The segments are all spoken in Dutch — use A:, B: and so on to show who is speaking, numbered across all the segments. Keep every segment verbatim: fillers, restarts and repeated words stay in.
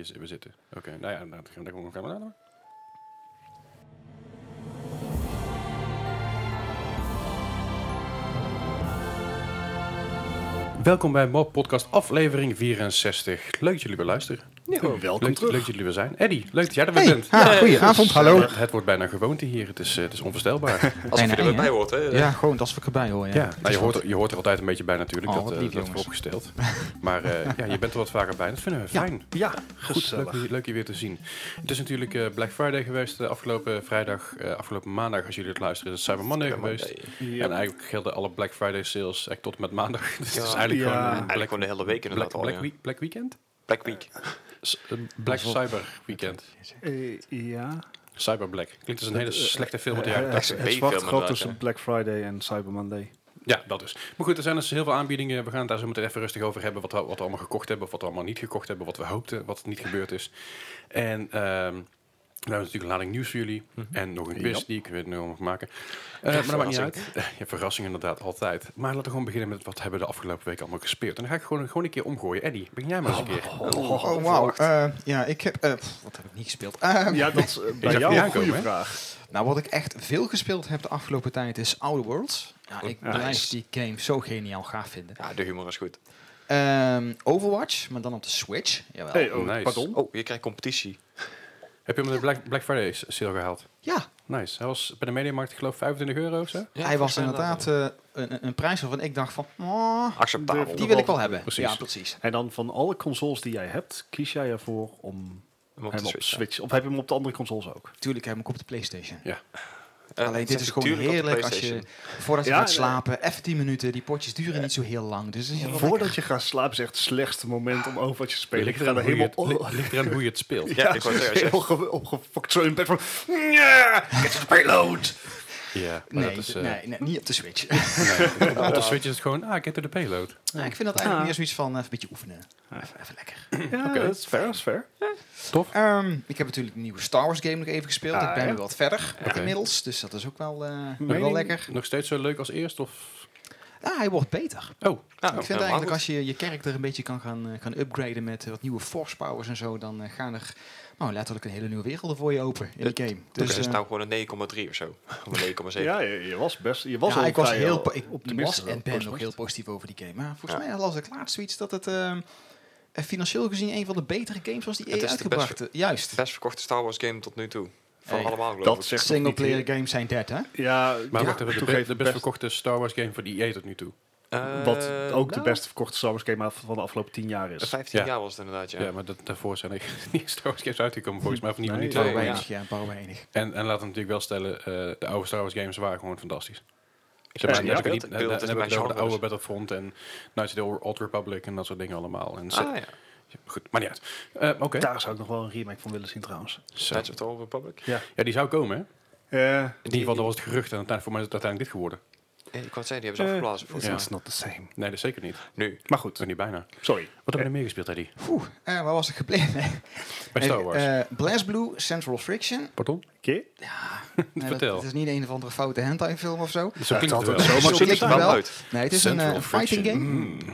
A: hier we zitten. Oké, okay. nou ja, dan gaan we gewoon gaan we naar. Welkom bij Mob Podcast aflevering vierenzestig. Leuk dat jullie weer luisteren.
B: Ja, welkom
A: leuk,
B: terug.
A: leuk dat jullie weer zijn. Eddie, leuk dat jij er weer
C: hey,
A: bent.
C: ah, goedenavond, hallo.
A: Het, het wordt bijna gewoonte hier. Het is, uh, het is onvoorstelbaar.
D: Als je er weer bij hoort, hè?
C: Ja, gewoon als ik erbij hoor. Ja,
A: ja nou, je, hoort er, je hoort er altijd een beetje bij natuurlijk.
C: Oh,
A: dat uh,
C: lief,
A: dat wordt opgesteld. Maar uh, ja, je bent er wat vaker bij. Dat vinden we fijn.
B: Ja,
A: goed. Leuk, leuk je weer te zien. Het is natuurlijk uh, Black Friday geweest de afgelopen vrijdag. Uh, afgelopen maandag, als jullie het luisteren, is het Cyber Monday
D: Cyber
A: geweest.
D: Monday.
A: Ja. En eigenlijk gelden alle Black Friday sales eigenlijk tot en met maandag. Dus
D: ja,
A: het is eigenlijk
B: ja.
A: gewoon een
D: Eigenlijk
A: Black,
D: gewoon de hele week inderdaad
A: Black,
D: al,
A: Black,
D: ja.
A: week, Black Weekend?
D: Black Week.
A: S- Black Cyber Weekend.
B: Uh, ja.
A: Cyber Black. Klinkt als een hele slechte film uit de
B: Uh,
A: jaren
B: uh,
A: tachtig.
B: Het zwart
D: B-film
B: gat tussen
D: inderdaad,
B: Black Friday en Cyber Monday.
A: Ja, dat is. Maar goed, er zijn dus heel veel aanbiedingen. We gaan het daar zo meteen even rustig over hebben. Wat we, wat we allemaal gekocht hebben, of wat we allemaal niet gekocht hebben. Wat we hoopten, wat niet gebeurd is. En um, we hebben natuurlijk een lading nieuws voor jullie. Mm-hmm. En nog een quiz
B: Yep.
A: die ik weer nu mag maken. Uh, maar dat maakt niet uit. Ja, verrassing inderdaad, altijd. Maar laten we gewoon beginnen met wat hebben we de afgelopen week allemaal gespeeld. En dan ga ik gewoon, gewoon een keer omgooien. Eddie, begin jij maar eens een keer.
C: Oh, oh, oh wauw. Uh, ja, ik heb... Uh, pff, wat heb ik niet gespeeld? Uh,
B: Ja, dat is uh, bij jou een goede vraag.
C: Nou, wat ik echt veel gespeeld heb de afgelopen tijd is Outer Worlds. Ja, ik
B: Nice.
C: blijf die game zo geniaal gaaf vinden.
D: Ja, de humor is goed.
C: Um, Overwatch, maar dan op de Switch. Jawel.
B: Hey, oh,
A: Nice.
B: pardon?
D: Oh, je krijgt competitie.
A: Heb je hem de Black, Black Friday sale gehaald?
C: Ja,
A: Nice. Hij was bij de Mediamarkt, ik geloof, vijfentwintig euro of zo.
D: Ja,
C: hij was
D: volgens mij
C: inderdaad uh, een, een prijs waarvan ik dacht van... Oh,
D: acceptabel.
C: die wil ik wel hebben.
A: Precies.
C: Ja, precies.
B: En dan van alle consoles die jij hebt, kies jij ervoor om
D: Om op
B: hem
D: de
B: op
D: Switch.
B: Switch... Of heb je hem op de andere consoles ook?
C: Tuurlijk heb ik hem op de PlayStation.
D: Uh,
C: Alleen dit is gewoon
D: natuurlijk op de
C: heerlijk als je,
D: PlayStation.
C: voordat je
B: Ja,
C: gaat
B: nee.
C: slapen, even tien minuten, die potjes duren niet zo heel lang. Dus het is wel
B: Voordat
C: lekker.
B: je gaat slapen is echt het slechtste moment om Overwatch te spelen. Ik
A: Ligt
B: ga er
A: eraan hoe je
B: helemaal
A: het- li- ligt eraan hoe je het speelt.
D: Ja, ik wou zeggen, als je-
B: heel ge- opgefokt zo in bed van... Ja, get to the payload!
A: Ja, maar
C: Nee,
A: dat is...
C: d-
A: Uh,
C: nee, nee, niet op de Switch.
A: nee. Op de Switch is het gewoon, ah, get to the payload.
C: Nou, ik vind dat eigenlijk
B: Ah.
C: meer zoiets van even een beetje oefenen. Even, even lekker.
B: Ja,
A: Oké.
B: dat is fair, dat is fair.
A: Tof.
C: Um, ik heb natuurlijk een nieuwe Star Wars game nog even gespeeld.
B: Ah,
C: ik ben
B: ja.
C: nu wat verder
A: Oké.
C: inmiddels, dus dat is ook wel, uh, wel
A: Mening?
C: lekker.
A: Nog steeds zo leuk als eerst? Of?
C: Ah, hij wordt beter.
A: Oh,
D: Nou,
C: ik vind
D: helemaal
C: eigenlijk
D: goed.
C: als je je karakter een beetje kan gaan, uh, gaan upgraden met uh, wat nieuwe force powers en zo, dan uh, gaan er nou, letterlijk een hele nieuwe wereld voor je open in die game.
D: Dus
C: Dus
D: het is
C: uh,
D: nou gewoon een negen komma drie of zo. Of een negen komma zeven.
B: Ja, je, je was best... Je was
C: ja,
B: al
C: ik was
B: vrij,
C: heel
B: uh,
C: po- ik
B: optimistisch
C: was en
B: op
C: ben
B: post
C: nog
B: was.
C: heel positief over die game. Maar volgens
D: Ja.
C: mij las ik laatst zoiets dat het uh, financieel gezien een van de betere games was die
D: Het
C: E A
D: is de
C: uitgebracht. Uh, Juist.
D: De best verkochte Star Wars game tot nu toe. Van
C: Hey,
D: allemaal geloof
B: dat
D: ik.
B: zegt toch
C: Single
B: niet
C: player
B: heel-
C: games zijn dead, hè?
B: Ja,
A: maar
B: ja,
A: wacht even, de, be-
B: toegeven,
A: de best verkochte Star Wars game voor de E A tot nu toe.
D: Eh,
B: Wat ook de
D: nou,
B: beste verkochte Star Wars game van de afgelopen tien jaar is.
D: vijftien
A: Ja.
D: jaar was het inderdaad, ja.
A: Ja, maar dat, daarvoor zijn er niet Star Wars games uitgekomen volgens mij. Of niet,
B: Nee,
A: niet
B: nee,
A: veel.
C: Bouw
B: ja.
C: weinig, ja, bouw weinig.
A: En, en laten we natuurlijk wel stellen, uh, de oude Star Wars games waren gewoon fantastisch. Zeg
D: Ja,
A: maar,
D: ja,
A: dan heb ik
D: beeld-
A: niet- dan-
D: beeld
A: dan
D: is
A: heb ik
D: mijn
A: het over de
D: genre
A: oude
D: dus.
A: Battlefront en Knights of the Old Republic en dat soort dingen allemaal. En
D: Ah ja.
A: Goed, maar niet uit. Uh, Oké.
B: Daar zou ik nog wel een remake van willen zien trouwens.
A: Zo.
D: Knights of the Old Republic.
B: Ja.
A: Ja, die zou komen, hè?
B: Uh,
A: In ieder geval, dat was het gerucht en uiteindelijk, voor mij is het uiteindelijk dit geworden.
D: Ja, ik wou het zeggen, die hebben ze afgeblazen.
B: it's,
D: Volgens
A: Ja.
B: it's not the same.
A: Nee, dat is zeker niet.
D: Nu.
B: Maar goed,
A: Nog niet bijna.
B: sorry.
A: Wat hebben we er meer gespeeld, Eddie?
C: Oeh, uh, waar was ik gebleven?
A: Bij Star Wars.
C: Uh, BlazBlue, Central Friction.
A: Pardon?
B: Oké.
C: Ja, nee,
A: Vertel.
C: dat, het is niet een of andere foute hentai film of zo.
A: Zo klinkt het
B: dat
A: wel.
B: zo
C: Zo
B: mag
C: klinkt
B: het
C: het
D: wel
C: wel.
D: uit.
C: Nee, het is een, uh,
A: Central
C: een fighting
A: Friction.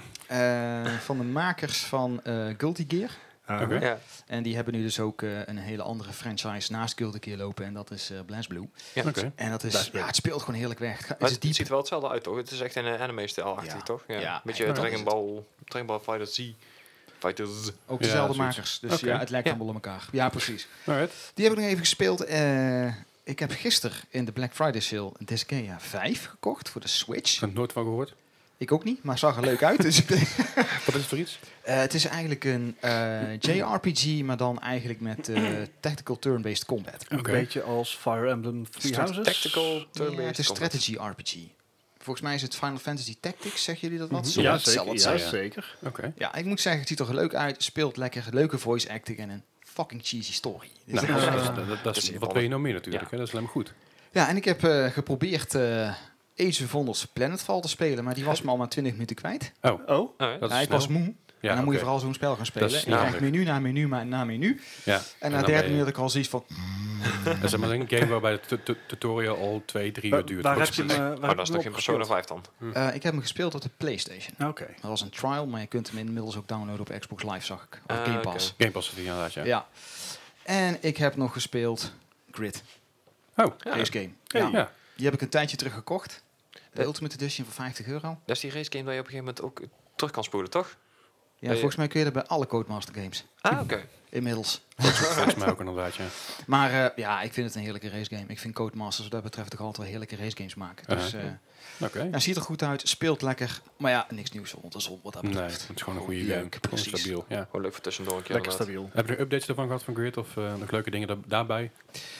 C: game
A: Mm.
C: uh, van de makers van uh, Guilty Gear.
B: Uh,
A: Oké.
D: Ja.
C: En die hebben nu dus ook uh, een hele andere franchise naast Guilty Gear lopen. En dat is uh, BlazBlue.
D: Ja.
A: Oké.
C: En dat is,
B: BlazBlue.
C: ja, het speelt gewoon heerlijk weg. Het, gaat-
D: Maar
C: het is
D: het
C: diep.
D: ziet er wel hetzelfde uit, toch? Het is echt een uh, anime-stijl-achtig,
C: Ja.
D: toch? Ja.
C: Ja.
D: Beetje
C: Ja,
D: Dragon
C: dat is
D: Ball, Dragon Ball Fighter Z. Fighters.
C: Ook
A: Ja,
C: dezelfde
A: zoiets.
C: makers. Dus
A: Oké.
C: ja, het lijkt
D: Ja.
C: allemaal op elkaar. Ja, precies.
A: Alright.
C: Die heb ik nog even gespeeld. Uh, ik heb gisteren in de Black Friday sale een Disgaea vijf gekocht voor de Switch.
A: Ik heb er nooit van gehoord.
C: Ik ook niet, maar zag er leuk uit. Dus ik-
A: Wat is het voor iets?
C: Uh, het is eigenlijk een uh, J R P G, maar dan eigenlijk met uh, tactical turn-based combat.
B: Een
A: Oké.
B: beetje als Fire Emblem Three
C: Strat-
B: Houses.
D: Tactical,
C: Ja,
D: turn-based
C: het is
D: combat.
C: strategy R P G. Volgens mij is het Final Fantasy Tactics, zeggen jullie dat wat?
A: Mhm.
C: Zo
B: Ja,
C: wat zal
B: zeker.
C: het
B: Ja,
C: zijn.
B: zeker.
A: Oké.
C: Ja, ik moet zeggen, het ziet er leuk uit, speelt lekker, leuke voice acting en een fucking cheesy story. Dus
A: Nou,
C: dat is
A: dat
C: echt-
A: is- dat- dat- dat is-
D: is in
A: wat wil je nou meer natuurlijk?
D: Ja.
A: Hè? Dat is alleen maar goed.
C: Ja, en ik heb uh, geprobeerd uh, Age of Wonders Planetfall te spelen, maar die was me al maar twintig minuten kwijt.
B: Oh,
D: Oh, ja.
A: Dat is
C: Ja, ik was
A: snel.
C: moe.
A: Ja,
C: en dan moet je
A: oké.
C: vooral zo'n spel gaan spelen.
A: Dat is
C: En je krijgt
A: snel.
C: menu na menu ma- na menu.
A: Ja.
C: En na
A: dan
C: derde
A: ben je-
C: minuut had ik al zoiets van...
A: Dat is maar een game waarbij de tu- tu- tutorial al twee, drie
B: Wa-
A: uur duurt.
B: waar
A: Ook
B: heb je hem,
A: spelen.
B: eh, waar
D: Maar
B: heb
D: dat
B: je
D: is
B: hem
D: nog
B: op
D: geen Persona
B: gespeeld?
D: vijf dan.
C: Eh, ik heb hem gespeeld op de PlayStation.
B: Oké.
C: Dat was een trial, maar je kunt hem inmiddels ook downloaden op Xbox Live, zag ik. Of
D: Ah,
C: Game
D: oké.
C: Pass.
A: Game Pass is die inderdaad, ja.
C: Ja. En ik heb nog gespeeld Grid,
A: Oh,
D: Ja,
C: race game.
B: Hey.
C: Ja.
A: ja.
C: Die heb ik een tijdje terug gekocht. De
D: Ja.
C: Ultimate Edition voor vijftig euro.
D: dat is die race game dat je op een gegeven moment ook terug kan spoelen, toch?
C: Ja,
D: Ja,
C: volgens mij kun je dat bij alle Codemaster games.
D: Ah, oké.
C: Inmiddels.
A: Volgens mij ook inderdaad, ja.
C: Maar eh, ja, ik vind het een heerlijke race game. Ik vind Codemasters wat dat betreft toch altijd wel heerlijke race games maken. Dus
A: Uh-huh.
C: eh
A: Oké.
C: ja, ziet er goed uit, speelt lekker. Maar ja, niks nieuws onder de zon wat dat
A: Nee,
C: betreft.
A: het is gewoon een goede
C: Leuk,
A: game. Gewoon
C: precies.
A: stabiel, ja.
D: Gewoon leuk voor tussendoor een keer.
B: Lekker
D: inderdaad.
B: stabiel.
A: Heb je nog updates ervan gehad van Grid of eh, nog leuke dingen da- daarbij?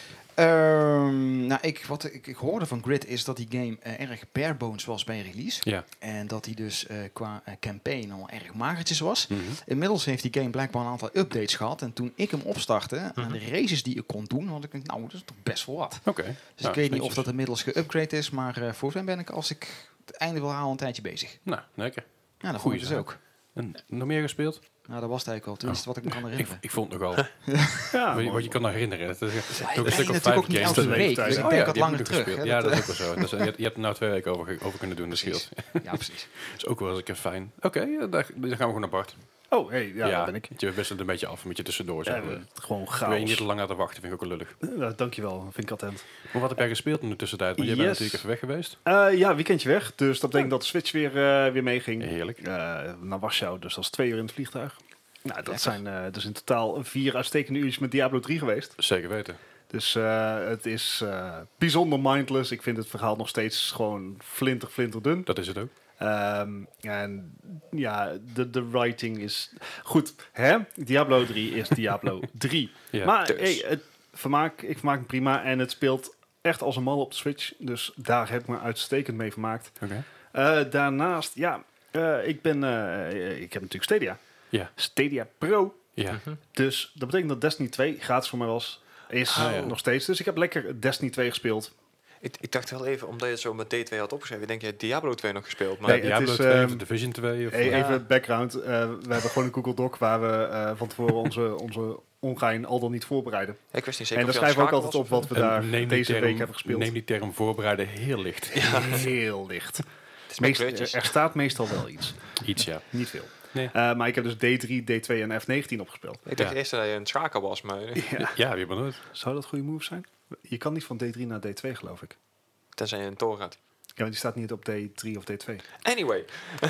C: Ehm, nou, ik, wat ik, ik hoorde van Grid is dat die game eh, erg barebones was bij release.
A: Ja.
C: En dat die dus eh, qua eh, campaign al erg magertjes was.
A: Mhm.
C: Inmiddels heeft die game blijkbaar een aantal updates gehad. En toen ik hem opstartte, aan
D: Mhm.
C: de races die ik kon doen, had ik denk, nou, dat is toch best wel wat.
A: Oké.
C: Dus
A: Nou,
C: ik weet niet
A: netjes.
C: of dat inmiddels geüpgrade is, maar eh voor mij ben ik, als ik het einde wil halen, een tijdje bezig.
A: Nou, lekker.
C: Ja, dat
A: Goeie
C: vond ik dus
A: zaak.
C: ook.
A: En nog meer gespeeld?
C: Nou, dat was het eigenlijk al. Tenminste, wat ik me kan
A: Ik,
C: herinneren.
A: ik vond het nogal.
B: Ja,
A: wat, je,
B: mooi.
A: wat je kan herinneren. Het is,
C: Ja,
A: ook
C: ik
A: een
C: ben
A: stuk of
C: natuurlijk
A: vijf
C: ook niet
A: games.
C: elke
B: de
C: week,
B: leeftijd,
C: dus ik
B: hè?
C: denk
A: ja,
C: wat
A: die heb
C: langer
A: ik nog
C: terug.
A: gespeeld.
C: hè,
A: Ja,
C: dat,
A: dat is
C: eh,
A: ook wel zo. Dat is, je, hebt- je hebt er nou twee weken over, ge- over kunnen doen, dat
C: Precies.
A: scheelt.
C: Ja, precies.
A: Dat is ook wel eens een keer fijn. Oké, eh, daar, daar gaan we gewoon naar Bart.
B: Oh, hey, ja, daar ben ik.
A: Je wisselt een beetje af, een beetje tussendoor. Zo.
B: Ja,
A: Ja,
B: eh, gewoon
A: Wil je
B: chaos.
A: niet te lang laten wachten, vind ik ook wel lullig.
B: Uh, dankjewel, vind ik attent.
A: Maar wat heb jij gespeeld in de tussentijd? Want jij bent
B: Yes.
A: natuurlijk even weg geweest.
B: Uh, ja, weekendje weg. Dus dat betekent dat de Switch weer, uh, weer meeging.
A: Heerlijk.
B: Uh, naar Warschau, dus dat is twee uur in het vliegtuig. Nou, dat
C: Lekker.
B: zijn uh, dus in totaal vier uitstekende uurtjes met Diablo drie geweest.
A: Zeker weten.
B: Dus uh, het is uh, bijzonder mindless. Ik vind het verhaal nog steeds gewoon flinter, flinter dun.
A: Dat is het ook.
B: Um, en ja, de, de writing is... Goed, hè? Diablo drie is Diablo drie.
A: Ja.
B: Maar
D: Dus.
B: hey, het vermaak, ik vermaak me prima. En het speelt echt als een mal op de Switch. Dus daar heb ik me uitstekend mee vermaakt.
A: Oké.
B: Uh, daarnaast, ja, uh, ik ben... Uh, ik heb natuurlijk Stadia.
A: Ja.
B: Stadia Pro.
A: Ja.
D: Mhm.
B: Dus dat betekent dat Destiny twee gratis voor mij was. Is
A: Ah, ja.
B: nog steeds. Dus ik heb lekker Destiny twee gespeeld.
D: Ik, ik dacht wel even, omdat je het zo met D twee had opgeschreven, ik denk jij Diablo twee nog gespeeld. Maar
B: Nee,
A: Ja,
B: het
A: Diablo
B: is,
A: twee
B: ehm,
A: of Division twee? Of,
B: Hey,
A: eh,
B: even background. Uh, we hebben gewoon een Google Doc waar we uh, van tevoren onze, onze ongein al dan niet voorbereiden.
D: ik wist niet zeker
B: En daar
D: of je aan
B: schrijven we ook
D: het
B: altijd op wat we
A: en
B: daar
A: neem die
B: deze
A: term-
B: week hebben gespeeld.
A: Neem die term voorbereiden heel licht.
B: Heel licht.
D: schakelen was. Het is met
B: Meest,
D: kleurtjes.
B: er staat meestal wel iets.
A: Iets, ja.
B: Niet veel.
A: Nee.
B: Uh, maar ik heb dus D drie, D twee en F negentien opgespeeld.
D: Ik dacht
A: Ja.
D: eerst dat je een schakel was, maar
B: Ja.
A: Ja, wie ben nooit.
B: Zou dat goede move zijn? Je kan niet van D drie naar D twee, geloof ik.
D: tenzij je een toren gaat.
B: Ja, want die staat niet op D drie of D twee.
D: Anyway,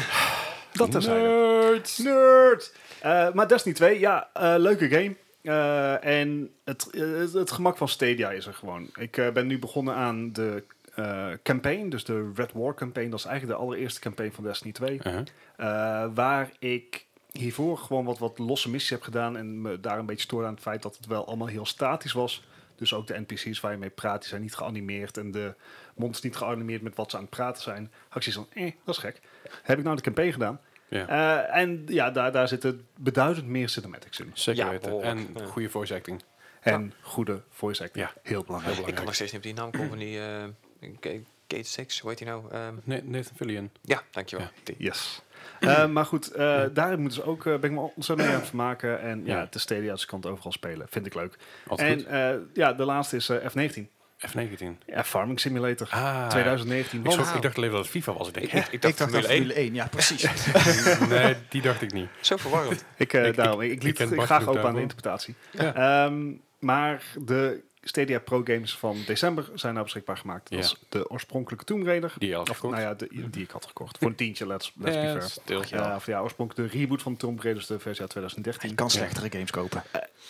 B: Dat terzijde.
A: Nerds.
B: Nerd! Uh, maar Destiny twee, ja, uh, leuke game. Uh, en het, uh, het, het gemak van Stadia is er gewoon. Ik uh, ben nu begonnen aan de uh, campaign, dus de Red War campaign. Dat is eigenlijk de allereerste campaign van Destiny twee.
A: Uh-huh.
B: Uh, waar ik hiervoor gewoon wat, wat losse missies heb gedaan en me daar een beetje stoorde aan het feit dat het wel allemaal heel statisch was. Dus ook de N P C's waar je mee praat, die zijn niet geanimeerd en de monsters niet geanimeerd met wat ze aan het praten zijn. Had ik zoiets van, eh, dat is gek. Heb ik nou de campaign gedaan?
A: Ja.
B: Uh, en ja, daar, daar zitten beduidend meer cinematics in.
A: Zeker
D: Ja,
A: weten.
D: behoorlijk,
A: En
D: ja.
A: goede voice acting.
B: En goede voice acting.
A: Ja.
B: Heel belangrijk.
A: Heel
D: ik kan nog steeds niet op die naam komen van die uh, Gate Gate six, hoe heet die nou? Um,
A: Nee, Nathan Fillion.
D: ja, dankjewel.
A: Ja.
D: Die.
B: Yes. Uh, maar goed, uh, daar moeten ze ook, uh, ben ik me ontzettend mee aan het vermaken. En ja,
A: Ja.
B: de Stadia, dus ik kan het overal spelen. Vind ik leuk.
A: Altijd
B: En
A: goed.
B: uh, ja, de laatste is uh, F negentien.
A: F negentien.
B: Ja, Farming Simulator.
A: Ah.
B: twintig negentien.
A: Ik,
B: Want-
A: schrok- ik dacht alleen dat het FIFA was. Ik denk,
D: Ik, ik, ik dacht
C: Ik dacht
D: Formule
C: aan
D: één.
C: Formule één, ja precies.
A: nee, die dacht ik niet.
D: Zo verwarrend.
B: Ik, uh,
A: Ik-
B: daarom,
A: ik-
B: ik,
A: ik
B: liet
A: ken
B: het
A: Bart
B: graag
A: genoeg
B: open aan de
A: daarvoor.
B: interpretatie.
A: Ja.
B: Um, maar de Stadia Pro games van december zijn nou beschikbaar gemaakt. Dat
A: Ja.
B: is de oorspronkelijke Tomb Raider.
A: Die je had
B: Of,
A: gekocht.
B: nou ja, de, die ik had gekocht. Voor een tientje, let's, let's
A: Ja,
B: be fair.
A: stil.
B: Ja, of ja, oorspronkelijk de reboot van Tomb Raider, dus de versie uit twintig
C: Je
B: dertien.
C: kan slechtere games kopen.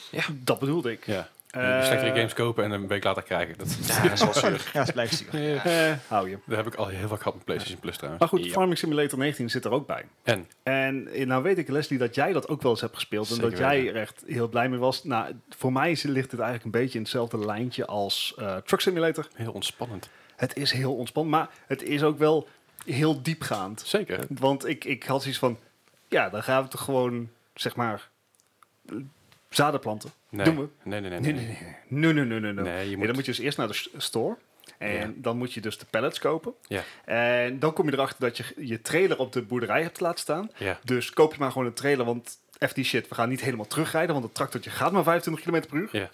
B: Dat bedoelde ik.
A: Ja.
B: Eh,
A: Slechtere games kopen en een week later krijgen. Dat,
D: Ja, dat is wel zuur.
C: Ja, het blijft stuur.
A: Ja.
B: Eh, hou je.
A: Dat heb ik al heel vaak gehad met PlayStation Plus trouwens.
B: Maar goed,
A: Ja.
B: Farming Simulator negentien zit er ook bij.
A: En?
B: En eh, nou weet ik, Leslie, dat jij dat ook wel eens hebt gespeeld. En
A: Zeker
B: dat jij
A: weten.
B: er echt heel blij mee was. Nou, voor mij ligt het eigenlijk een beetje in hetzelfde lijntje als uh, Truck Simulator.
A: Heel ontspannend.
B: Het is heel ontspannen, maar het is ook wel heel diepgaand.
A: Zeker.
B: Want ik, ik had zoiets van, ja, dan gaan we toch gewoon, zeg maar, eh, zaden planten.
A: Nee.
B: Doen we.
A: Nee, nee, nee.
B: Nee,
A: nee.
B: nee, nee. Nee, nee, nee, nee, nee.
A: Nee, je
B: Nee,
A: moet-
B: dan moet je dus eerst naar de s- store. En
A: Ja.
B: dan moet je dus de pallets kopen.
A: Ja.
B: En dan kom je erachter dat je je trailer op de boerderij hebt laten staan.
A: Ja.
B: Dus koop je maar gewoon een trailer, want F die shit, we gaan niet helemaal terugrijden, want het tractortje gaat maar vijfentwintig kilometer per uur.
A: Ja.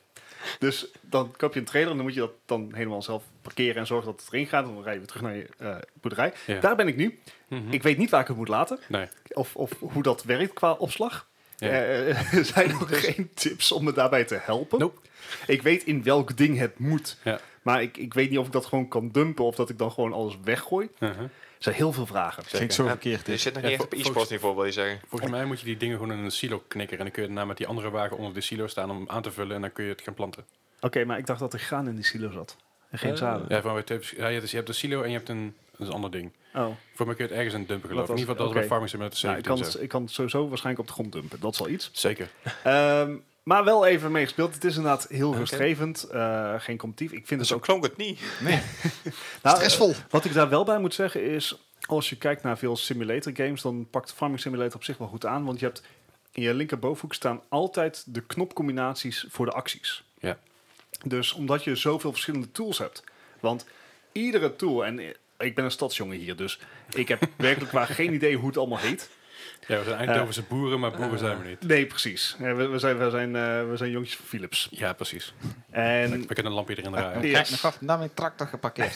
B: Dus dan koop je een trailer en dan moet je dat dan helemaal zelf parkeren en zorgen dat het erin gaat. En dan rij je weer terug naar je uh, boerderij.
A: Ja.
B: Daar ben ik nu.
A: Mhm.
B: Ik weet niet waar ik het moet laten.
A: Nee.
B: Of, of hoe dat werkt qua opslag.
A: Ja.
B: Uh, er zijn nog geen tips om me daarbij te helpen.
A: Nope.
B: Ik weet in welk ding het moet.
A: Ja.
B: Maar ik, ik weet niet of ik dat gewoon kan dumpen of dat ik dan gewoon alles weggooi.
A: Uh-huh.
B: Er zijn heel veel vragen.
C: Klinkt zo
D: Ja,
C: verkeerd.
D: Je
C: Dit.
D: zit nog
A: Ja,
D: niet echt op
A: vol-
D: e-sports niveau, wil je zeggen.
A: Volgens mij moet je die dingen gewoon in een silo knikken. En dan kun je daarna met die andere wagen onder de silo staan om aan te vullen. En dan kun je het gaan planten.
B: Oké, okay, maar ik dacht dat er graan in die silo zat. En geen
D: Uh,
B: zaden.
A: Ja, van, ja, je, hebt, je hebt een silo en je hebt een, dat is een ander ding.
B: Oh.
A: Voor mij kun je het ergens in dumpen, geloof ik.
B: Dat
A: In ieder
B: was-
A: geval, dat is bij
B: oké.
A: Farming Simulator
B: Nou, ik,
A: zeventien
B: kan,
A: zo.
B: het- ik kan het sowieso waarschijnlijk op de grond dumpen. Dat is al iets.
A: Zeker.
B: Um, maar wel even meegespeeld. Het is inderdaad heel
D: Oké.
B: rustgevend. Uh, geen competitief. Ik vind
D: Dus
B: het
D: zo
B: ook...
D: klonk het niet.
C: Nee,
B: Nou,
C: stressvol.
B: uh, wat ik daar wel bij moet zeggen is... Als je kijkt naar veel simulator games... dan pakt Farming Simulator op zich wel goed aan. Want je hebt in je linkerbovenhoek staan altijd de knopcombinaties voor de acties.
A: Ja.
B: Dus omdat je zoveel verschillende tools hebt. Want iedere tool... En ik ben een stadsjongen hier, dus ik heb werkelijk waar geen idee hoe het allemaal heet.
A: Ja, we zijn Eindhovense boeren, maar boeren zijn we niet.
B: Nee, precies. Ja, we, we, zijn, we, zijn, uh, we zijn jongetjes van Philips.
A: Ja, precies.
B: En
A: We kunnen een lampje erin draaien.
B: Ja.
C: Kijk nog af, daar ben ik tractor geparkeerd.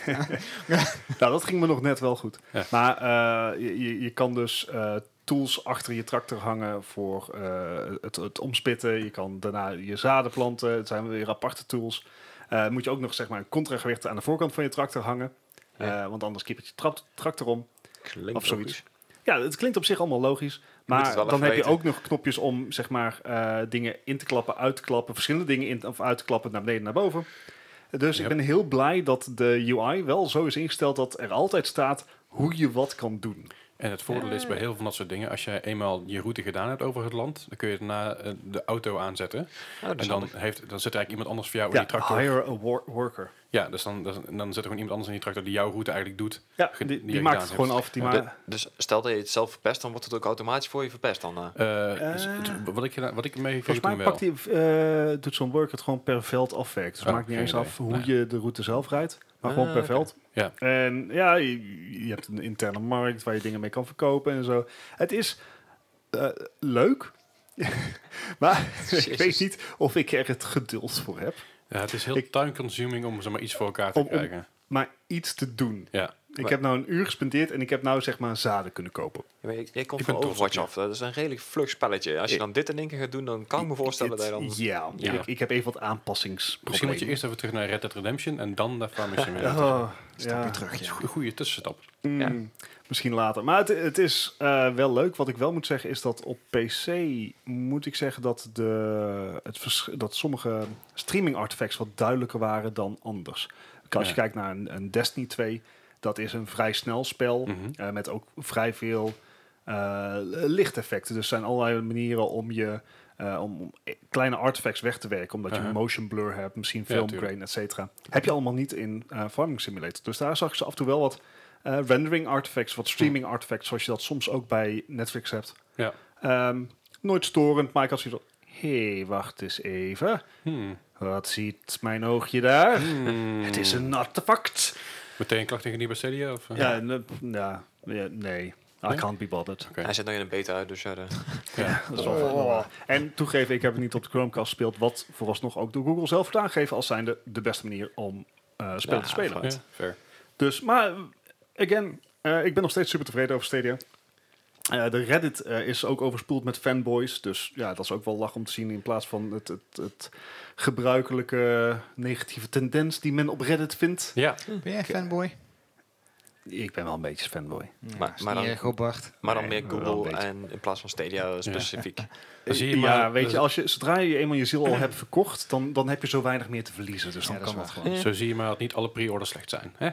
B: nou, dat ging me nog net wel goed.
A: Ja.
B: Maar uh, je, je, je kan dus uh, tools achter je tractor hangen voor uh, het, het omspitten. Je kan daarna je zaden planten. Het zijn weer aparte tools. Uh, moet je ook nog zeg maar een contragewicht aan de voorkant van je tractor hangen.
D: Ja.
B: Uh, want anders kiepert je trap, tractor om.
D: Klinkt
B: Of zoiets.
D: logisch.
B: Ja, het klinkt op zich allemaal logisch.
D: moet het
B: Maar
D: wel
B: dan
D: even
B: heb je
D: weten.
B: ook nog knopjes om zeg maar uh, dingen in te klappen, uit te klappen. Verschillende dingen in of uit te klappen, naar beneden, naar boven. Dus
A: Yep.
B: ik ben heel blij dat de U I wel zo is ingesteld dat er altijd staat hoe je wat kan doen.
A: En het voordeel is bij heel veel van dat soort dingen, als je eenmaal je route gedaan hebt over het land, dan kun je daarna uh, de auto aanzetten.
D: Oh, dat is
A: En dan,
D: handig.
A: heeft, dan zit er eigenlijk iemand anders voor jou
B: Ja,
A: in die tractor.
B: hire a wor- worker.
A: Ja, dus dan, dan, dan zit er gewoon iemand anders in die tractor die jouw route eigenlijk doet.
B: Ja,
A: Ge-
B: die,
A: die
B: die
A: je
B: maakt het
A: gedaan
B: gewoon af. Die
A: Ja.
B: ma-
D: De- dus stel dat je het zelf verpest, dan wordt het ook automatisch voor je verpest dan. eh.
A: Uh, is het- wat ik, gedaan- wat ik meegekregen
B: Volgens mij
A: toen wel.
B: pakt die, uh, doet zo'n worker het gewoon per veld afwerkt. Dus het
A: Oh,
B: maakt niet
A: geen
B: eens
A: idee.
B: af hoe
A: Nee.
B: je de route zelf rijdt. Maar
D: Ah,
B: gewoon per
D: oké.
B: veld.
A: Ja.
B: En ja, je, je hebt een interne markt waar je dingen mee kan verkopen en zo. Het is uh, leuk. maar ik
D: Jezus.
B: weet niet of ik er het geduld voor heb.
A: Ja, het is heel
B: Ik-
A: time-consuming om zeg maar, iets voor elkaar te
B: Om- om-
A: krijgen.
B: Maar iets te doen.
A: Ja.
B: Ik
A: Maar-
B: heb nou een uur gespendeerd en ik heb nou zeg maar zaden kunnen kopen.
D: Ja, maar je, je komt
A: Ik
D: van
A: ben trots
D: Overwatch
A: op
D: af. Dat is een redelijk vlug spelletje. Als je
B: Ik-
D: dan dit in één keer gaat doen, dan kan ik me voorstellen dat je dan...
B: Ja,
A: Ja.
B: Ik, ik heb even wat aanpassingsproblemen.
A: Misschien moet je eerst even terug naar Red Dead Redemption en dan naar Farming Simulator.
B: Oh,
C: Stap je
B: ja.
C: terug,
A: Dat is
C: ja.
A: een goede tussenstap.
B: Mm,
D: Ja.
B: Misschien later. Maar het, het is uh, wel leuk. Wat ik wel moet zeggen is dat op P C moet ik zeggen dat, de, het vers- dat sommige streaming artifacts wat duidelijker waren dan anders. Als je
A: Ja.
B: kijkt naar een, een Destiny twee, dat is een vrij snel spel
A: Mhm.
B: uh, met ook vrij veel uh, lichteffecten. Dus er zijn allerlei manieren om je uh, om, om kleine artifacts weg te werken, omdat je
A: Uh-huh.
B: motion blur hebt, misschien
A: Ja,
B: film
A: tuurlijk.
B: grain, et cetera. Heb je allemaal niet in uh, Farming Simulator. Dus daar zag ik ze af en toe wel wat uh, rendering artifacts, wat streaming artifacts, zoals je dat soms ook bij Netflix hebt.
A: Ja.
B: Um, nooit storend, maar ik had zoiets van, hé, hey, wacht eens even.
A: Hmm.
B: Wat ziet mijn oogje daar?
A: Hmm.
B: Het is een artefact.
A: Meteen klacht tegen die bij Stadia? Of, uh?
B: Ja, ne- ja, ja, nee. I
A: Nee?
B: can't be bothered.
A: Oké.
D: Hij zit nog in een beta, dus ja... De...
A: Ja.
B: Dat is wel fijn.
C: Oh.
B: En toegeven, ik heb het niet op de Chromecast gespeeld, wat vooralsnog ook door Google zelf wordt aangegeven als zijnde de beste manier om uh, spelen
D: Ja,
B: te spelen.
A: Ja, fair.
B: Dus, maar, again, uh, ik ben nog steeds super tevreden over Stadia. Uh, de Reddit uh, is ook overspoeld met fanboys, dus ja, dat is ook wel lach om te zien in plaats van het, het, het gebruikelijke negatieve tendens die men op Reddit vindt.
A: Ja.
C: Ben jij fanboy?
B: Ik ben wel een beetje fanboy.
C: Ja,
D: Maar-
C: is
D: maar
C: niet
D: dan-
C: erg op, Bart.
D: Maar dan
B: Nee,
D: meer
B: wel een
D: Google
B: beetje.
D: en in plaats van Stadia specifiek.
A: Dan zie je
B: ja,
A: maar-
B: weet
A: dus-
B: je, als je, zodra je eenmaal je ziel al hebt verkocht, dan, dan heb je zo weinig meer te verliezen. Dus
C: Ja,
B: dan
C: dat is
B: kan dat
C: waar.
B: gewoon.
A: Zo zie je maar dat niet alle pre-orders slecht zijn. Hè?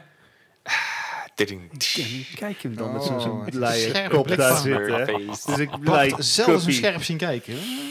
D: Tiding.
B: Kijk hem dan met
C: Oh,
B: zo'n zo'n
C: het is
B: blije
C: scherpe
B: kop
C: blik
B: daar
C: van
B: zitten. hè.
D: Face.
B: Dus ik
C: Bart,
B: blij
C: zelfs een
B: kuppie.
C: scherp zien kijken.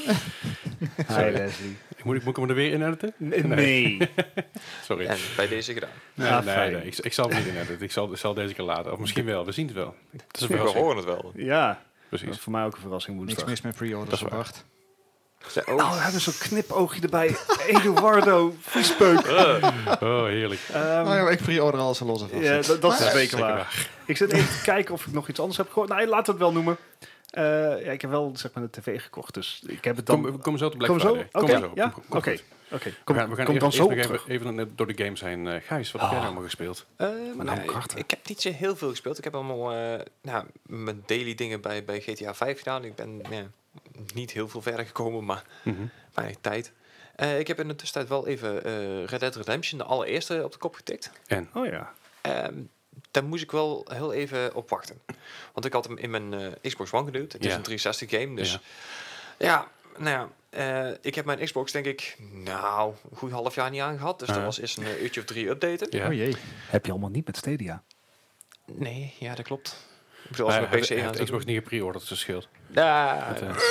B: Hi Leslie.
A: Moet ik, moet ik hem er weer in editen?
B: Nee. nee.
A: Sorry.
D: En bij deze gedaan.
A: Nee,
B: Ah,
A: nee,
B: fijn.
A: nee, ik, ik zal hem niet in editen. Ik zal, ik zal deze keer laten. Of misschien wel. We zien het wel. Het is een
D: We
A: verrassing.
D: horen het wel.
B: Ja, dat is
A: Precies.
B: voor mij ook een verrassing
C: Niks
B: woensdag.
C: mis met
A: Dat
C: pre-orders,
A: is waar.
C: Bart.
D: Ze-
B: Oh,
D: Oh,
B: we hebben zo'n knipoogje erbij. Eduardo, viespeuk.
A: Oh, heerlijk.
B: Ehm,
C: Oh ja, ik pre-order alles los en vast.
B: ja, dat, dat is
A: Ja,
B: zeker
A: zeker
B: waar. Ik zit even te kijken of ik nog iets anders heb gehoord. Nee, laten we het wel noemen. Eh, ja, ik heb wel zeg maar de tv gekocht, dus ik heb het dan...
A: Kom, we komen zo te Black
B: Kom zo?
A: Friday.
B: Oké,
A: Kom zo.
B: ja?
A: Kom- kom
B: Oké,
A: goed.
B: oké.
A: We
B: Kom,
A: gaan, we gaan
B: kom
A: eerst,
B: dan
A: eerst
B: zo
A: nog
B: terug.
A: even, even door de games heen. Uh, Gijs, wat heb jij
B: Oh.
A: nou allemaal gespeeld?
D: Uh,
B: Maar
D: nou,
B: nou,
D: ik,
B: karten.
D: ik heb niet zo heel veel gespeeld. Ik heb allemaal uh, nou, mijn daily dingen bij, bij G T A vijf gedaan. Ik ben ja, niet heel veel verder gekomen, maar
A: Mm-hmm.
D: weinig tijd. Uh, ik heb in de tussentijd wel even uh, Red Dead Redemption, de allereerste, op de kop getikt.
A: En?
B: Oh ja.
D: Um, daar moest ik wel heel even op wachten. Want ik had hem in mijn uh, Xbox One geduwd. Het
A: Ja.
D: is een driehonderdzestig game, dus...
A: Ja.
D: Ja, nou ja... Uh, ik heb mijn Xbox denk ik, nou, een goed half jaar niet aangehad. Dus
A: Uh.
D: dat was eerst een uh, uurtje of drie updaten.
A: Ja.
C: Oh jee.
B: Heb je allemaal niet met Stadia?
D: Nee, ja, dat klopt. Ik bedoel, als
A: Hij
D: ik mijn
A: heeft
D: P C
A: hij
D: aan
A: heeft
D: zou
A: Xbox
D: doen.
A: niet gepreorderd, dat is een schild.
D: Ja,
A: Dat, uh,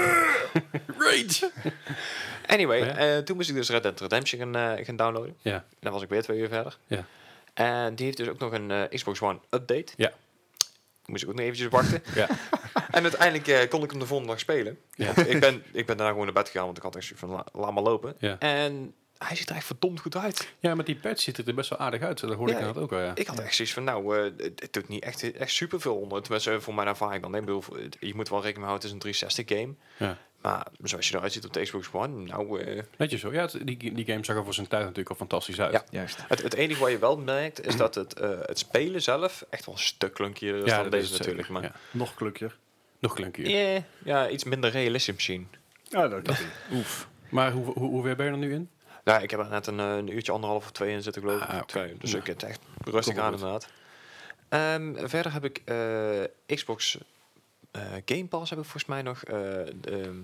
D: Rage! Anyway,
A: Oh ja?
D: uh, toen moest ik dus Red Dead Redemption gaan, uh, gaan downloaden.
A: Ja.
D: En dan was ik weer twee uur verder.
A: Ja.
D: En die heeft dus ook nog een uh, Xbox One update.
A: Ja.
D: Moest ik ook nog eventjes wachten.
A: Ja.
D: En uiteindelijk uh, kon ik hem de volgende dag spelen.
A: Ja.
D: ik, ben, ik ben daarna gewoon naar bed gegaan, want ik had echt zoiets van, la, laat maar lopen.
A: Ja.
D: En hij ziet er echt verdomd goed uit.
A: Ja, met die patch ziet het er best wel aardig uit. Dat hoorde
D: Ja,
A: ik inderdaad ook wel, ja.
D: Ik had echt zoiets van, nou, uh, het, het doet niet echt, echt superveel onder. Tenminste, voor mijn ervaring dan. Nee, ik bedoel, je moet wel rekening mee houden, het is een driehonderdzestig game.
A: Ja.
D: Maar zoals je eruit ziet op de Xbox One, nou... Uh,
A: Netjes zo. Ja, het, die, die game zag er voor zijn tijd natuurlijk al fantastisch uit.
D: Ja.
C: Juist.
D: het, het enige wat je wel merkt, is dat het, uh, het spelen zelf echt wel een stuk klunkier is
A: Ja,
D: dan
A: dat
D: deze
A: is het
D: natuurlijk.
A: zeker.
D: Maar
A: Ja.
B: Nog klukjer.
A: Nog klunkier.
D: yeah, ja, iets minder realistisch misschien.
B: Ja, dat kan.
A: Oef. Maar hoe, hoe, hoe ver ben je er nu in?
D: Nou, ik heb er net een, uh, een uurtje, anderhalf of twee in zitten geloof ik.
A: Ah, oké.
D: Twee, dus
A: Ja.
D: ik het echt rustig
A: Kom
D: aan
A: goed.
D: inderdaad. Um, verder heb ik uh, Xbox uh, Game Pass heb ik volgens mij nog... Uh, de,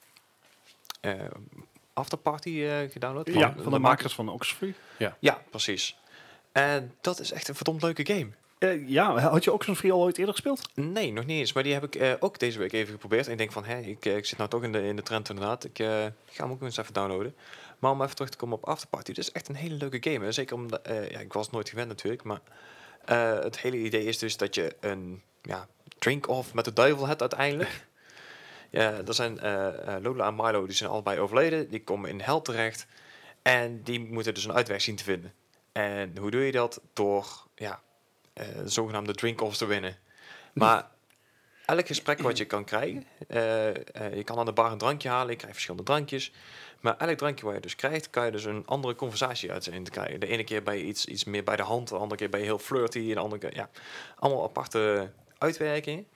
D: uh, Afterparty uh, gedownload.
B: Ja, van de,
D: makers.
B: makers van Oxfree.
D: Ja, precies. En dat is echt een verdomd leuke game.
B: Uh, ja, had je Oxfree al ooit eerder gespeeld?
D: Nee, nog niet eens. Maar die heb ik uh, ook deze week even geprobeerd. En ik denk van, hé, ik, uh, ik zit nou toch in de, in de trend inderdaad. Ik uh, ga hem ook eens even downloaden. Maar om even terug te komen op Afterparty. Het is echt een hele leuke game. Hè? Zeker omdat, uh, ja, ik was het nooit gewend natuurlijk. Maar uh, het hele idee is dus dat je een ja, drink-off met de duivel hebt uiteindelijk. Ja, er zijn uh, uh, Lola en Milo, die zijn allebei overleden. Die komen in hel terecht. En die moeten dus een uitweg zien te vinden. En hoe doe je dat? Door, ja, uh, zogenaamde drink-offs te winnen. Maar elk gesprek wat je kan krijgen, uh, uh, je kan aan de bar een drankje halen, je krijgt verschillende drankjes. Maar elk drankje wat je dus krijgt, kan je dus een andere conversatie uit zijn te krijgen. De ene keer ben je iets, iets meer bij de hand, de andere keer ben je heel flirty, de andere keer, ja, allemaal aparte uitwerkingen.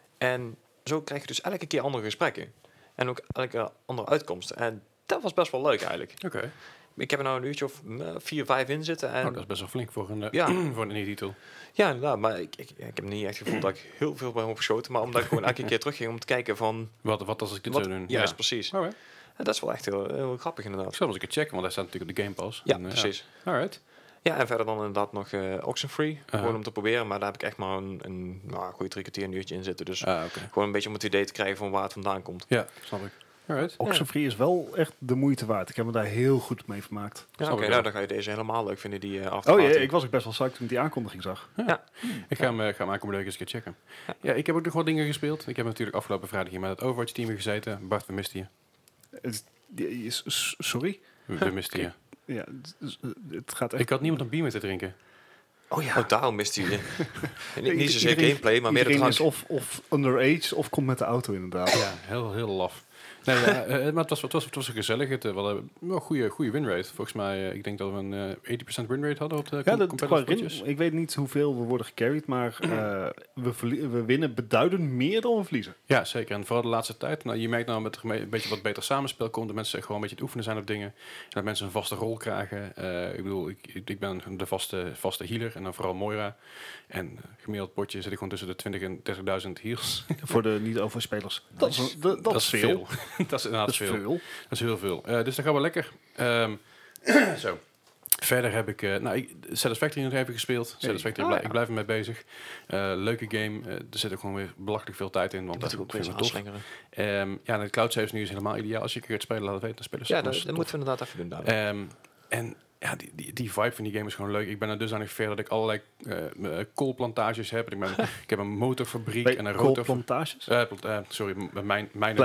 D: En zo krijg je dus elke keer andere gesprekken. En ook elke andere uitkomsten. En dat was best wel leuk eigenlijk.
A: Oké. Okay.
D: Ik heb er nou een uurtje of uh, vier, vijf in zitten. En
A: Oh, dat is best wel flink voor een, uh,
D: ja.
A: voor een nieuwe titel.
D: Ja, inderdaad. Maar ik, ik, ik heb niet echt het gevoel dat ik heel veel bij hem opgeschoten. Maar omdat ik gewoon elke keer terug ging om te kijken van...
A: Wat, wat als ik het
D: wat,
A: zou doen?
D: Juist,
A: Ja.
D: precies.
A: Alright.
D: En dat is wel echt heel, heel grappig inderdaad.
A: Ik zal wel eens een keer checken, want hij staat natuurlijk op de Game Pass.
D: Ja,
A: en, uh,
D: precies.
A: Ja. Alright.
D: Ja, en verder dan inderdaad nog uh, Oxenfree.
A: Uh-huh.
D: Gewoon om te proberen. Maar daar heb ik echt maar een, een nou, goede drie kwartier, een uurtje in zitten. Dus
A: Ah, oké. Okay.
D: gewoon een beetje om het idee te krijgen van waar het vandaan komt.
A: Ja, snap ik. Alright.
B: Oxenfree is wel echt de moeite waard. Ik heb me daar heel goed mee vermaakt.
D: Ja,
A: Snap
D: oké,
A: ik
D: nou
A: wel.
D: dan ga je deze helemaal leuk vinden, die uh,
B: Oh
D: afterparty.
B: ja, ik was ook best wel psyched toen ik die aankondiging zag.
A: Ja. Ik ga hem, uh, ga hem aankomende week eens een keer checken.
D: Ja.
A: Ja, ik heb ook nog wat dingen gespeeld. Ik heb natuurlijk afgelopen vrijdag hier met het Overwatch team gezeten. Bart, we misten je.
B: Het is- s- Sorry?
A: We, we misten je.
B: Ja, het, is- het gaat echt...
A: Ik had niemand een bier mee te drinken.
B: Oh ja.
D: Oh, daarom mist hij je. En niet, niet zozeer
B: Iedereen-
D: gameplay, maar meer de
B: iedereen
D: drank.
B: is of, of underage of komt met de auto inderdaad.
A: Ja, heel, heel laf. Nee, ja, uh, maar het was, het was, het was gezellig. Het, uh, we hadden wel een goede, goede winrate. Volgens mij, uh, ik denk dat we een uh, tachtig procent winrate hadden op de
B: Ja,
A: com-
B: dat,
A: competitive
B: qua rin-
A: potjes.
B: ik weet niet hoeveel we worden gecarried, maar uh, we, verlie- we winnen beduidend meer dan we verliezen.
A: Ja, zeker. En vooral de laatste tijd. Nou, je merkt nou met er een beetje wat beter samenspel komt. Dat mensen gewoon een beetje het oefenen zijn op dingen. En dat mensen een vaste rol krijgen. Uh, ik bedoel, ik, ik, ik ben de vaste, vaste healer. En dan vooral Moira. En uh, gemiddeld potje zit ik gewoon tussen de twintig en dertigduizend heals.
B: Voor de niet-overspelers. Dat, is, een- dat, dat is veel.
A: dat is inderdaad
B: Dat is
A: veel.
B: veel.
A: Dat is heel veel. Uh, dus dat gaat wel lekker. Um, zo. Verder heb ik, uh, nou, ik Satisfactory nog even gespeeld. Satisfactory,
B: Ah,
A: blij,
B: ja.
A: ik blijf ermee bezig. Uh, leuke game. Uh, er zit ook gewoon weer belachelijk veel tijd in. Want
D: Dat
A: dat
D: moet ik ook
A: vind
D: weer
A: ik tof.
D: aanslingeren.
A: Um, ja, en de cloud saves nu is helemaal ideaal. Als je een keer het spelen laat weten, dan spelen ze
D: Ja,
A: gewoon
D: dat, dat
A: tof.
D: moeten we inderdaad even doen dadelijk.
A: Um, en ja, die, die, die vibe van die game is gewoon leuk. Ik ben er dusdanig ver dat ik allerlei uh, uh, koolplantages heb. Ik, ben, ik heb een motorfabriek
B: Bij
A: en een rotor...
B: koolplantages?
A: Uh, plant- uh, sorry, m- mijn, mijn,
B: Pla-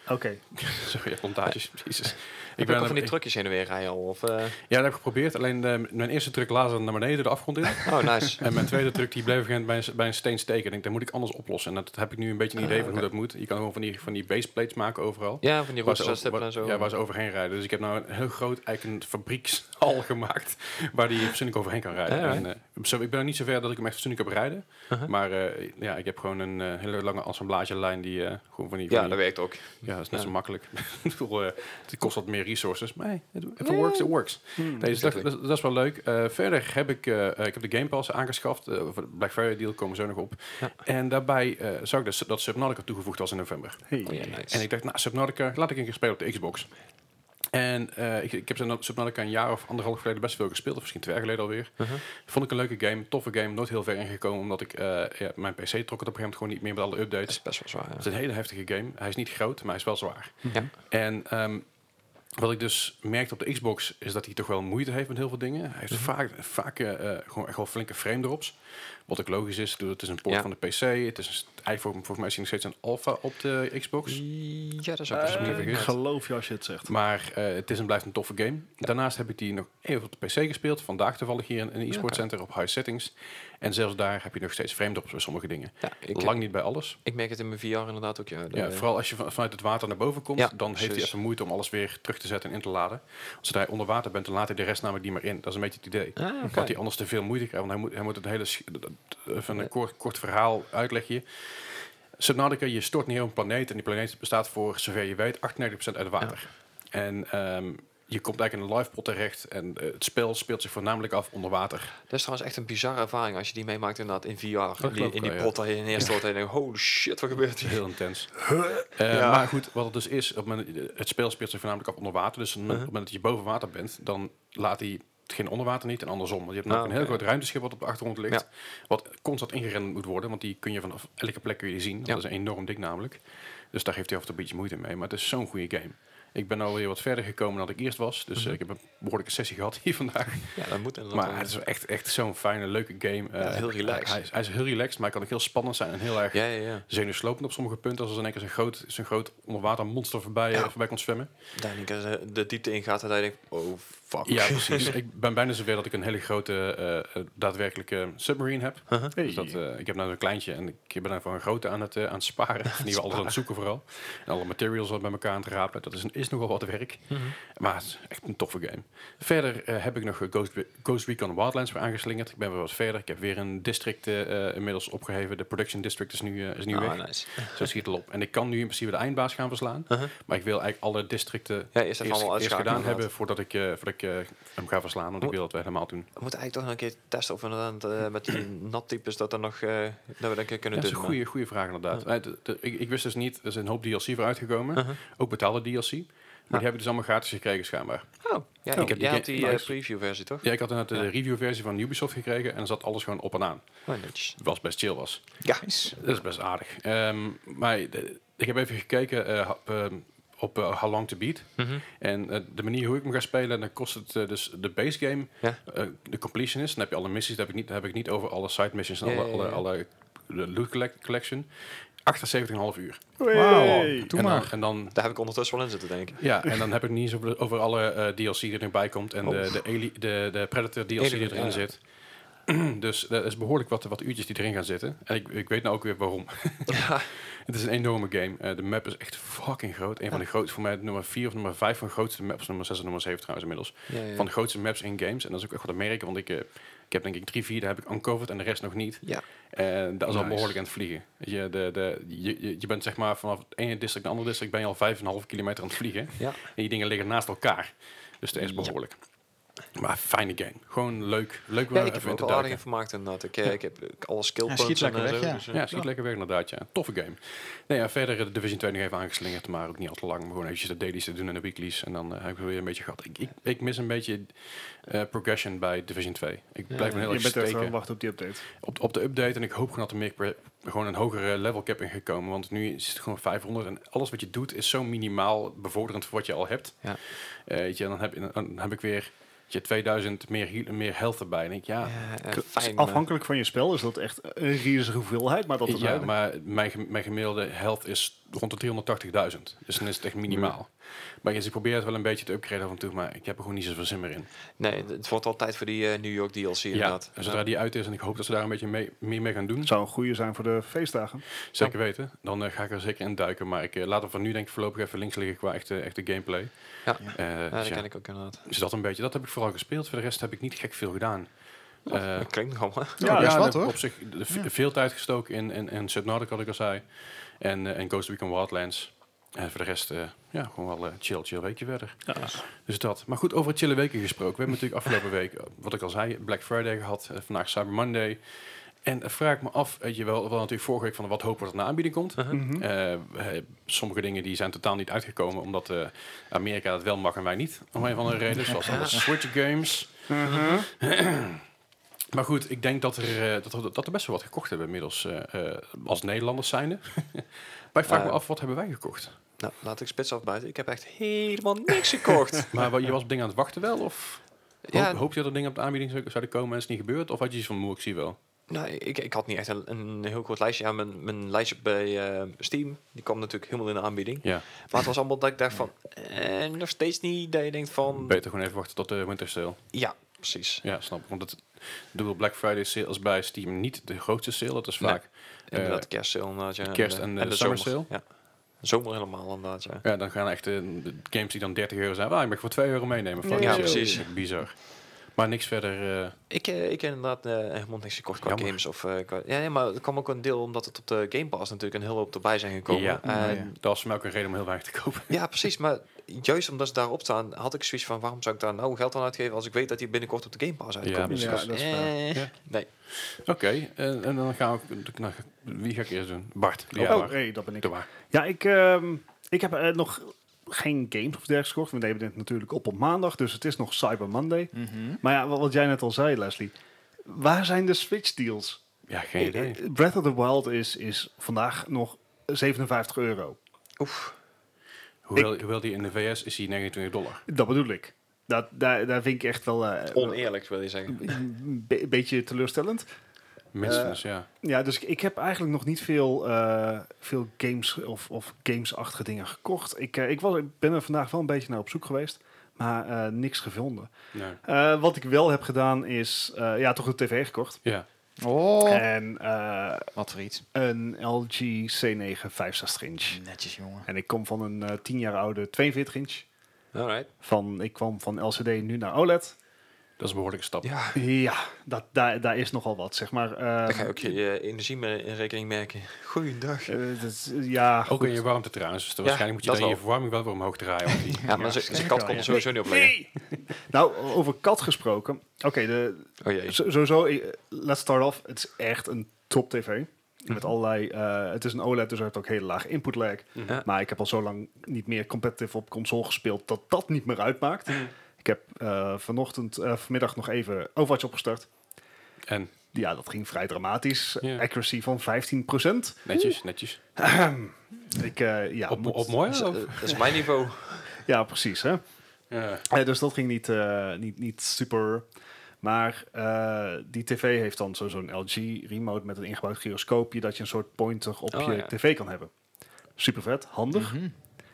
B: Oké.
A: Sorry, ja, plantages, jezus.
D: Ik ben van die
A: ik-
D: trucjes heen en weer rijden al. Of, uh...
A: Ja, dat heb ik geprobeerd. Alleen eh, mijn eerste truck lazen naar beneden de afgrond in.
D: Oh, nice.
A: En mijn tweede truck die bleef op een gegeven moment bij een, bij een steen steken. Ik denk, dat moet ik anders oplossen. En dat heb ik nu een beetje een idee
D: Ah,
A: van
D: oké.
A: hoe dat moet. Je kan gewoon van die, van die baseplates maken overal.
D: Ja, van die
A: Waar ze,
D: roosters
A: over-
D: en zo.
A: ja, waar ze overheen rijden. Dus ik heb nou een heel groot eigenlijk een fabriekshal gemaakt waar die fatsoenlijk overheen kan rijden.
D: Ja,
A: en, uh, zo, ik ben nog niet zo ver dat ik hem echt fatsoenlijk heb rijden.
D: Uh-huh.
A: Maar uh, ja, ik heb gewoon een uh, hele lange assemblagelijn die uh, gewoon van die...
D: Ja,
A: van
D: dat
A: die
D: werkt ook.
A: ja, dat is net
D: Ja.
A: zo makkelijk. Ik bedoel, uh, het kost wat meer resources. Maar hey, it, if it works, it works.
B: Hmm.
A: Nee, dus dat, dat, dat is wel leuk. Uh, verder heb ik, uh, ik heb de Game Pass aangeschaft. Uh, voor de Black Friday deal komen we zo nog op.
D: Ja.
A: En daarbij uh, zag ik dus dat Subnautica toegevoegd was in november.
B: Hey.
D: Oh, ja, nice.
A: En ik dacht, nou, Subnautica, laat ik een keer spelen op de Xbox. En uh, ik, ik heb Subnautica een jaar of anderhalf geleden best veel gespeeld. Of misschien twee jaar geleden alweer.
D: Uh-huh.
A: Vond ik een leuke game, toffe game. Nooit heel ver ingekomen, omdat ik... Uh, ja, mijn P C trok het op een gegeven moment gewoon niet meer met alle
D: Dat
A: updates.
D: is best wel zwaar. Ja.
A: Het is een hele heftige game. Hij is niet groot, maar hij is wel zwaar.
D: Ja.
A: En um, wat ik dus merkte op de Xbox is dat hij toch wel moeite heeft met heel veel dingen. Hij heeft
D: Mhm.
A: vaak, vaak uh, gewoon echt wel flinke frame drops. Wat ook logisch is. Het is een port
D: Ja.
A: van de P C. Het is eigenlijk volgens mij is hij nog steeds een alpha op de Xbox.
D: Ja, dat is ook
A: Uh,
D: best wel
A: niet
B: ik
A: vergis.
B: geloof je als je het zegt.
A: Maar uh, het is en blijft een toffe game. Daarnaast heb ik die nog even op de P C gespeeld. Vandaag toevallig hier in een e-sport
D: Oké.
A: center op high settings. En zelfs daar heb je nog steeds frame drops bij sommige dingen.
D: Ja, ik,
A: Lang niet bij alles.
D: ik merk het in mijn V R inderdaad ook. Ja,
A: Ja,
D: De-
A: vooral als je van- vanuit het water naar boven komt,
D: Ja,
A: dan heeft hij
D: precies.
A: even moeite om alles weer terug te zetten en in te laden. Zodra je onder water bent, dan laat hij de rest namelijk niet meer in. Dat is een beetje het idee.
D: Ah, oké.
A: Dat hij anders te veel moeite krijgt, want hij moet, hij moet het hele sch- d- d- van een
D: Ja.
A: kort, kort verhaal uitleggen. Subnautica, je stort neer op een planeet en die planeet bestaat voor, zover je weet, achtennegentig procent uit water. En ehm, je komt eigenlijk in een live pot terecht en uh, het spel speelt zich voornamelijk af onder water.
D: Dat is trouwens echt een bizarre ervaring als je die meemaakt inderdaad in V R. In die,
A: geloof ik
D: in die
A: wel, ja.
D: pot dat je neerstort en je denkt, holy shit, wat gebeurt hier?
A: Heel intens. Uh,
D: Ja.
A: Maar goed, wat het dus is, op het, moment, het spel speelt zich voornamelijk af onder water. Dus op het moment- op het moment dat je boven water bent, dan laat hij hetgeen onder water niet en andersom. Want je hebt nog
D: Ah,
A: een heel
D: oké.
A: groot ruimteschip wat op de achtergrond ligt.
D: Ja.
A: Wat constant ingerend moet worden, want die kun je vanaf elke plek kun je zien.
D: Ja.
A: Dat is enorm dik namelijk. Dus daar heeft hij af en toe een beetje moeite mee. Maar het is zo'n goede game. Ik ben alweer wat verder gekomen dan ik eerst was. Dus
D: Mhm.
A: uh, ik heb een behoorlijke sessie gehad hier vandaag.
D: Ja, dat moet inderdaad.
A: Maar het is echt, echt zo'n fijne, leuke game.
D: Ja,
A: Uh,
D: heel relaxed.
A: Hij, is- hij is heel relaxed, maar hij kan ook heel spannend zijn en heel erg
D: ja, ja, ja.
A: zenuwslopend op sommige punten. Als er in één keer zo'n groot, zo'n groot onderwatermonster voorbij,
D: Ja.
A: uh, voorbij komt zwemmen.
D: Daar denk ik als je de diepte ingaat en dan denk ik, oh fuck.
A: Ja, precies. Ik ben bijna zover dat ik een hele grote uh, uh, daadwerkelijke submarine heb.
D: Uh-huh.
B: Hey.
A: Dus dat, uh, ik heb nou een kleintje en ik ben even een grote aan het, uh, aan het sparen. Of niet alles aan het zoeken vooral. En alle materials wat bij elkaar aan het rapen. Dat is, een, is nogal wat werk.
D: Mhm.
A: Maar het is echt een toffe game. Verder uh, heb ik nog uh, Ghost, Ghost Recon Wildlands weer aangeslingerd. Ik ben weer wat verder. Ik heb weer een district uh, inmiddels opgeheven. De Production District is nu, uh, is nu
D: Ah,
A: weg.
D: nice.
A: Zo schiet het op. En ik kan nu in principe de eindbaas gaan verslaan.
D: Uh-huh.
A: Maar ik wil eigenlijk alle districten
D: Ja, eerst even
A: eerst,
D: allemaal
A: eerst
D: uitschakelen.
A: gedaan hebben
D: inderdaad.
A: voordat ik, uh, voordat ik uh, hem ga verslaan. Want ik
D: Moet-
A: wil dat we helemaal doen.
D: We moeten eigenlijk toch nog een keer testen of we inderdaad uh, met die nattypes dat er nog uh, dat we dat kunnen
A: Ja, dat is
D: doen.
A: een goede, goede vraag inderdaad.
D: Ja.
A: Uh, de- de- ik, ik wist dus niet, er is een hoop D L C voor uitgekomen.
D: Uh-huh.
A: Ook betaalde D L C. Maar
D: Ja.
A: die heb ik dus allemaal gratis gekregen schijnbaar.
D: Oh, ja,
A: ik
D: ik
A: heb
D: jij
A: die
D: had die
A: game-
D: uh,
A: nice.
D: preview versie toch?
A: Ja, ik had inderdaad de
D: Ja.
A: review versie van Ubisoft gekregen en dan zat alles gewoon op en aan.
D: Oh, netjes.
A: Was best chill was.
D: Ja.
A: Dat is best aardig. Um, maar de- ik heb even gekeken uh, op, um, op uh, How Long to Beat.
D: Mhm.
A: En uh, de manier hoe ik hem ga spelen, dan kost het uh, dus de base game,
D: Ja.
A: uh, de completionist. Dan heb je alle missies, dat heb ik niet, dat heb ik niet over alle side missions en
D: Ja,
A: alle,
D: ja,
A: alle,
D: ja.
A: alle de loot collect- collection. achtenzeventig komma vijf uur.
B: Wauw.
C: Doe
A: en,
C: maar.
A: dan, en dan
D: Daar heb ik ondertussen wel in zitten, denk ik.
A: ja, en dan heb ik niet eens over, over alle uh, D L C die erbij komt en de,
D: Oh.
A: de, Ali- de, de Predator D L C
D: Alien,
A: die erin
D: ja.
A: zit. Dus dat is behoorlijk wat, wat uurtjes die erin gaan zitten. En ik, ik weet nou ook weer waarom.
D: Ja.
A: Het is een enorme game. Uh, de map is echt fucking groot. Een van de grootste, voor mij nummer vier of nummer vijf van de grootste maps. Nummer zes en nummer zeven trouwens inmiddels.
D: Ja, ja.
A: Van de grootste maps in games. En dat is ook echt wat te merken, want ik, uh, ik heb denk ik drie, vier, daar heb ik uncovered en de rest nog niet.
D: Ja.
A: En dat is al
B: Nice.
A: behoorlijk aan het vliegen. Weet Je, de, de, je, je- je bent zeg maar vanaf het ene district naar het andere district ben je al vijf en een half kilometer aan het vliegen.
D: Ja.
A: En die dingen liggen naast elkaar. Dus dat is
D: Ja.
A: behoorlijk. Maar fijne game. Gewoon leuk. Leuk
D: Ja,
A: wel
D: ik heb
A: even
D: er
A: in
D: ook
A: te
D: wel aardig
A: duiken.
D: in vermaakt inderdaad. Ik, eh, ik heb eh, alle skill
C: Ja,
D: points
C: schiet lekker
D: en
C: weg,
D: zo.
C: ja.
D: Dus, eh,
A: Ja, schiet lekker weg inderdaad. Ja. Toffe game. Nee, ja, verder eh, de Division twee nog even aangeslingerd, maar ook niet al te lang. Maar gewoon eventjes de dailies te doen en de weeklies. En dan uh, heb ik weer een beetje gehad. Ik, ik, ik mis een beetje uh, progression bij Division twee. Ik
D: Ja,
A: blijf me heel
B: Je
A: erg
B: bent echt
A: steken
B: wel wachten op die update.
A: op, op de update. En ik hoop gewoon dat er meer pre- gewoon een hogere level cap in gekomen. Want nu is het gewoon vijfhonderd. En alles wat je doet is zo minimaal bevorderend voor wat je al hebt.
D: Ja.
A: Uh, weet je, dan, heb, je- dan heb ik weer weet je, tweeduizend meer, heal- meer health erbij. En ik, ja,
D: Ja, eh,
B: Dus
D: fijn. maar-
B: afhankelijk van je spel is dat echt een riesige hoeveelheid. Maar dat het
A: ja, maar mijn, gem- mijn gemiddelde health is rond de driehonderdtachtigduizend. Dus dan is het echt minimaal. Maar ja, ze proberen het wel een beetje te upgraden af en toe, maar ik heb er gewoon niet zoveel zin meer in.
D: Nee, het wordt al tijd voor die uh, New York D L C inderdaad.
A: Ja, zodra die uit is en ik hoop dat ze daar een beetje mee, meer mee gaan doen.
B: Het zou een goede zijn voor de feestdagen.
A: Zeker weten. Dan uh, ga ik er zeker in duiken. Maar ik uh, laat hem van nu denk ik voorlopig even links liggen qua echte, echte gameplay.
D: Ja,
A: Uh,
D: ja
A: dus
D: dat
A: ja.
D: ken ik ook inderdaad.
A: Dus dat een beetje. Dat heb ik vooral gespeeld. Voor de rest heb ik niet gek veel gedaan.
D: Oh,
A: Uh,
D: dat klinkt nogal, hè?
C: Ja, dat is wat,
A: de-
C: hoor.
A: op zich de, v-
C: Ja.
A: veel tijd gestoken in, in, in Subnautica, wat ik al zei. En, uh, en Ghost Recon Wildlands. En voor de rest, uh, ja, gewoon wel uh, chill, chill weekje verder.
B: Ja.
A: Dus dat. Maar goed, over het chille weken gesproken. We hebben natuurlijk afgelopen week, uh, wat ik al zei, Black Friday gehad. Uh, vandaag Cyber Monday. En uh, vraag ik me af, weet je wel, wel natuurlijk vorige week van wat hopen we dat er naar aanbieding komt.
D: Uh-huh.
B: Mhm.
A: Uh, uh, sommige dingen die zijn totaal niet uitgekomen, omdat uh, Amerika het wel mag en wij niet. Om een van de redenen, zoals alle Switch games.
B: Mhm.
A: Maar goed, ik denk dat er, uh, dat, er, dat er best wel wat gekocht hebben inmiddels, uh, uh, als Nederlanders zijnde. Maar ik vraag me
D: Uh,
A: af, wat hebben wij gekocht?
D: Nou, laat ik spits afbuiten. Ik heb echt helemaal niks gekocht.
A: Maar wat- je was op dingen aan het wachten wel? Of
D: Ja,
A: hoop, hoop je dat er dingen op de aanbieding zou- zouden komen en is het niet gebeurd? Of had je iets van, moe, ik zie wel?
D: nou, ik, ik had niet echt een, een heel groot lijstje. Ja, mijn, mijn lijstje bij uh, Steam, die kwam natuurlijk helemaal in de aanbieding.
A: Ja,
D: Maar het was allemaal dat ik dacht van, eh, nog steeds niet dat je denkt van,
A: beter gewoon even wachten tot de winter sale.
D: ja, precies.
A: Ja, snap ik. Want het, de Black Friday sale is bij Steam niet de grootste sale. Dat is
D: Nee.
A: vaak...
D: Inderdaad,
A: Uh,
D: kerstsale inderdaad. Ja,
A: kerst en, eh,
D: de
A: summer
D: zomer.
A: sale.
D: Ja, zomer helemaal inderdaad, ja.
A: Ja, dan gaan echt uh, de games die dan dertig euro zijn. Ah, ik mag voor twee euro meenemen. Fuck
B: Ja,
A: it.
D: precies.
A: Bizar. Maar niks verder... Uh,
D: Ik, uh, ik heb inderdaad uh, helemaal niks gekocht qua
A: Jammer.
D: games. Of, uh, qua, ja, ja, maar het kwam ook een deel omdat het op de Game Pass natuurlijk een hele hoop erbij zijn gekomen.
A: Ja.
D: En-
C: Ja, ja.
A: dat was voor mij ook een reden om heel weinig te kopen.
D: Ja, precies. Maar juist omdat ze daarop staan, had ik zoiets van, waarom zou ik daar nou geld aan uitgeven als ik weet dat die binnenkort op de Game Pass uitkomt?
A: Ja,
D: Dus ik
B: precies.
D: was,
B: Ja, dat is
D: eh,
A: Ja.
D: Nee.
A: Oké, en, en dan gaan we... Nou, wie ga ik eerst doen? Bart.
B: Oh,
A: Ja,
B: hey, dat ben ik.
A: doe maar.
B: Ja, ik, ehm, ik heb eh, nog geen games of dergelijks gekocht. We nemen dit natuurlijk op op maandag, dus het is nog Cyber Monday.
C: Mhm.
B: Maar ja, wat wat jij net al zei, Leslie. Waar zijn de Switch deals?
A: Ja, geen idee.
B: Eh, Breath of the Wild is, is vandaag nog zevenenvijftig euro.
D: Oef.
A: Hoewel, hoewel die in de V S is die negenentwintig dollar.
B: Dat bedoel ik. Dat, daar, daar vind ik echt wel eh,
D: Oneerlijk, wil je zeggen.
B: een be- beetje teleurstellend.
A: Minstens, ja.
B: Ja, dus ik, ik heb eigenlijk nog niet veel, eh, veel games of, of gamesachtige dingen gekocht. Ik, eh, ik, was, ik ben er vandaag wel een beetje naar op zoek geweest, maar eh, niks gevonden.
A: Nee.
B: Eh, wat ik wel heb gedaan is, eh, ja, toch een tv gekocht.
A: Ja.
C: Oh,
B: En eh,
C: wat voor iets.
B: een L G C negen vijfenzestig inch.
C: Netjes, jongen.
B: En ik kom van een eh, tien jaar oude tweeënveertig inch.
D: Alright.
B: Van, ik kwam van L C D nu naar O L E D.
A: Dat is een behoorlijke stap.
D: Ja,
B: Ja, dat, daar, daar is nogal wat, zeg maar. eh,
D: daar ga je ook je uh, energie mee in rekening merken. Goeiedag.
B: eh, dat is- ja,
A: Ook
B: goed.
A: in je warmte trouwens. Dus
D: Ja,
A: waarschijnlijk moet je
D: dat
A: dan je
D: wel.
A: verwarming wel weer omhoog draaien. Want die,
D: Ja, maar
B: Ja,
D: ze-
B: zeker
D: zijn kat
B: wel,
D: kon
B: ja.
D: er sowieso niet op leggen.
B: Nee. Nou, over kat gesproken. Oké, de
D: Oh jee.
B: zo- sowieso, eh, let's start off. Het is echt een top tv. Met
D: Mhm.
B: allerlei, eh, het is een O L E D, dus het heeft ook hele lage input lag.
D: Ja.
B: Maar ik heb al zo lang niet meer competitive op console gespeeld dat dat niet meer uitmaakt. Ik heb eh, vanochtend, eh, vanmiddag nog even Overwatch opgestart.
A: en
B: Ja, dat ging vrij dramatisch.
A: Ja.
B: Accuracy van vijftien procent.
A: netjes, netjes.
B: Ik, eh, ja,
A: Op,
B: moet-
A: op mooi?
D: Dat is,
A: of?
D: eh, dat is mijn niveau.
B: ja, precies. Hè?
A: Ja.
B: Eh, dus dat ging niet, eh, niet, niet super. Maar eh, die tv heeft dan zo- zo'n L G remote met een ingebouwd gyroscoopje dat je een soort pointer op
D: Oh,
B: je
D: ja.
B: tv kan hebben. Super vet, handig.
C: Mhm.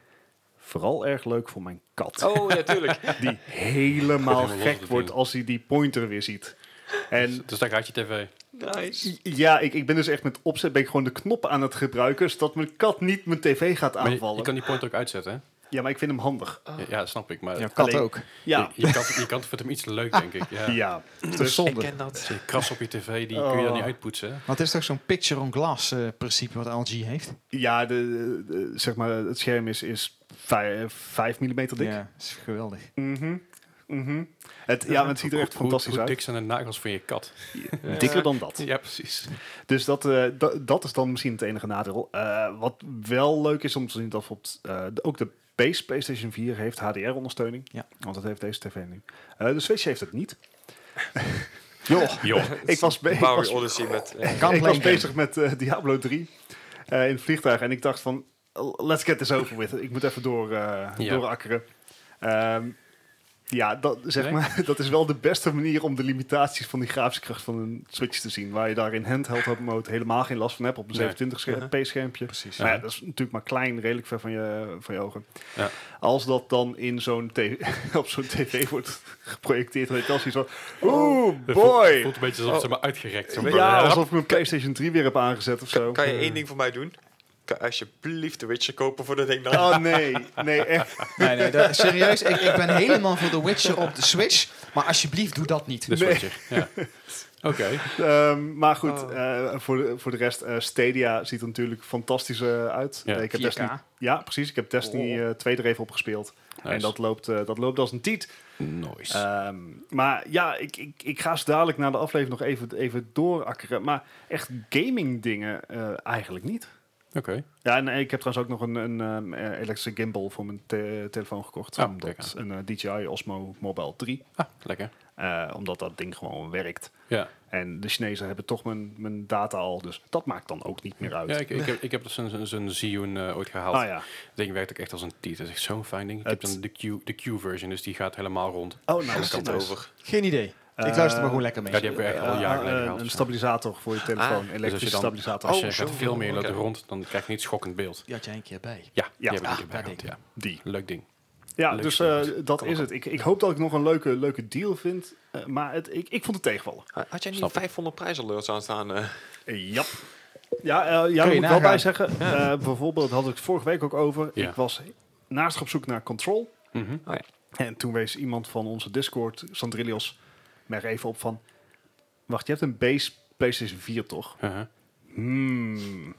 B: Vooral erg leuk voor mijn kat.
D: Oh ja, tuurlijk.
B: Die helemaal
A: Helemaal los op
B: gek
A: het
B: wordt
A: ding.
B: als hij die pointer weer ziet. En
A: Dus daar gaat je tv.
D: Nice.
B: ja, ik, ik ben dus echt met opzet ben ik gewoon de knop aan het gebruiken, zodat mijn kat niet mijn tv gaat
A: Maar je,
B: aanvallen.
A: je kan die pointer ook uitzetten, hè?
B: Ja, maar ik vind hem handig.
A: Ja, ja, dat snap ik. Maar
C: Ja, kat
B: Alleen-
C: ook.
B: Ja,
A: je, je, kan, je kan vindt hem iets te leuk, denk ik. Ja.
B: ja.
C: Dat is
B: Dus,
D: Ik
C: zonde.
D: ken dat.
A: Als je kras op je tv, die kun je dan niet
B: Oh.
A: uitpoetsen. Hè?
C: Want het is toch zo'n picture-on-glass eh, principe wat L G heeft?
B: ja de, de- de- zeg maar, het scherm is, is vijf millimeter dik.
C: Ja, dat is geweldig.
B: Mhm. Mhm. Het, ja, maar het ziet er echt
A: Hoe-
B: fantastisch
A: hoe, hoe
B: uit.
A: dik zijn de nagels van je kat?
B: Dikker dan dat.
A: Ja, precies.
B: Dus dat, eh, da- dat is dan misschien het enige nadeel. Eh, wat wel leuk is om te zien dat bijvoorbeeld, eh, de- ook de base PlayStation vier heeft H D R-ondersteuning.
C: Ja.
B: Want dat heeft deze tv nu. Eh, de Switch heeft het niet. Joh,
A: Joh.
B: ik was, be- ik
D: Mario
B: was,
D: Odyssey met... eh,
C: Kan
B: ik was
C: blinken.
B: bezig met eh, Diablo drie eh, in het vliegtuig. En ik dacht van, let's get this over with. Ik moet even door, eh
A: Ja.
B: doorakkeren. Ehm, Ja, dat, zeg
A: Nee?
B: maar, dat is wel de beste manier om de limitaties van die grafische kracht van een Switch te zien. Waar je daar in handheld mode helemaal geen last van hebt op een
A: Nee.
B: zevenentwintig p schermpje.
C: Precies.
B: Maar ja, dat is natuurlijk maar klein, redelijk ver van je, van je ogen.
A: Ja.
B: Als dat dan in zo'n tv, op zo'n tv wordt geprojecteerd, dan heb je wel zoiets van, oeh,
A: Het voelt,
B: boy!
A: het voelt een beetje alsof ze maar uitgerekt. Zo.
B: Ja, alsof ik mijn PlayStation drie weer heb aangezet of zo.
D: Kan, kan je één ding voor mij doen? Kan alsjeblieft The Witcher kopen voor dat ding dan?
B: Oh nee, nee, echt.
C: Nee, nee, dat- serieus, ik, ik ben helemaal voor The Witcher op de Switch. Maar alsjeblieft, doe dat niet.
A: De
B: Nee.
A: Switcher. Ja. Oké.
B: Ehm, maar goed,
D: Oh.
B: eh, voor, de, voor de rest, eh, Stadia ziet er natuurlijk fantastisch eh, uit.
A: Ja.
B: Eh, ik heb
C: vier K.
B: Destiny, ja, precies. Ik heb Destiny
C: Oh.
B: eh, twee er even op gespeeld.
A: Nice.
B: En dat loopt, eh, dat loopt als een tiet.
A: Nice.
B: Ehm, maar ja, ik, ik, ik ga zo dadelijk na de aflevering nog even, even doorakkeren. Maar echt gaming dingen eh, eigenlijk niet.
A: Oké.
B: Ja, en ik heb trouwens ook nog een, een um, eh, elektrische gimbal voor mijn te- telefoon gekocht.
A: Oh,
B: omdat
A: kijk
B: een eh, D J I Osmo Mobile drie.
A: Ah, lekker.
B: Eh, omdat dat ding gewoon werkt.
A: Ja.
B: En de Chinezen hebben toch mijn, mijn data al. Dus dat maakt dan ook niet meer uit.
A: Ja, ik, ik, heb, ik heb dus zo'n zo'n Zhiyun uh, ooit gehaald.
B: Ah ja.
A: Dat ding werkt ook echt als een tiet. Dat is echt zo'n fijn ding. Ik heb
B: Het-
A: dan de Q, de Q-version, dus die gaat helemaal rond.
B: Oh,
D: Alle
B: nou,
D: kanten
B: nice.
D: over.
C: Geen idee. Ik
B: Eh,
C: luister maar gewoon lekker mee.
A: Ja, die hebben we echt al
B: Eh,
A: jaren
B: eh,
A: geleden
B: een,
A: gehaald.
B: een stabilisator voor je telefoon.
D: Ah,
B: Een
A: Dus als
B: elektrische
A: je dan-
B: stabilisator.
A: Als
D: Oh,
A: je
D: zo.
A: gaat veel meer
D: Oké.
A: loopt rond, dan krijg je niet schokkend beeld.
C: Die had jij een keer bij.
A: Ja, die
B: Ja.
A: heb ik
C: Ah,
A: een keer
C: dat
A: bij gehad, ja.
B: Die.
A: Leuk ding.
B: Ja,
A: Leuk
B: dus eh,
A: sport.
B: dat is het. Ik, ik hoop dat ik nog een leuke, leuke deal vind. Eh, maar het, ik, ik vond het tegenvallen.
D: Had jij niet
A: Snap ik.
D: vijfhonderd prijsalerts aanstaan? eh?
B: Uh, ja. Ja, eh, ja
C: je
B: daar moet ik wel
C: nagaan.
B: bij zeggen. eh, bijvoorbeeld had ik het vorige week ook over.
A: Ja.
B: Ik was naast op zoek naar Control.
A: Mhm.
B: En toen wees iemand van onze Discord, Sandrilios, me er even op van... Wacht, je hebt een base PlayStation vier toch?
A: Uh-huh.
B: Hmm.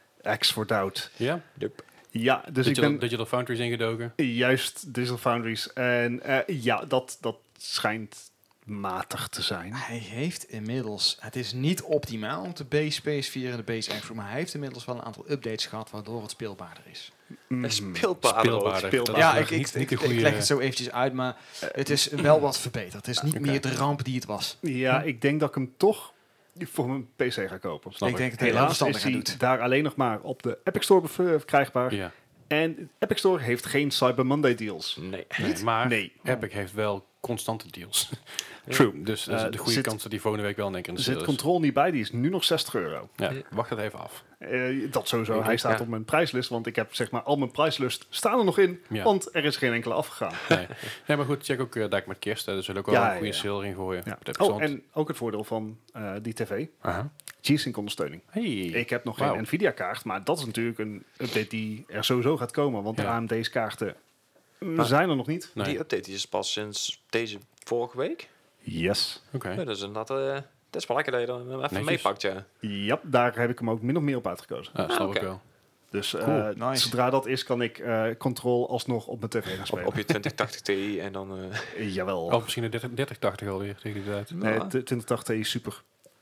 B: X for doubt.
A: Ja,
D: Yup.
B: Ja, dus
A: digital,
B: ik ben
A: digital Foundries ingedoken.
B: juist Digital Foundries. En eh, ja, dat, dat schijnt matig te zijn.
C: Hij heeft inmiddels, het is niet optimaal om de base P S vier en de base Xbox, maar hij heeft inmiddels wel een aantal updates gehad waardoor het speelbaarder is.
B: Mm.
D: Een speelbaar.
A: Speelbaarder.
B: speelbaar.
A: Dat
C: Ja,
A: is
C: ik,
A: niet,
C: ik,
A: niet de
C: ik,
A: goede...
C: ik leg het zo eventjes uit, maar het is wel wat verbeterd. Het is niet
A: Oké.
C: meer de ramp die het was.
B: Ja, ik denk dat ik hem toch voor mijn P C ga kopen.
A: Snap
C: ik
A: ik.
C: denk dat hij heel
B: Helaas
C: verstandig
B: is
C: aan
B: hij
C: doet.
B: daar alleen nog maar op de Epic Store bev- verkrijgbaar.
A: Ja.
B: En Epic Store heeft geen Cyber Monday deals.
D: Nee.
A: Nee, maar
B: Nee.
A: Epic heeft wel constante deals.
B: True.
A: Dus dat is
B: Eh,
A: de goede
B: zit-
A: kans dat die volgende week wel in één keer in
B: Er
A: de
B: zit
A: sale is.
B: Control niet bij, die is nu nog zestig euro.
A: Ja, wacht het even af.
B: Eh, dat sowieso.
A: Ik-
B: Hij staat
A: ja.
B: op mijn prijslist, want ik heb zeg maar al mijn prijslist staan er nog in,
A: Ja.
B: want er is geen enkele afgegaan.
A: Nee. Ja, maar goed, check ook uh, Dijk met kerst. Hè. Er zullen ook wel
B: Ja,
A: een
B: ja,
A: goede
B: ja.
A: sale erin gooien.
B: Ja.
A: Dat
B: Oh, en ook het voordeel van eh, die tv,
A: Aha.
B: G-Sync ondersteuning.
A: Hey.
B: Ik heb nog
A: Wauw.
B: geen Nvidia kaart, maar dat is natuurlijk een update die er sowieso gaat komen, want de
A: Ja.
B: A M D's kaarten mm,
A: Ah.
B: zijn er nog niet.
A: Nee.
D: Die update die is pas sinds deze vorige week.
B: Yes.
A: Oké.
D: Ja, dus inderdaad, eh dat is wel lekker dat je dan hem even
A: Netjes.
D: meepakt, ja.
B: Ja, daar heb ik hem ook min of meer op uitgekozen.
A: Ja, snap
D: oké.
A: ik wel.
B: Dus eh,
C: Cool, nice.
B: zodra dat is, kan ik eh Control alsnog op mijn tv gaan
D: Op,
B: spelen.
D: op je twintig tachtig Ti en dan... eh,
B: Eh, jawel.
A: Of misschien een dertig, dertig tachtig alweer tegen die tijd.
B: Nee,
D: nou,
B: t- twintig tachtig Ti is super.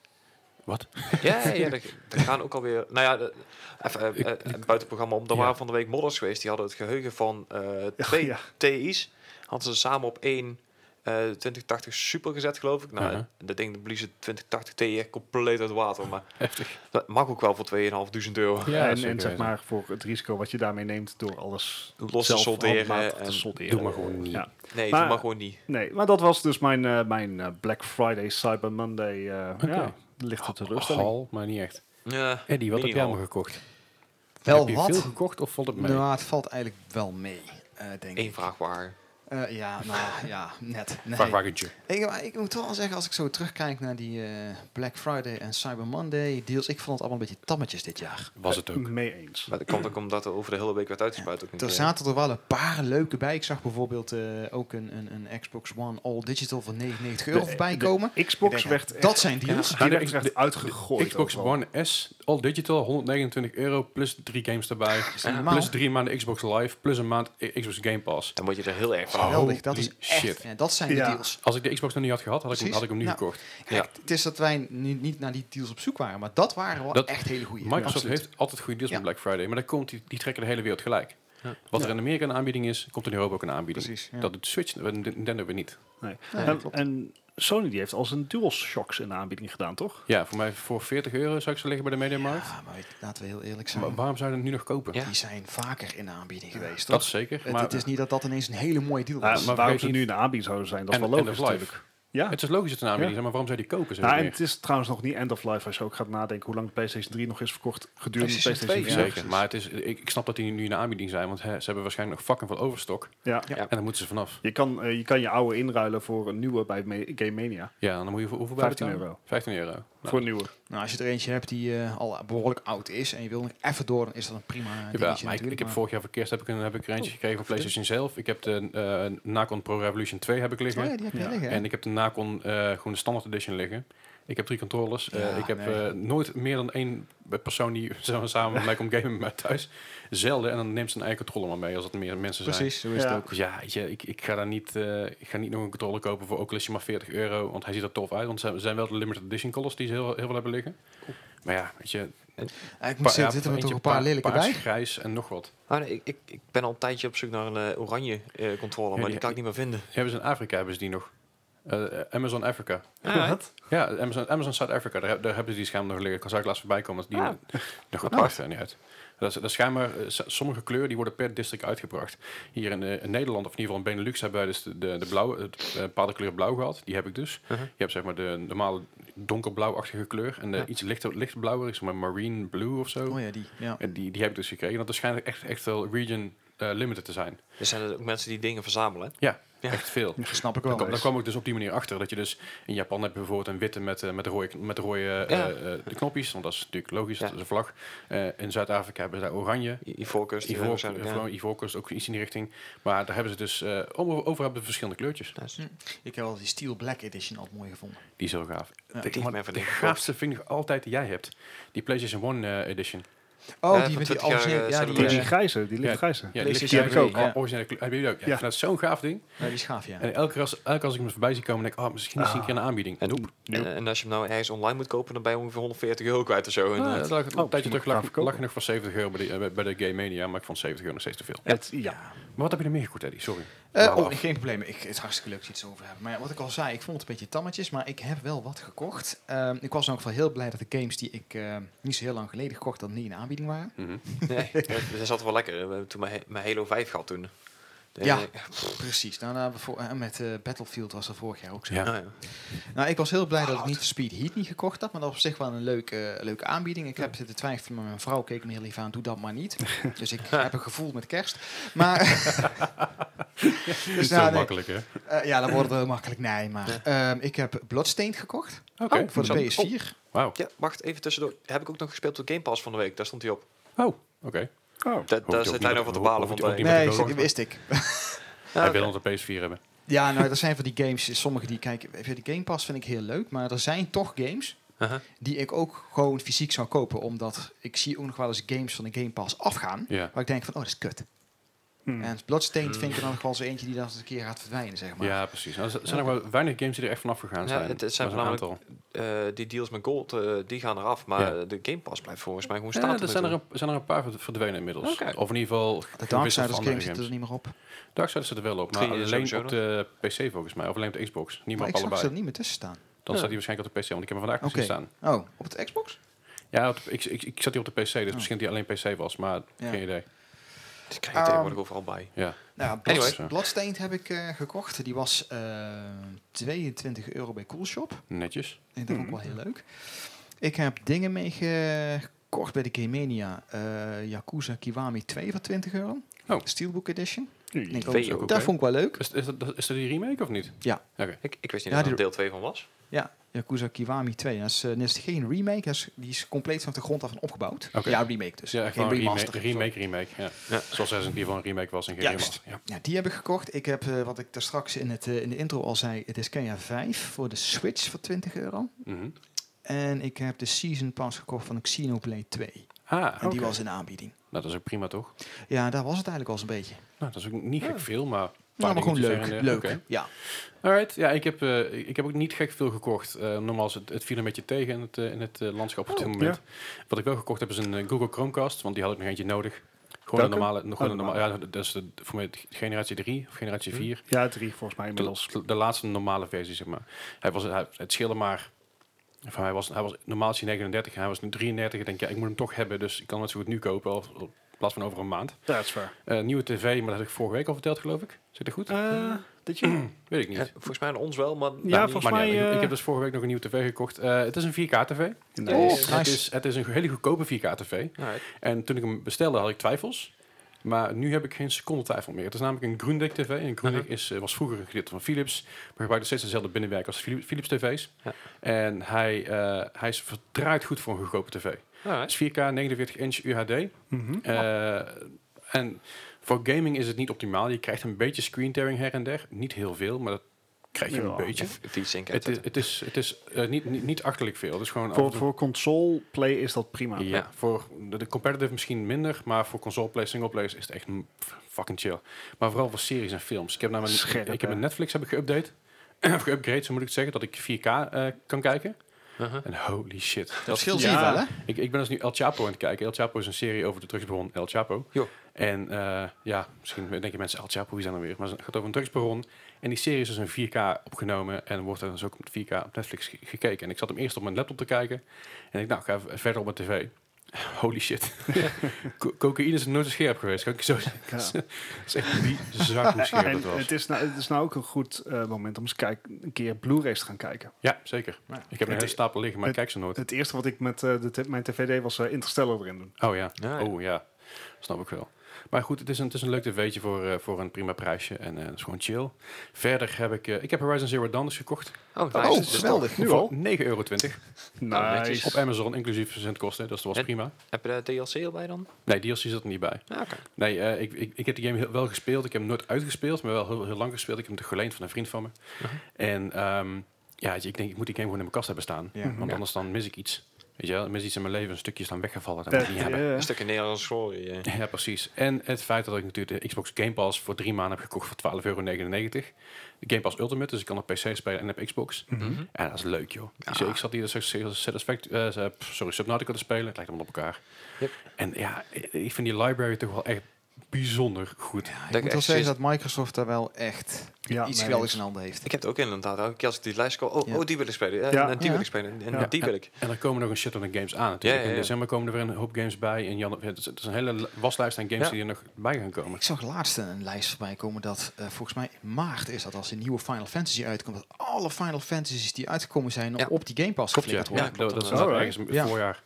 A: Wat?
D: ja, ja, ja, er, er gaan ook alweer... Nou ja, de, even eh,
A: Ik-
D: eh,
A: ik-
D: buiten het programma om. Er
A: Ja.
D: waren van de week modders geweest. Die hadden het geheugen van eh, twee
B: ja.
D: T I's. Hadden ze samen op één eh twintig tachtig Super gezet, geloof ik. Nou,
A: Uh-huh.
D: dat ding blies het twintig tachtig Ti echt compleet uit het water. Maar
A: Heftig.
D: dat mag ook wel voor tweeënhalfduizend euro.
A: Ja,
B: en,
A: zeker
B: en zeg
A: weten.
B: maar voor het risico wat je daarmee neemt door alles
D: Los te
B: zelf
D: solderen
B: handmatig te
D: en-
B: solderen.
A: Doe maar gewoon niet.
B: Ja.
D: Nee,
B: Maar-
D: doe maar gewoon niet.
B: Nee, maar dat was dus mijn, eh, mijn eh, Black Friday, Cyber Monday. eh
A: Oké.
B: Ja, lichte teleurstelling.
A: Hal, maar niet echt.
D: Ja,
A: Eddie, wat heb jij
D: minimaal.
A: allemaal gekocht?
C: Wel
A: heb je
C: wat?
A: veel gekocht of valt het mee?
C: Nou, het valt eigenlijk wel mee, eh, denk
D: Eén
C: ik.
D: vraagwagen.
C: Eh, ja, nou ja, net. Nee.
A: Vrachtwagentje.
C: Ik, maar ik moet wel zeggen, als ik zo terugkijk naar die eh, Black Friday en Cyber Monday deals, ik vond het allemaal een beetje tammetjes dit jaar.
A: Was het ook.
B: Mee eens.
D: Maar dat komt ook omdat er over de hele week werd uitgespuit. Ook een
C: Er
D: keer.
C: zaten er wel een paar leuke bij. Ik zag bijvoorbeeld eh, ook een, een, een Xbox One All Digital voor negenennegentig euro voorbij komen.
B: De Xbox
C: Ik denk,
B: werd echt,
C: dat zijn deals.
B: die
A: Nou, de
B: werd
A: X-
B: echt
A: de-
B: uitgegooid.
A: Xbox
B: overal.
A: One S, all digital, honderdnegenentwintig euro, plus drie games erbij.
C: Dat is niet normaal.
A: Plus drie maanden Xbox Live, plus een maand I- Xbox Game Pass.
D: Dan word je er heel erg van.
A: Oh.
C: Geweldig, dat is
A: Holy
C: echt.
A: shit.
C: Ja, dat zijn de
B: Ja.
C: deals.
A: Als ik de Xbox nog niet had gehad, had ik, hem-
C: Precies.
A: had ik hem nu
C: Ja.
A: gekocht.
C: Kijk, het is dat wij nu niet naar die deals op zoek waren, maar dat waren wel
A: Dat-
C: echt hele goede.
A: Microsoft
C: Absoluut.
A: heeft altijd goede deals
C: Ja.
A: met Black Friday, maar dan komt die, die trekken de hele wereld gelijk.
D: Ja.
A: Wat er
B: Ja.
A: in Amerika een aanbieding is, komt in Europa ook een aanbieding.
C: Precies. Ja.
A: Dat doet Switch, eh, Nintendo weer niet.
B: Nee.
C: Nee,
B: en,
C: klopt.
B: en Sony die heeft al zijn DualShocks in de aanbieding gedaan, toch?
A: Ja, voor mij voor veertig euro zou ik ze liggen bij de Mediamarkt.
C: Ja, maar laten we heel eerlijk zijn.
A: Maar waarom zou je het nu nog kopen?
D: Ja.
C: Die zijn vaker in de aanbieding geweest,
A: Dat
C: toch?
A: is zeker.
C: Het,
A: Maar
C: het is niet dat dat ineens een hele mooie deal
B: Ja,
C: was.
B: maar
A: maar
B: waarom
A: vergeet
B: ze nu
A: niet-
B: in de aanbieding zouden zijn, dat is
A: en-
B: wel
A: end
B: logisch
A: of life.
B: natuurlijk. Ja.
A: het is logisch dat het een aanbieding
B: Ja.
A: is, maar waarom zou je die kopen? Zeg
B: Nou,
A: ik
B: en
A: meer?
B: het is trouwens nog niet end of life als je ook gaat nadenken hoe lang de PlayStation drie nog is verkocht gedurende de
C: PlayStation
B: PlayStation
C: twee,
B: vier.
C: ja.
A: Zeker, maar het is, ik, ik snap dat die nu in de aanbieding zijn, want hè, ze hebben waarschijnlijk nog fucking veel overstok.
B: Ja.
C: Ja.
A: En dan moeten ze vanaf.
B: Je kan, eh, je kan je oude inruilen voor een nieuwe bij Me- Game Mania.
A: Ja, dan moet je voor hoeveel bij
B: vijftien
A: betalen?
B: euro.
A: vijftien euro. Nou,
B: Voor een nieuwe.
C: Nou, als je er eentje hebt die eh, al behoorlijk oud is en je wil nog even door, dan is dat een prima
A: ja,
C: dingetje
A: maar ik,
C: natuurlijk,
A: ik heb
C: maar-
A: vorig jaar voor kerst heb ik, een, heb ik er eentje
C: Oh,
A: gekregen op PlayStation zelf. Ik heb de eh Nacon Pro Revolution twee heb ik liggen.
C: Oh ja, die heb je
B: Ja.
C: liggen, hè?
A: En ik heb de Nacon eh gewoon de standaard edition liggen. Ik heb drie controllers. Eh,
C: Ja,
A: ik heb
C: nee.
A: eh, nooit meer dan één persoon die zo samen met mij komt gamen met mij thuis. Zelden. En dan neemt ze een eigen controller maar mee als het meer mensen zijn.
C: Precies, zo is
B: Ja.
C: het ook.
A: Dus ja, weet je, ik, ik ga daar niet, eh, ik ga niet nog een controller kopen voor ook al is je maar veertig euro. Want hij ziet er tof uit. Want ze zijn wel de limited edition colors die ze heel, heel veel hebben liggen. Maar ja, weet je.
C: Ja, ik moet
A: pa-
C: zeggen,
A: ja,
C: zitten er
A: eentje
C: toch een paar
A: pa-
C: lelijke
A: paars,
C: bij.
A: grijs en nog wat.
D: Ah, nee, ik, ik, ik ben al een tijdje op zoek naar een eh, oranje eh, controller,
A: Ja,
D: maar
A: die-
D: die kan ik niet meer vinden.
A: Hebben ze in Afrika hebben ze die nog. Eh, Amazon Africa.
D: Ah,
B: Wat?
A: Ja, Amazon, Amazon South Africa, daar, heb- daar hebben ze die schermen nog liggen. Ik zag ik laatst voorbij komen dat die
D: Ah.
A: nog apart zijn niet uit. Dat is, dat is schijnbaar, eh, s- sommige kleuren die worden per district uitgebracht. Hier in, eh, in Nederland, of in ieder geval in Benelux, hebben wij dus de, de, de blauwe, het eh, bepaalde kleur blauw gehad. Die heb ik dus.
D: Uh-huh.
A: Je hebt zeg maar de normale donkerblauwachtige kleur. En de
D: Ja.
A: iets lichter, lichtblauwer is maar marine blue of zo.
C: Oh ja, die. Ja.
A: En die, die heb ik dus gekregen. Dat is schijnlijk echt, echt wel region eh, limited te zijn.
D: Er zijn er ook mensen die dingen verzamelen.
A: Ja,
D: Ja.
A: echt veel.
C: Dat snap ik
A: Daar
C: wel.
A: kwam, daar kwam ik dus op die manier achter. Dat je dus in Japan hebt bijvoorbeeld een witte met, eh, met de rode, met de rode eh,
D: Ja.
A: eh, de knopjes. Want dat is natuurlijk logisch,
D: Ja.
A: dat is een vlag. Eh, in Zuid-Afrika hebben ze daar oranje.
D: I- Ivoorkust. die
A: Ivoor,
D: waarschijnlijk, ja.
A: uh, Ivoorkust ook iets in die richting. Maar daar hebben ze dus... eh over, over hebben ze verschillende kleurtjes.
D: Nice.
C: Ik heb wel die Steel Black Edition altijd mooi gevonden.
A: Die is heel gaaf.
C: Ja.
A: de,
D: Die
A: maar
D: heeft mij
A: de
D: van
A: gaafste vind ik altijd die jij hebt. Die PlayStation One eh, Edition.
C: Oh,
D: Ja,
C: die
D: van
C: met die
D: twintig jaar,
C: originele...
D: eh,
C: Ja, die,
D: Celebration.
B: Die
C: eh,
B: grijze, die licht
A: Ja.
B: grijze.
A: Ja, die,
C: PlayStation
A: ligt- die heb ik ook.
C: twee, ja.
A: Oh, originele, heb je die ook? Ja,
B: Ja.
A: Ik vind dat zo'n gaaf ding.
C: ja, die is gaaf, ja.
A: En elke keer als, elke keer als ik hem voorbij zie komen, denk ik, oh, misschien is hij een keer een aanbieding.
D: En,
A: Nope.
D: en, en als je hem nou ergens online moet kopen, dan ben je ongeveer honderdveertig euro kwijt of zo. En,
A: Ah,
D: eh,
A: dat lag, een
B: misschien
A: tijdje
B: moet
A: terug
B: ik gaan
A: lag,
B: verkopen.
A: lag je nog voor zeventig euro bij de, eh, bij de Game Mania, maar ik vond zeventig euro nog steeds te veel.
B: Het, ja.
C: Ja.
A: Maar wat heb je er meer gekocht, Eddie? Sorry.
C: Eh,
A: Dwalen
C: oh,
A: af.
C: geen probleem. Ik, het is hartstikke leuk iets over hebben. Maar ja, wat ik al zei, ik vond het een beetje tammetjes, maar ik heb wel wat gekocht. Ehm, ik was in elk geval heel blij dat de games die ik eh, niet zo heel lang geleden gekocht had, niet in aanbieding waren.
A: Mhm.
D: nee, dat zat wel lekker. We hebben toen mijn, mijn Halo vijf gehad toen. De-
C: Ja. Precies. Nou, nou, voor, eh, met eh, Battlefield was dat vorig jaar ook zo.
A: Ja.
D: Ah, ja.
C: Nou, ik was heel blij dat ik niet Speed Heat niet gekocht had, maar dat was op zich wel een leuke, leuke aanbieding. Ik heb zitten twijfelen, maar mijn vrouw keek me heel lief aan, doe dat maar niet. Dus ik heb een gevoel met kerst. Maar... dus
A: Zo
C: nou, nee,
A: makkelijk, hè?
C: eh, ja, dan wordt het heel makkelijk. Nee, maar ehm, ik heb Bloodstained gekocht
A: Oké.
D: Oh,
C: voor de
D: zo.
C: P S vier.
A: Wauw.
D: Ja, wacht, even tussendoor. Heb ik ook nog gespeeld op Game Pass van de week. Daar stond hij op.
A: Oh, oké.
B: Oh.
D: Dat,
A: je
D: daar
A: ook
D: zit
A: niet
D: hij
A: op-
D: nou van te
A: hoef-
D: balen
A: hoef
D: van.
A: je ook
D: de-
A: niet-
C: Nee,
A: moet
C: ik,
A: ik
C: dat wist ik.
D: Ah,
A: Hij
D: oké.
A: wil onze P S vier hebben.
C: Ja, nou, er zijn van die games, sommige die kijken, via de Game Pass vind ik heel leuk, maar er zijn toch games
D: Uh-huh.
C: die ik ook gewoon fysiek zou kopen, omdat ik zie ook nog wel eens games van de Game Pass afgaan,
A: Ja.
C: waar ik denk van, oh, dat is kut.
B: Hmm.
C: En Bloodstained vind ik er dan nog wel zo eentje die dan eens een keer gaat verdwijnen, zeg maar.
A: Ja, precies. Nou, er zijn nog wel weinig games die er echt vanaf gegaan
D: Ja,
A: zijn.
D: het- het zijn
A: Dat is een
D: voornamelijk-
A: aantal.
D: Eh, die deals met gold, eh, die gaan eraf. Maar
A: Ja.
D: de Game Pass blijft volgens mij gewoon
A: Ja,
D: staan.
A: er
D: tot
A: zijn
D: nu
A: er,
D: toe.
A: een, zijn er een paar verd- verdwenen inmiddels.
D: Oké.
A: Of in ieder geval
C: De
A: gewisseld
C: Darksiders
A: van
C: games
A: andere
C: zitten er niet meer op.
A: Darksiders zit er wel op, maar
D: Drie
A: alleen
D: sowieso
A: op de P C volgens mij. Of alleen op de Xbox. Niet meer
C: Maar
A: op
C: ik zag ze
A: allebei.
C: er niet meer tussen staan.
A: Dan
D: Ja.
A: staat hij waarschijnlijk op de P C, want ik heb hem vandaag nog
C: Oké.
A: zien staan.
C: Oh, op de Xbox?
A: Ja, op de- ik, ik, ik zat hier op de P C, dus
C: Oh.
A: misschien dat hij alleen P C was, maar
C: Ja.
A: geen idee.
D: Die krijg je
C: Um,
D: tegenwoordig overal bij.
A: Ja.
C: Nou, ja, Blood,
A: Anyway.
C: Bloodstained heb ik eh, gekocht. Die was eh, tweeëntwintig euro bij Coolshop.
A: Netjes.
C: Ik dacht ook wel heel leuk. Ik heb dingen meegekocht bij de Game Mania. eh Yakuza Kiwami twee voor twintig euro.
A: Oh.
C: Steelbook Edition.
B: Nee.
C: Denk,
D: Twee
C: oh,
D: ook,
C: dat
A: oké.
C: vond ik wel leuk.
A: Is, is, dat, is dat die remake of niet?
C: Ja.
A: Oké.
D: Ik, ik wist niet
C: Ja,
D: dat er
C: die-
D: deel twee van was.
C: Ja, Yakuza Kiwami twee. Dat is, eh, dat is geen remake. Dat is, die is compleet van de grond af en opgebouwd.
A: Oké.
C: Ja, remake dus.
A: Ja, echt
C: geen
A: wel een
C: remaster.
A: remake, remake, remake. Ja.
D: Ja.
A: Zoals Resident Evil een remake was en geen
C: Juist.
A: remaster. Ja.
C: Ja, die heb ik gekocht. Ik heb, eh, wat ik daar straks in, het, eh, in de intro al zei, het is Kenya vijf voor de Switch voor twintig euro.
A: Mhm.
C: En ik heb de Season Pass gekocht van Xenoblade twee.
A: Ah,
C: En die
A: oké.
C: was in de aanbieding.
A: Nou, dat is ook prima, toch?
C: Ja, daar was het eigenlijk al zo'n beetje.
A: Nou, dat is ook niet gek veel, maar...
C: Nou, maar gewoon leuk.
A: Dingen,
C: leuk.
A: oké.
C: Ja.
A: Alright, ja, ik heb, eh, ik heb ook niet gek veel gekocht. Uh, normaal is het, het viel een beetje tegen in het, uh, in het uh, landschap op dit
B: Oh,
A: moment.
B: ja.
A: Wat ik wel gekocht heb is een uh, Google Chromecast, want die had ik nog eentje nodig. Gewoon de
B: Welke?
A: normale, nog gewoon
B: Oh,
A: de
B: de
A: normale, ja, dat is de, voor mij de generatie drie of generatie
D: Hm.
A: vier.
B: Ja, drie volgens mij
A: De,
B: inmiddels.
A: de, de laatste normale versie, zeg maar. Hij was, hij, het scheelde maar... Van, hij, was, hij was normaal is hij negenendertig, hij was nu drieëndertig. Ik denk, ja, ik moet hem toch hebben, dus ik kan het zo goed nu kopen, of, in plaats van over een maand.
B: Ja, dat is waar.
A: Uh, nieuwe tv, maar dat heb ik vorige week al verteld, geloof ik. Zit dat goed?
B: Uh, dit je?
A: Weet ik niet.
D: Ja, volgens mij aan ons wel, maar...
B: Ja,
A: Nou,
B: volgens
A: maar niet
B: mij...
A: uit. ik,
B: uh,
A: ik heb dus vorige week nog een nieuwe tv gekocht. Uh, het is een vier K tv.
B: Nice.
C: Oh,
A: Het,
C: nice.
A: is, het is een hele goedkope vier K tv.
D: Alright.
A: En toen ik hem bestelde, had ik twijfels. Maar nu heb ik geen seconde twijfel meer. Het is namelijk een Grundig tv. En Grundig
D: Uh-huh.
A: is, uh, was vroeger een gedeelte van Philips. Maar gebruikt steeds dezelfde binnenwerk als Philips, Philips tv's.
D: Ja.
A: En hij, uh, hij is verdraaid goed voor een goedkope tv. Het
D: Alright.
A: is vier K, negenenveertig inch U H D.
B: Mhm.
A: Uh, en voor gaming is het niet optimaal. Je krijgt een beetje screen tearing her en der. Niet heel veel, maar dat krijg je
B: Ja.
A: een beetje.
D: V-Sync
A: Het is, het is, het is uh, niet, niet, niet achterlijk veel. Het is gewoon af en
B: Voor,
A: toe-
B: voor console play is dat prima.
A: ja, voor de, de competitive misschien minder, maar voor console play, single players is het echt m- fucking chill. Maar vooral voor series en films. Ik heb namelijk
B: Scherp,
A: ik heb
B: hè?
A: mijn Netflix heb ik geüpdate. of geupgrade, zo moet ik het zeggen, dat ik vier K uh, kan kijken.
D: Uh-huh.
A: En holy shit.
C: Dat
A: Dat,
C: verschil zie je
B: ja.
C: wel, hè?
A: ik, ik ben dus nu El Chapo aan het kijken. El Chapo is een serie over de drugsbaron El Chapo.
D: Jo.
A: En uh, ja, misschien denken mensen El Chapo, wie zijn er weer? Maar het gaat over een drugsbaron. En die serie is dus in vier K opgenomen en wordt er dus ook met vier K op Netflix ge- gekeken. En ik zat hem eerst op mijn laptop te kijken. En ik dacht, nou, ik ga verder op mijn tv. Holy shit. Co- cocaïne is nooit zo scherp geweest, kan ik je zo zeggen.
B: Ja.
A: Het is echt bizar hoe scherp
B: En
A: het was.
B: het is, nou, het is nou ook een goed uh, moment om eens kijk, een keer Blu-rays te gaan kijken.
A: Ja, zeker.
C: Ja.
A: Ik heb een hele stapel liggen, maar ik kijk ze nooit.
B: Het eerste wat ik met uh, de t- mijn tv deed was uh, Interstellar erin doen.
A: Oh ja.
D: Ja, ja.
A: Oh ja. Snap ik wel. Maar goed, het is een, het is een leuk tv'tje voor, uh, voor een prima prijsje. En uh, het is gewoon chill. Verder heb ik... Uh, ik heb Horizon Zero Dawn dus gekocht.
D: Oh, nice.
C: Oh,
D: Dus
C: geweldig.
B: Nu
A: Voor
B: al?
A: negen euro twintig.
D: netjes.
A: Op Amazon, inclusief verzendkosten. Dus dat was
D: En-
A: prima.
D: heb je de D L C erbij dan?
A: Nee, D L C zat er niet bij.
D: Ja, oké.
A: Nee, uh, ik, ik, ik heb die game heel, wel gespeeld. Ik heb hem nooit uitgespeeld, maar wel heel, heel lang gespeeld. Ik heb hem geleend van een vriend van me.
D: Uh-huh.
A: En um, ja, ik denk, ik moet die game gewoon in mijn kast hebben staan.
C: Ja.
A: Want
D: Ja.
A: anders dan mis ik iets. Weet je wel, mis iets in mijn leven. Een stukje is dan weggevallen. Dat
B: Dat,
A: moet ik niet hebben.
B: uh,
D: Een stukje Nederlands glorie. eh.
A: Ja, precies. En het feit dat ik natuurlijk de Xbox Game Pass voor drie maanden heb gekocht voor twaalf euro negenennegentig. De Game Pass Ultimate, dus ik kan op P C spelen en op Xbox.
B: mhm.
A: Ja, dat is leuk, joh.
D: Ja.
A: Dus ik zat hier dus Satisfact, uh, sorry, Subnautica te spelen. Het lijkt allemaal op elkaar.
D: Yep.
A: En ja, ik vind die library toch wel echt bijzonder goed.
C: Ja, ik
D: Dat
C: moet
D: ik
C: wel
D: echt
C: zeggen
D: zoiets-
C: dat Microsoft daar wel echt
B: Ja,
C: iets
B: nee,
C: geweldigs in handen heeft.
D: Ik heb het ook inderdaad. Elke keer als ik die lijst kom, oh,
C: Ja.
D: oh, die wil ik spelen. Eh,
B: Ja.
D: En die
C: Ja.
D: wil ik spelen. En
B: Ja.
D: die wil ik.
A: En er komen nog een shit aan games aan natuurlijk.
D: Ja, ja, ja.
A: In december komen er weer een hoop games bij. In januari, het, is, het is een hele waslijst aan games
D: Ja.
A: die er nog bij gaan komen.
C: Ik zag laatst een lijst voorbij komen dat uh, volgens mij in maart is dat als een nieuwe Final Fantasy uitkomt, dat alle Final Fantasies die uitgekomen zijn
D: Ja.
C: op die Game Pass
A: Klopt, ja.
C: geflikkerd
A: Ja,
C: worden.
A: dat, dat is
D: klopt.
A: inderdaad
B: Alright.
A: ergens in het
C: Ja.
A: voorjaar.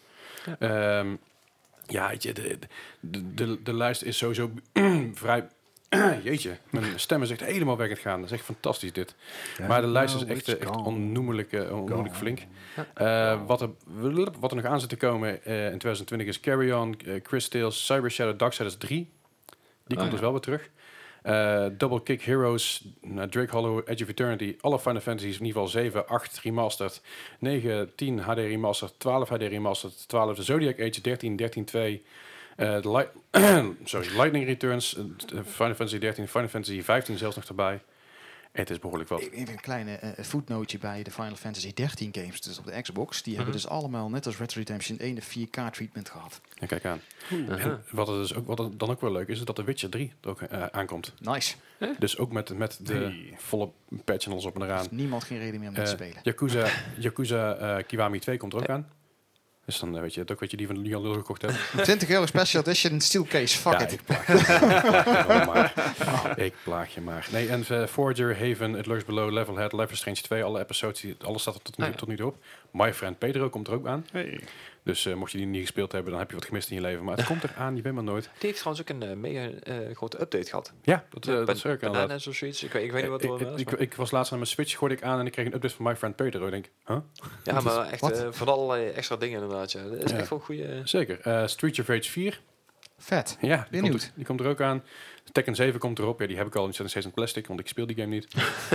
A: Ja, um, ja weet je, de, de, de, de lijst is sowieso vrij... Jeetje, mijn stem is echt helemaal weg aan het gaan. Dat is echt fantastisch dit. Maar de lijst is echt, eh, echt onnoemelijk, uh, onnoemelijk flink. Uh, wat, er, wat er nog aan zit te komen uh, in twintig twintig is Carry On, uh, Chris Tales, Cyber Shadow, Darksiders drie. Die komt
D: ja.
A: dus wel weer terug. Uh, Double Kick Heroes, uh, Drake Hollow, Edge of Eternity, alle Final Fantasies, in ieder geval zeven, acht remastered, negen, tien H D remastered, twaalf H D remastered, twaalf de Zodiac Age, dertien, dertien twee, uh, de Light sorry, Lightning Returns, uh, Final Fantasy dertien, Final Fantasy vijftien zelfs nog erbij. Het is behoorlijk wat.
C: Even een kleine uh, voetnootje bij de Final Fantasy dertien games, dus op de Xbox. Die hebben
D: Mhm.
C: dus allemaal, net als Red Dead Redemption één, de vier K treatment gehad.
A: En kijk aan.
D: Uh-huh.
A: En wat, het dus ook, wat het dan ook wel leuk is, is dat de Witcher drie er ook uh, aankomt.
C: Nice.
A: Dus ook met, met de
B: Hey.
A: volle patch en alles op en eraan.
C: Dus niemand geen reden meer om
A: Uh,
C: te spelen.
A: Yakuza, Yakuza uh, Kiwami twee komt er ook aan. Dus dan uh, weet je het ook wat je die van Jan Lul gekocht hebt.
C: twintig euro special edition steel case, fuck
A: ja,
C: it.
A: ik plaag je, ik plaag je maar. Ik plaag je maar. Nee, en uh, Forger, Haven, It Lurks Below, Levelhead, Life is Strange twee, alle episodes, die, alles staat er tot nu,
D: Ah, ja.
A: tot nu toe op. My Friend Pedro komt er ook aan.
B: Hey.
A: Dus uh, mocht je die niet gespeeld hebben, dan heb je wat gemist in je leven. Maar het komt eraan, je bent maar nooit.
D: Die heeft trouwens ook een uh, mega uh, grote update gehad.
A: Ja, dat, uh,
D: Ja,
A: dat is ook inderdaad.
D: Bananas of zoiets. Ik weet, ik weet niet wat
A: ik,
D: het
A: ik,
D: was.
A: ik,
D: maar-
A: ik was laatst aan mijn Switch, gooide ik aan en ik kreeg een update van My Friend Pedro. Ik denk, huh?
D: Ja, maar echt
C: Wat?
D: uh, van allerlei extra dingen inderdaad. Ja. Dat is
A: Ja.
D: echt wel een goede...
A: Zeker. Uh, Street of Rage vier.
C: Vet.
A: Ja, die
C: Benieuwd.
A: komt, er, die komt er ook aan. Tekken zeven komt erop. Ja, die heb ik al in steeds in plastic, want ik speel die game niet.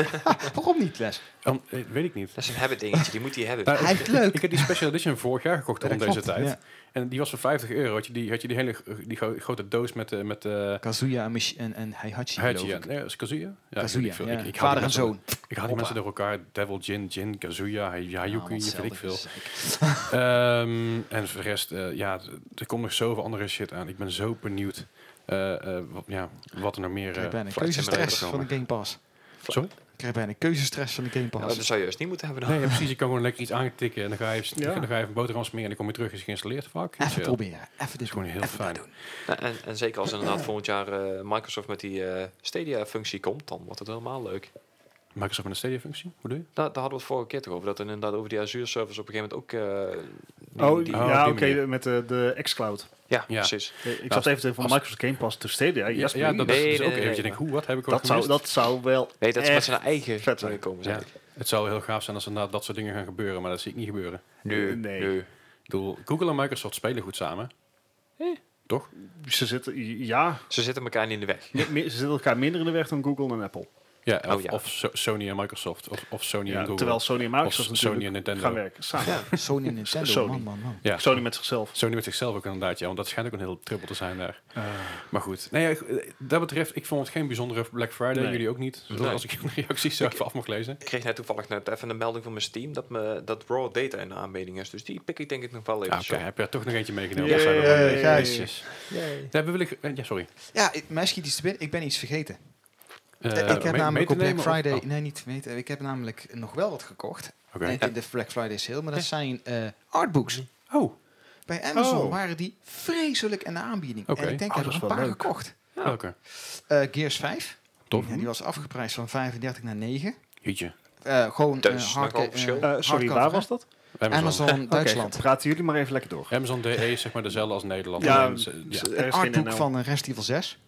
C: Waarom niet, Les?
A: Um, eh, weet ik niet.
D: Dat is een habit dingetje, die moet hij hebben.
A: Nou,
C: Hij
A: ik,
C: is leuk.
A: ik heb die Special Edition vorig jaar gekocht
C: Ja,
A: rond
C: dat
A: deze
C: klopt,
A: tijd.
C: ja.
A: En die was voor vijftig euro. Had je die, had je die hele die gro- grote doos met... eh, met uh,
C: Kazuya en, Mich- en, en Heihachi,
A: Hachi,
C: geloof
A: ja.
C: ik.
A: Nee, is Kazuya? Ja,
C: Kazuya,
A: ik, ik,
C: ja.
A: ik, ik haal
C: Vader
A: die
C: en
A: mensen-
C: zoon.
A: Ik haal die mensen door elkaar. Devil, Jin, Jin, Kazuya, Hay- Hayuki,
C: Ja,
A: weet ik veel.
C: hetzelfde.
A: Ehm, en voor de rest, uh, ja, d- er komt nog zoveel andere shit aan. Ik ben zo benieuwd uh, uh, wat, ja, wat er nog meer...
C: Ik krijg
A: Uh,
C: bijna
D: Flight
C: keuzestress
A: Simulator
C: van de Game Pass.
A: sorry?
C: Ik krijg bijna keuzestress van de Game
D: Ja,
C: Pass.
D: dat zou je juist niet moeten hebben dan.
A: Nee, ja, precies. Je kan gewoon lekker iets aantikken en dan ga je even,
B: Ja.
A: dan ga je even een boterham smeren en dan kom je terug en is geïnstalleerd. Fuck.
C: Even
A: chill.
C: proberen. Even dit
A: is gewoon
C: doen,
A: heel
C: even
A: fijn.
C: dat doen.
D: Ja, en, en zeker als inderdaad volgend jaar uh, Microsoft met die uh, Stadia-functie komt, dan wordt het helemaal leuk.
A: Microsoft met een Stadia-functie? Hoe doe je?
D: Daar, daar hadden we het vorige keer toch over, dat er inderdaad over die Azure-servers op een gegeven moment ook... Uh, die,
B: Oh,
D: die,
A: Oh,
B: ja,
A: op
B: oké,
A: die manier.
B: met de, de xCloud.
D: ja,
A: Ja.
D: precies.
B: Eh, Ik
A: Nou,
B: zat even te van
A: als-
B: Microsoft Game Pass te Stadia.
A: Ja,
B: Yes,
A: ja, dat
B: please.
A: is
D: Nee,
A: dus ook
D: nee,
A: eventjes
D: nee,
A: denk, hoe, wat heb ik ook
B: dat, zou,
A: gemist?
B: dat zou wel
D: Nee, dat is met
B: echt
D: zijn eigen
B: vet zijn.
D: komen
A: Ja.
D: zijn.
A: Het zou heel gaaf zijn als er inderdaad dat soort dingen gaan gebeuren, maar dat zie ik niet gebeuren.
D: Nee,
B: Nee.
D: nee.
A: Ik bedoel, Google en Microsoft spelen goed samen.
D: Eh.
A: Toch?
B: Ze zitten, ja,
D: Ze zitten elkaar niet in de weg.
B: me- me- ze zitten elkaar minder in de weg dan Google en Apple.
A: Ja,
D: Oh,
A: of,
D: ja.
A: of So- Sony en Microsoft. Of, of Sony en
B: Ja,
A: Google.
B: terwijl Sony en Microsoft
A: Of Sony
B: natuurlijk
A: en Nintendo.
B: gaan werken samen.
D: Ja.
C: Sony en Nintendo,
B: Sony.
C: man, man, man.
A: ja,
B: Sony met zichzelf.
A: Sony met zichzelf ook inderdaad, ja, want dat schijnt ook een heel trippel te zijn daar.
B: Uh,
A: Maar goed, nee, ja, dat betreft, ik vond het geen bijzondere Black Friday,
B: Nee.
A: jullie ook niet.
D: Nee.
A: Als ik de reacties zo even af mag lezen.
D: Ik kreeg net toevallig net even een melding van mijn Steam dat, me, dat raw data in de aanbieding is. Dus die pik ik denk ik nog wel even.
A: Ah, Oké,
D: zo.
A: heb je er toch nog eentje meegenomen?
B: Yay.
A: Dat zijn er wel-
B: Yay.
A: Jezus.
D: Yay.
A: Ja, we willen, eh, ja, sorry.
C: Ja, ik- mij schiet iets te binnen. Ik ben iets vergeten.
A: Uh,
C: ik heb
A: mee- mee
C: namelijk
A: te
C: op Black
A: nemen of-
C: Friday...
A: oh,
C: Nee, niet weten. Ik heb namelijk nog wel wat gekocht.
A: Oké.
C: Net in de Black Friday sale. Maar dat zijn eh, artbooks.
A: Oh,
C: Bij Amazon
B: Oh.
C: waren die vreselijk in de aanbieding.
A: Oké.
C: En ik denk,
B: Oh,
C: ik
B: dat
C: heb
B: is
C: er een
B: wel
C: paar
B: leuk.
C: gekocht.
A: welke?
C: Eh, Gears vijf.
A: Tof.
C: Ja, die was afgeprijsd van vijfendertig naar negen.
A: Jeetje.
C: Eh, gewoon
D: Dus,
C: eh,
D: nog
C: hardca-
D: wel verschil.
C: eh,
B: uh, sorry,
C: hardcover,
B: waar
C: hè?
B: was dat?
A: Amazon.
C: Amazon,
B: Oké,
C: Duitsland.
B: praten jullie maar even lekker door.
A: Amazon D E is zeg maar dezelfde als Nederland.
B: Ja,
A: Alleen ze- ja.
B: s-
A: Oké.
B: er
C: Een
B: is geen
C: artboek
B: N L.
C: van uh, Resident Evil zes.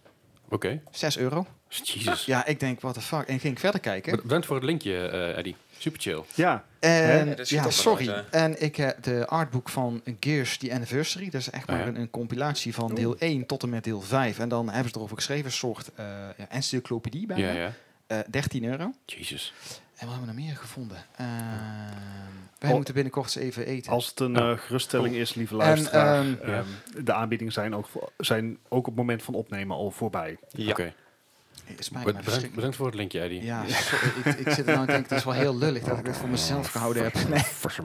C: zes euro.
A: Jezus.
C: Ja, ik denk, what the fuck. En ging ik verder kijken.
A: Bedankt voor het linkje, eh Eddie. Super chill.
B: Ja,
C: En,
D: Ja, dat schiet
C: ja,
D: op
C: sorry.
D: eruit,
C: En ik heb de artboek van Gears, The Anniversary. Dat is echt
A: Oh,
C: maar
A: ja.
C: een, een compilatie van deel één tot en met deel vijf. En dan hebben ze erover geschreven, een soort uh, ja, encyclopedie bijna.
A: Ja, ja.
C: Eh, dertien euro.
A: Jezus.
C: En wat hebben we nog meer gevonden? Ehm wij
B: Oh.
C: moeten binnenkort eens even eten.
B: als het een
A: Ja.
B: eh, geruststelling is, lieve
C: En,
B: luisteraar.
C: ehm,
B: ehm, de aanbiedingen zijn ook, voor- zijn ook op het moment van opnemen al voorbij.
D: Ja.
A: Oké.
C: Het spijt me
A: Bedankt,
C: verschrikkelijk.
A: bedankt voor het linkje, Eddie.
C: Ja, sorry, ik, ik zit er nou en denk, het is wel heel lullig dat ik dit voor mezelf gehouden heb. Nee.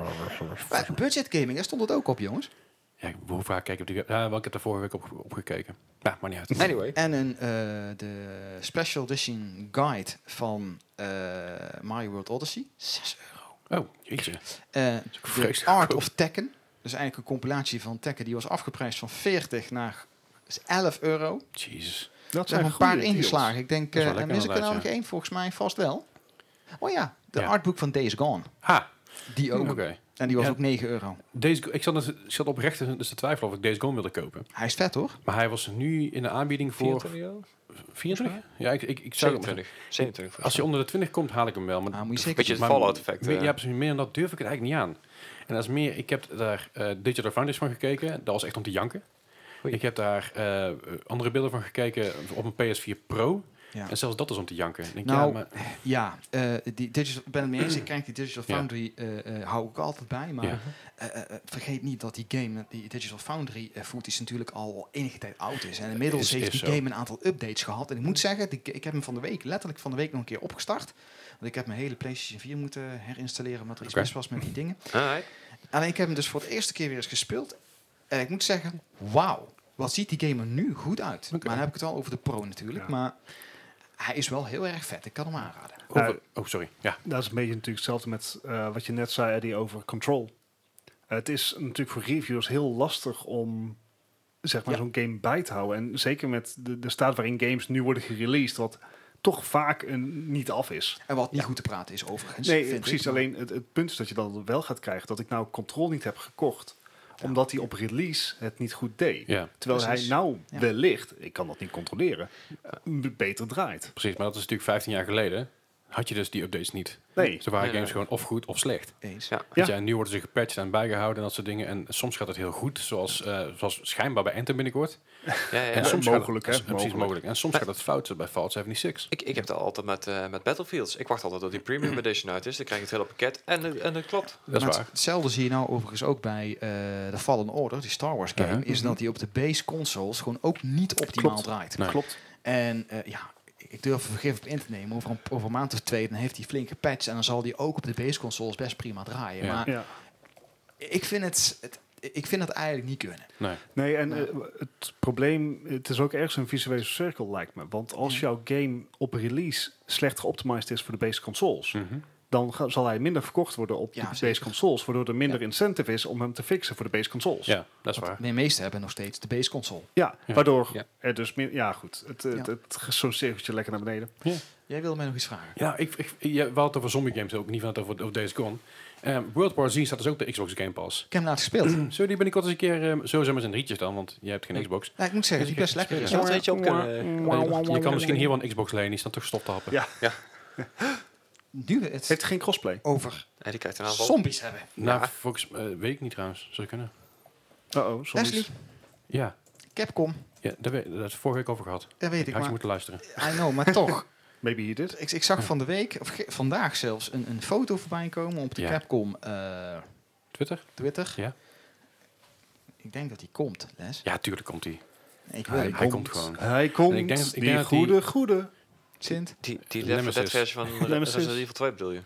C: Maar budget gaming, daar stond het ook op, jongens.
A: Ja, hoe vaak kijk ik op die... Ja, wel, ik heb er vorige week op, op gekeken. Ja, maar niet uit.
D: Anyway.
C: En een, eh, de Special Edition Guide van eh, Mario World Odyssey. zes euro.
A: Oh, jeetje.
C: Eh, de
A: vreselijk
C: Art
A: goedkoop.
C: of Tekken. Dus eigenlijk een compilatie van Tekken. Die was afgeprijsd van veertig naar elf euro.
A: Jezus.
B: Dat
C: Er zijn een paar
B: goede deals.
C: ingeslagen. Ik denk,
A: Dat is
C: uh,
A: wel lekker
C: mis ik er nou nog
A: inderdaad,
C: één? Volgens mij vast wel. Oh ja, de
A: Ja.
C: artbook van Days Gone.
A: Ha,
C: Die ook.
A: oké.
C: En die was
A: Ja.
C: ook negen euro.
A: Deze, ik zat, dus- ik zat oprecht dus te twijfelen of ik Days Gone wilde kopen.
C: Hij is vet hoor.
A: Maar hij was nu in de aanbieding voor...
D: vierentwintig euro?
A: vierentwintig? Ja, ik, ik, ik zou...
D: zevenentwintig. zevenentwintig.
A: Als je onder de twintig komt, haal ik hem wel. Maar
C: Ah, moet je zeker
D: Beetje het
A: maar-
D: Fallout effect.
A: meer,
D: eh.
A: ja, precies. Meer dan dat durf ik het eigenlijk niet aan. En dat is meer... Ik heb daar eh, Digital Founders van gekeken. Dat was echt om te janken.
D: Oei.
A: Ik heb daar eh, andere beelden van gekeken op een P S vier Pro.
C: Ja.
A: En zelfs dat is om te janken. Ik denk,
C: Nou,
A: ja, maar,
C: Ja, eh, die digital, ik ben het mee eens. Ik krijg die Digital
A: Ja.
C: Foundry, eh, eh, hou ik altijd bij. Maar
A: Ja.
C: eh, eh, eh, vergeet niet dat die game, die Digital Foundry eh, footage natuurlijk al enige tijd oud is. En inmiddels
A: Is-
C: heeft
A: is
C: die
A: zo.
C: game een aantal updates gehad. En ik moet zeggen, die, ik heb hem van de week, letterlijk van de week nog een keer opgestart. Want ik heb mijn hele PlayStation vier moeten herinstalleren, omdat er iets
A: Oké.
C: mis was met die dingen.
D: Alright.
C: Alleen ik heb hem dus voor de eerste keer weer eens gespeeld. En ik moet zeggen, wauw, wat ziet die game er nu goed uit.
A: Oké.
C: Maar dan heb ik het wel over de Pro natuurlijk.
B: Ja.
C: Maar hij is wel heel erg vet. Ik kan hem aanraden.
A: over- oh, sorry. Ja.
B: Dat is een beetje natuurlijk hetzelfde met eh, wat je net zei, Eddie, over Control. Eh, het is natuurlijk voor reviewers heel lastig om zeg maar
C: Ja.
B: zo'n game bij te houden. En zeker met de, de staat waarin games nu worden gereleased, wat toch vaak een, niet af is.
C: En wat niet goed te praten is overigens.
B: Nee,
C: vind
B: precies.
C: ik, maar-
B: Alleen het, het punt is dat je dan wel gaat krijgen dat ik nou Control niet heb gekocht. Omdat hij op release het niet goed deed.
A: Ja,
B: Terwijl
C: precies.
B: hij nou
C: Ja.
B: wellicht, ik kan dat niet controleren, m- beter draait.
A: precies. Maar dat is natuurlijk vijftien jaar geleden. had je dus die updates niet.
B: Nee.
A: Zo waren
D: Nee,
A: games
D: nee.
A: gewoon of goed of slecht.
C: Eens.
D: Ja.
A: Weet
B: Ja.
A: je, en nu worden ze gepatcht en bijgehouden en dat soort dingen. En soms gaat het heel goed, zoals, uh, zoals schijnbaar bij Anthem binnenkort.
D: Ja, ja, ja.
A: En soms
B: mogelijk,
A: gaat
B: hè?
A: het, precies
B: Mogelijk.
A: mogelijk. En soms
D: Maar-
A: gaat het fout, zoals bij Fallout zevenenzeventig.
D: Ik, ik heb dat altijd met, uh, met Battlefields. Ik wacht altijd tot die Premium Edition uit is. Dan krijg je het hele pakket en, de- en dat klopt.
A: Dat is
C: Maar
A: waar.
C: hetzelfde zie je nou overigens ook bij uh, de Fallen Order, die Star Wars game,
A: Uh-huh.
C: is dat die op de base consoles gewoon ook niet optimaal
B: Klopt.
C: draait.
A: Nee.
B: Klopt.
C: En uh, ja, ik durf er vergif op in te nemen. Over een, over een maand of twee, dan heeft hij flink gepatcht en dan zal die ook op de base consoles best prima draaien.
A: Ja.
C: Maar
B: Ja.
C: ik vind het, het, ik vind het eigenlijk niet kunnen.
A: Nee.
B: Nee, en
C: Ja.
B: eh, het probleem, het is ook ergens een visuele cirkel, lijkt me. Want als
C: Ja.
B: jouw game op release slecht geoptimized is voor de base consoles,
A: Mhm.
B: dan ga- zal hij minder verkocht worden op
C: Ja,
B: de base
C: zeker.
B: consoles, waardoor er minder
C: Ja.
B: incentive is om hem te fixen voor de base consoles.
A: Ja, dat is
C: Want
A: waar.
C: de meeste hebben nog steeds de base console.
B: Ja,
A: Ja.
B: waardoor
D: Ja.
B: er dus meer, ja goed, het, het,
C: Ja.
B: het, het, zo'n cirkeltje lekker naar beneden.
C: Jij wilde mij nog iets vragen.
A: Ja, ik, ik, je, we hadden het over zombie games ook, niet van het over, over Days Gone. Um, World War Z staat dus ook op de Xbox Game Pass.
C: Ik heb hem laatst gespeeld.
A: Zullen we die binnenkort eens een keer, um, sowieso maar zijn rietjes dan, want jij hebt geen
D: Nee.
A: Xbox.
C: Ja, ik moet zeggen, dat hij best lekker is.
D: Ja, wat heet je op kunnen...
A: Je, je kan misschien hier wel een Xbox lenen, die staan toch stof te happen.
B: Ja.
C: Nu we het
B: Heeft geen crossplay.
C: over
D: Ja, die krijgt een aanval.
C: zombies hebben.
A: Nou,
D: Ja.
A: volgens, uh, weet ik niet trouwens. Zou kunnen.
B: Uh-oh, soms.
C: Leslie,
A: Ja,
C: Capcom,
A: ja daar, weet, daar is het vorige week over gehad.
C: dat weet ik,
A: Ik had je
C: maar
A: moeten luisteren.
C: I know, maar toch.
B: Maybe he did.
C: Ik, ik zag van de week, of ge- vandaag zelfs, een, een foto voorbij komen op de
A: Ja.
C: Capcom uh,
A: Twitter?
C: Twitter.
A: Ja.
C: Ik denk dat die komt, Les.
A: Ja, tuurlijk komt die.
C: Nee, ik wil
A: Hij,
C: niet.
A: hij komt gewoon.
B: Hij komt,
A: En ik denk dat- ik
B: die
A: denk dat die-
B: goede, goede.
C: Sint.
D: Die, die
A: De
D: Left four
A: Nemesis.
D: Dead versie van Re-
B: Nemesis.
D: Resident Evil twee bedoel je?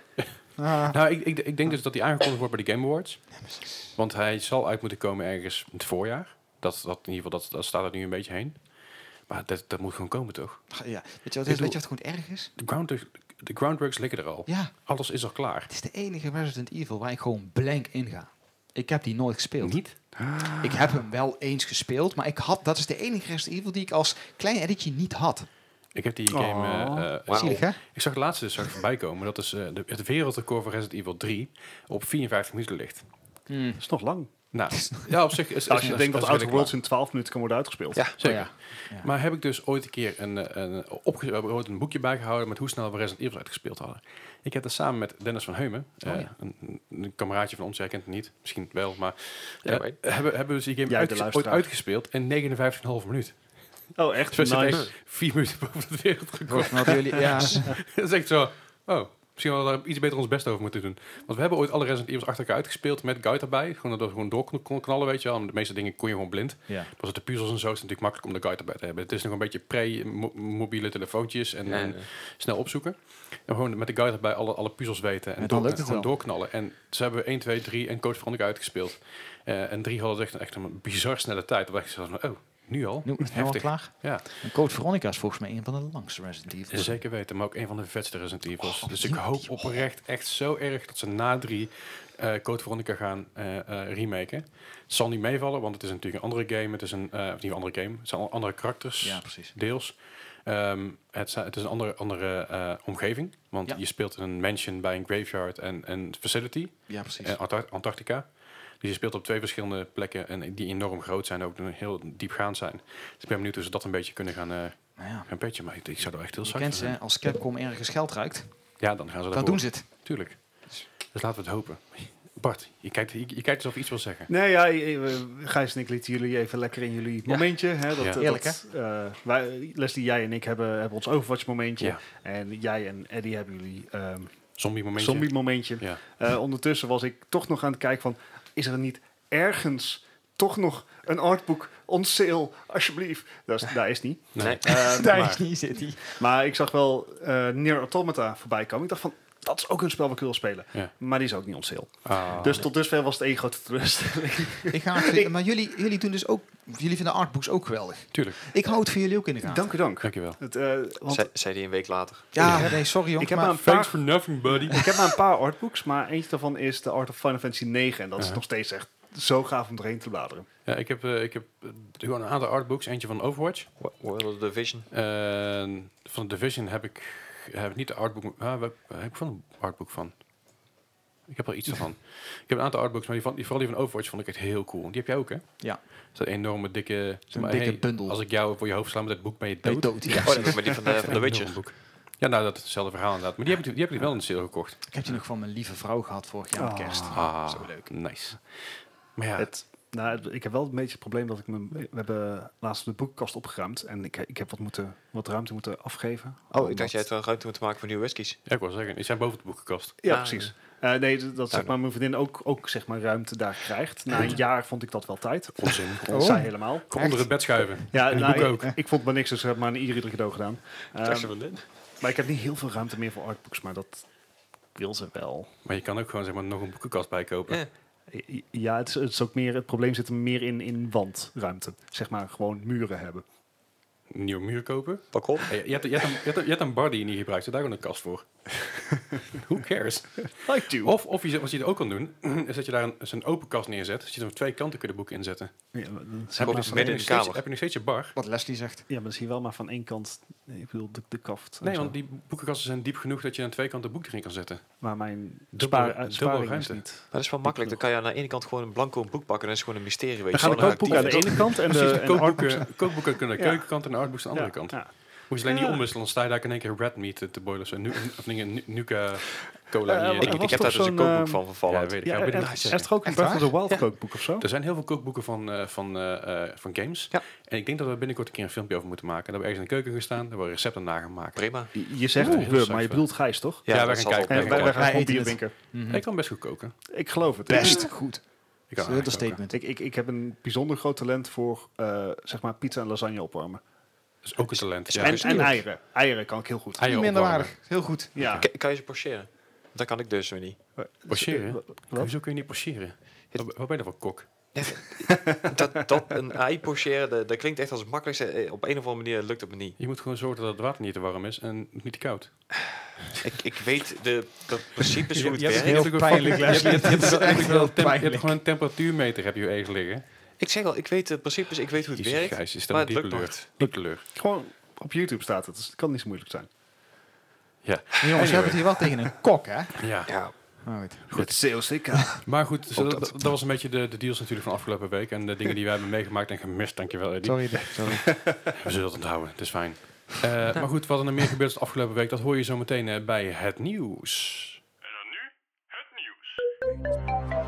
C: Ah.
A: Nou, ik, ik, ik denk dus dat hij aangekondigd wordt bij de Game Awards. Want hij zal uit moeten komen ergens in het voorjaar. Dat, dat, in ieder geval, dat, dat staat er nu een beetje heen. Maar dat, dat moet gewoon komen, toch?
C: Ja, weet je wat,
A: Ik
C: weet je wat gewoon erg is?
A: De, ground, de groundworks liggen er al.
C: Ja,
A: Alles is al klaar.
C: het is de enige Resident Evil waar ik gewoon blank in ga. Ik heb die nooit gespeeld.
A: Niet?
C: Ik heb hem wel eens gespeeld, maar ik had, dat is de enige Resident Evil die ik als klein editje niet had.
A: Ik heb die
B: Oh.
A: game... eh, eh,
D: Wauw.
C: Zielig, hè?
A: Ik zag het laatste dus zag ik voorbij komen. Dat is eh, de, het wereldrecord van Resident Evil drie op vierenvijftig minuten ligt.
C: Hmm.
B: Dat is nog lang.
A: Nou, ja, op zich is, is
B: Als je
A: is-
B: denkt
A: is
B: dat
A: redelijk
B: Outer Worlds
A: waar.
B: in twaalf minuten kan worden uitgespeeld.
D: Ja.
A: Zeker.
C: Oh ja. Ja.
A: Maar heb ik dus ooit een keer een, eh, een, opge- we hebben ooit een boekje bijgehouden met hoe snel we Resident Evil uitgespeeld hadden. Ik heb dat samen met Dennis van Heumen,
C: Oh,
A: eh,
C: ja.
A: een, een kameraadje van ons, jij kent het niet, misschien wel, maar
D: Ja,
A: eh,
D: weet.
A: hebben, hebben we dus die game
B: Jij, de
A: uitges- ooit
B: luisteraar.
A: uitgespeeld in negenenvijftig komma vijf minuut.
B: Oh, echt?
A: Dus we zitten
B: Nice.
A: echt vier minuten boven het wereldrecord.
C: Volgens mij hadden jullie... Ja,
A: Dat is echt zo, oh, misschien hadden we daar iets beter ons best over moeten doen. Want we hebben ooit alle Resident Evils achter elkaar uitgespeeld met guide erbij. Gewoon dat we gewoon door kon- kon knallen, weet je wel. En de meeste dingen kon je gewoon blind.
C: ja.
A: Pas het de puzzels en zo is het natuurlijk makkelijk om de guide erbij te hebben. Het is nog een beetje pre-mobiele telefoontjes en,
D: Ja,
A: en
D: ja.
A: snel opzoeken. En gewoon met de guide erbij alle, alle puzzels weten en
C: Ja, dan
A: door,
C: lukt het
A: gewoon
C: wel.
A: doorknallen. En ze hebben één, twee, drie en Code Veronica uitgespeeld. Uh, en drie hadden echt, echt een bizar snelle tijd. Dat ik zo van, oh, nu al?
C: Nu is het helemaal klaar.
A: Ja,
C: En Code Veronica is volgens mij een van de langste Resident Evil.
A: zeker weten. Maar ook een van de vetste Resident Evils.
C: Oh,
A: dus
C: die-
A: ik hoop
C: die-
A: oprecht echt zo erg dat ze na drie uh, Code Veronica gaan uh, uh, remaken. Het zal niet meevallen, want het is natuurlijk een andere game. Het is een, uh, of niet een andere game. Het zijn al andere karakters.
C: Ja, precies.
A: Deels. Um, het, het is een andere, andere uh, omgeving. Want
C: Ja.
A: je speelt in een mansion bij een graveyard en een facility.
C: Ja, precies.
A: In Antar- Antarctica. Dus je speelt op twee verschillende plekken en die enorm groot zijn. Ook heel diepgaand zijn. Dus ik ben benieuwd hoe ze dat een beetje kunnen gaan, uh,
C: Nou ja.
A: gaan patchen. Maar ik, ik zou er echt heel
C: Je
A: zacht
C: kent
A: van
C: ze,
A: zijn.
C: hè, als Capcom ergens geld ruikt,
A: Ja, dan gaan ze
C: dan
A: daarvoor.
C: doen ze het.
A: Tuurlijk. Dus laten we het hopen. Bart, je kijkt, je, je kijkt alsof je iets wil zeggen.
B: Nee, ja, eh, Gijs en ik lieten jullie even lekker in jullie momentje. Hè, dat,
A: Ja.
B: eh,
C: Eerlijk,
B: dat, eh, wij, Leslie, jij en ik hebben, hebben ons Overwatch momentje.
A: Ja.
B: En jij en Eddie hebben jullie ehm
A: Zombie momentje.
B: zombie momentje.
A: Ja.
B: Uh, ondertussen was ik toch nog aan het kijken van, is er niet ergens toch nog een artbook on sale, alsjeblieft? Dat is, daar is niet.
A: Nee.
D: Nee.
B: Uh,
C: Daar
B: maar,
C: is niet, zit hij.
B: maar ik zag wel uh, Nier Automata voorbij komen. Ik dacht van, dat is ook een spel wat ik wil spelen.
A: Ja.
B: Maar die is ook niet on sale.
A: Ah,
B: dus tot dusver was het één grote teleurstelling.
C: Ik ga het, maar jullie, jullie doen dus ook, jullie vinden artbooks ook geweldig.
A: tuurlijk.
C: Ik hou het voor jullie ook in de gaten.
B: Dank u dank.
A: Dankjewel.
B: Het, uh, want
D: Zei, zei die een week later.
C: Ja, nee, sorry jongens,
B: ik heb
C: maar
B: maar een paar,
A: Thanks for nothing, buddy.
B: ik heb maar een paar artbooks, maar eentje daarvan is de Art of Final Fantasy negen. En dat is
A: Uh-huh.
B: nog steeds echt zo gaaf om doorheen te bladeren.
A: Ja, ik heb, uh, ik heb uh, gewoon een aantal artbooks. Eentje van Overwatch.
D: Wo- World of Division.
A: Uh, van Division heb ik, heb ik niet de artbook. Ah, waar, waar heb ik van een artbook van? Ik heb er iets van. Ik heb een aantal artbooks, maar die van, die, vooral die van Overwatch vond ik echt heel cool. Die heb jij ook, hè?
C: Ja.
A: Zo'n enorme, dikke...
C: Zo'n
A: maar,
C: dikke
A: hey,
C: bundel.
A: Als ik jou voor je hoofd sla met het boek, ben je
C: Ben je
A: dood.
C: dood, ja.
D: Oh, dat is maar die van de, van de
A: Enorm
D: Witcher.
A: boek. Ja, nou, dat is hetzelfde verhaal inderdaad. Maar die heb ik, die heb ik wel in de sale gekocht.
C: Ik heb die nog van mijn lieve vrouw gehad vorig jaar met
B: Ah.
C: kerst.
A: Ah,
C: Zo leuk.
A: nice. Maar ja,
B: Het, nou, het- ik heb wel een beetje het probleem dat ik mijn... We hebben laatst de boekenkast opgeruimd. En ik, ik heb wat, moeten, wat ruimte moeten afgeven.
D: Oh, ik
B: Omdat-
D: dacht jij het wel ruimte moeten maken voor nieuwe whiskies.
A: ja, ik wil zeggen, die zijn boven de boekenkast.
B: Ja,
D: Ah,
B: precies. Eh, nee, d- dat zeg maar, mijn vriendin ook, ook zeg maar, ruimte daar krijgt. Na een jaar vond ik dat wel tijd.
A: Onzin.
C: Oh.
B: Zij helemaal.
A: Kom onder het bed schuiven.
B: Ja,
A: En die
B: nou,
A: boeken
B: ik,
A: ook.
B: ik vond maar niks, dus ik heb maar een iedere cadeau gedaan.
D: Ik dacht ze
B: Ehm,
D: wel in.
B: maar ik heb niet heel veel ruimte meer voor artbooks, maar dat wil ze wel.
A: Maar je kan ook gewoon zeg maar, nog een boekenkast bijkopen.
D: Ja.
B: I- Ja, het is, het is ook meer, het probleem zit er meer in, in wandruimte. Zeg maar gewoon muren hebben.
A: Een nieuwe muur kopen.
D: Pak op.
A: Hey, je, hebt, je, hebt een, je, hebt een, je hebt een bar die je niet gebruikt. Zet daar gewoon een kast voor. Who cares?
B: I do.
A: Of, of je, wat je er ook kan doen, is dat je daar een, is een open kast neerzet. Dus je er aan twee kanten kun je de boeken inzetten.
B: Ja, maar dan
A: Heb
B: zie
A: je,
B: je
A: dus,
B: maar
D: midden
A: heb, je
D: in
A: nog
D: de
A: steeds,
D: kamer.
A: heb je nog steeds je bar?
C: Wat Leslie zegt.
B: ja, maar dan zie je wel maar van één kant. Nee, ik bedoel de, de kaft. en
A: Nee,
B: zo.
A: want die boekenkasten zijn diep genoeg dat je aan twee kanten boek erin kan zetten.
B: Maar mijn
A: Dubbel-
B: spaar, uh,
A: dubbel
B: sparing is
A: ruimte.
B: niet.
D: Maar dat is wel makkelijk. Dan kan je aan de ene kant gewoon een blanco boek pakken. En dat is gewoon een mysterie. Weet
B: Dan
D: je
B: gaan de
D: wel.
B: kookboeken aan de ene kant en de,
A: Precies,
B: en
A: de
B: de artbooks.
A: kookboeken, kookboeken kunnen aan de
B: Ja.
A: keukenkant en de artbooks aan de andere
B: Ja,
A: kant.
B: ja.
A: Moet je alleen niet
B: Ja.
A: omwisselen, dan sta je daar in één keer red meat te boilen. Of, zo. Nu, of dingen, nu- Nuka cola.
B: Eh,
A: in je-
B: eh,
D: Ik,
B: er
D: ik
B: was
D: heb daar
B: toch
D: dus een
B: zo'n,
D: kookboek
B: eh,
D: van van
A: Ja,
D: Fallout.
A: weet ik.
B: Ja,
A: Ja,
B: en,
A: weet ik
B: en,
A: niet
B: er
A: zeggen.
B: is er ook een
C: Echt
B: Breath of the Wild
D: Ja.
B: kookboek of zo?
A: Er zijn heel veel kookboeken van, eh, van, eh, eh, van games.
D: Ja.
A: En ik denk dat we binnenkort een keer een filmpje over moeten maken. Dat we ergens in de keuken gaan staan, daar we recepten na gaan maken.
D: Prima.
B: Je zegt
A: Oeh,
B: we,
A: heel
B: maar je
A: saai.
B: bedoelt Gijs, toch?
A: Ja, wij
D: dat
A: gaan
D: zal
A: kijken.
D: wel
B: En wij, wij
A: Wij
B: gaan
C: Wij
B: gewoon
C: eten
B: bier
C: het.
B: drinken.
C: Mhm.
A: Ik kan best goed koken.
B: Ik geloof het.
C: Best
B: Ik,
C: goed.
A: Ik
C: Dat
A: kan
C: is een
A: aardig koken.
C: understatement.
B: ik, ik, ik heb een bijzonder groot talent voor uh, zeg maar pizza en lasagne opwarmen.
A: Dat is ook een talent. Ja.
B: en,
D: dus
B: en
D: niet.
B: eieren. Eieren kan ik heel goed.
A: Eieren
C: Niet minder
A: opwarmen.
C: waardig. Heel goed.
B: Ja.
D: Kan, kan je ze pocheren? Dat kan ik dus weer niet.
A: Pocheren?
B: Wat?
A: Hoezo kun je niet pocheren?
D: Het-
A: Wat, wat ben je dan voor kok?
D: Dat, dat een ei pocheren, dat, dat klinkt echt als het makkelijkste. Eh, Op een of andere manier lukt het me niet.
A: Je moet gewoon zorgen dat het water niet te warm is en niet te koud.
D: Ik, ik weet de, de principes hoe het
A: Je hebt-
D: werkt.
A: je hebt
C: Heel
A: ook een
C: pijnlijk,
A: fucking- je hebt- je hebt- je hebt- je hebt- je hebt
C: Echt
A: wel
C: heel
A: een temp- je hebt
C: pijnlijk.
A: gewoon een temperatuurmeter heb je je eigen liggen.
D: Ik zeg al, ik weet de principes, ik weet hoe het
A: Jezus,
D: werkt.
A: Gijs, je staat
D: maar
A: me
D: het
A: diep
D: lukt
A: teleur.
D: nooit.
A: Diep teleur.
B: Gewoon op YouTube staat het. Dus het kan niet zo moeilijk zijn.
A: Ja.
C: Maar jongens, we hebben het hier wel tegen een kok, hè?
A: Ja.
D: Ja,
C: Maar goed.
B: Goed. C O C K.
A: Maar goed, dus
D: Ook
A: dat,
D: dat.
A: dat was een beetje de, de deals natuurlijk van afgelopen week. En de dingen die wij hebben meegemaakt en gemist. Dankjewel, Eddie.
C: Sorry. Sorry.
A: We zullen het onthouden, het is fijn. Eh, maar goed, wat er nog meer gebeurd is de afgelopen week, dat hoor je zo meteen eh, bij het nieuws. En dan nu het nieuws.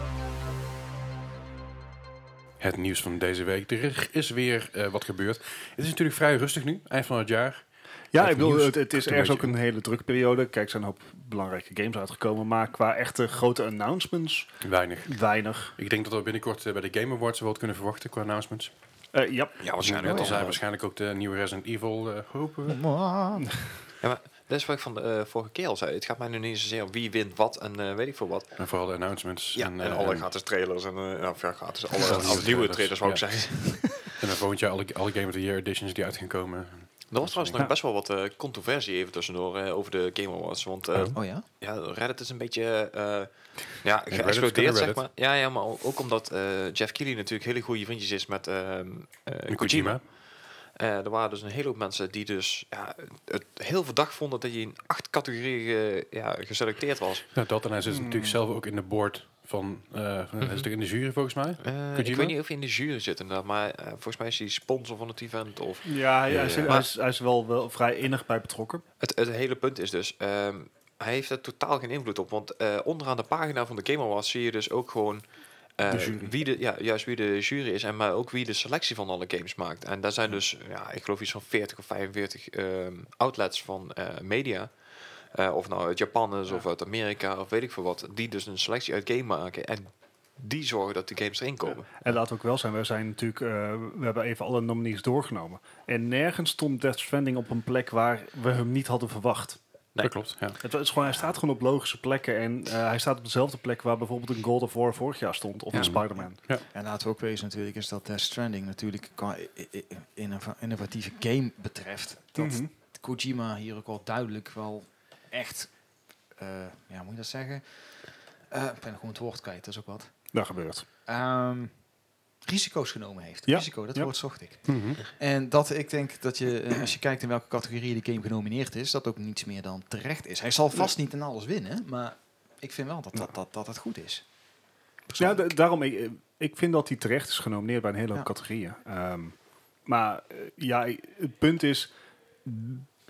A: Het nieuws van deze week. Er is weer eh, wat gebeurd. Het is natuurlijk vrij rustig nu, eind van het jaar.
B: Ja,
A: Het
B: ik bedoel,
A: nieuws
B: het, het is
A: een
B: ergens ook
A: beetje-
B: een hele drukke periode. Kijk, er zijn een hoop belangrijke games uitgekomen. Maar qua echte grote announcements,
A: Weinig.
B: weinig.
A: Ik denk dat we binnenkort eh, bij de Game Awards wel wat kunnen verwachten qua announcements.
B: Eh, ja,
D: ja
A: Net
D: waarschijnlijk.
A: al
D: wel.
A: zei, waarschijnlijk ook de nieuwe Resident Evil, eh, hopen we.
C: Man.
D: Ja, maar dat is wat ik van de eh, vorige keer al zei. Het gaat mij nu niet zozeer om wie wint wat en eh, weet ik veel wat.
A: En vooral de announcements.
D: Ja,
A: en,
D: en,
A: eh,
D: alle
A: en-
D: gratis trailers en uh, ja, ja, gratis, alle,
A: Alle
D: alle
A: nieuwe
D: nieuwe
A: trailers,
D: trailers wou ik
A: ja.
D: zeggen.
A: En dan volgend jaar alle, alle Game of the Year editions die uit gaan komen.
D: Er was trouwens
B: Ja.
D: nog best wel wat eh, controversie even tussendoor eh, over de Game Awards. Want eh,
A: Oh.
C: Oh ja?
D: ja, Reddit is een beetje eh ja,
A: Reddit
D: geëxplodeerd,
A: is
D: zeg
A: Reddit.
D: maar. Ja, ja, maar ook omdat eh, Jeff Keighley natuurlijk hele goede vriendjes is met ehm, eh,
A: En
D: Kojima.
A: Kojima.
D: Eh, er waren dus een hele hoop mensen die dus ja, het heel verdacht vonden dat hij in acht categorieën eh, ja, geselecteerd was.
A: Nou, dat en hij zit
B: Hmm.
A: natuurlijk zelf ook in de board van, eh van hij zit
D: Mhm.
A: ook in de jury volgens mij.
D: Eh, ik
A: Kojima?
D: weet niet of hij in de jury zit inderdaad, maar eh, volgens mij is hij sponsor van het event. Of
B: ja,
A: Ja,
B: hij, is,
A: ja.
B: hij, is, hij is wel, wel vrij innig bij betrokken.
D: Het, het hele punt is dus, ehm, hij heeft er totaal geen invloed op. Want eh, onderaan de pagina van de Game Awards zie je dus ook gewoon eh,
B: De jury.
D: wie de, ja, juist wie de jury is en maar ook wie de selectie van alle games maakt. En daar zijn dus, ja, ik geloof iets van veertig of vijfenveertig ehm, outlets van eh, media. Eh, of nou uit Japan is of uit Amerika of weet ik veel wat. Die dus een selectie uit game maken. En die zorgen dat de games erin komen.
B: En laat ook wel zijn, we zijn natuurlijk, eh, we hebben even alle nominees doorgenomen. En nergens stond Death Stranding op een plek waar we hem niet hadden verwacht.
D: Nee.
A: Dat klopt, ja.
B: Het is gewoon, hij staat gewoon op logische plekken. En eh, hij staat op dezelfde plek waar bijvoorbeeld een God of War vorig jaar stond. Of
A: Ja.
B: een Spider-Man.
C: En laten we ook wezen natuurlijk, is dat Death Stranding natuurlijk qua i- i- innova- innovatieve game betreft, dat
B: Mhm.
C: Kojima hier ook wel duidelijk wel echt, eh, ja, hoe moet je dat zeggen? Eh, ik ben gewoon het woord kwijt, dat is ook wat.
B: Dat gebeurt.
C: Ehm, risico's genomen heeft.
B: Ja.
C: Risico, dat
B: Ja.
C: woord zocht ik.
A: Mhm.
C: En dat ik denk dat je, eh, als je kijkt in welke categorie de game genomineerd is, dat ook niets meer dan terecht is. Hij zal vast niet in alles winnen, maar ik vind wel dat, dat, dat, dat het goed is.
B: Ja, da- daarom, ik, ik vind dat hij terecht is genomineerd bij een hele hoop
C: Ja.
B: categorieën. Ehm, maar eh, ja, het punt is,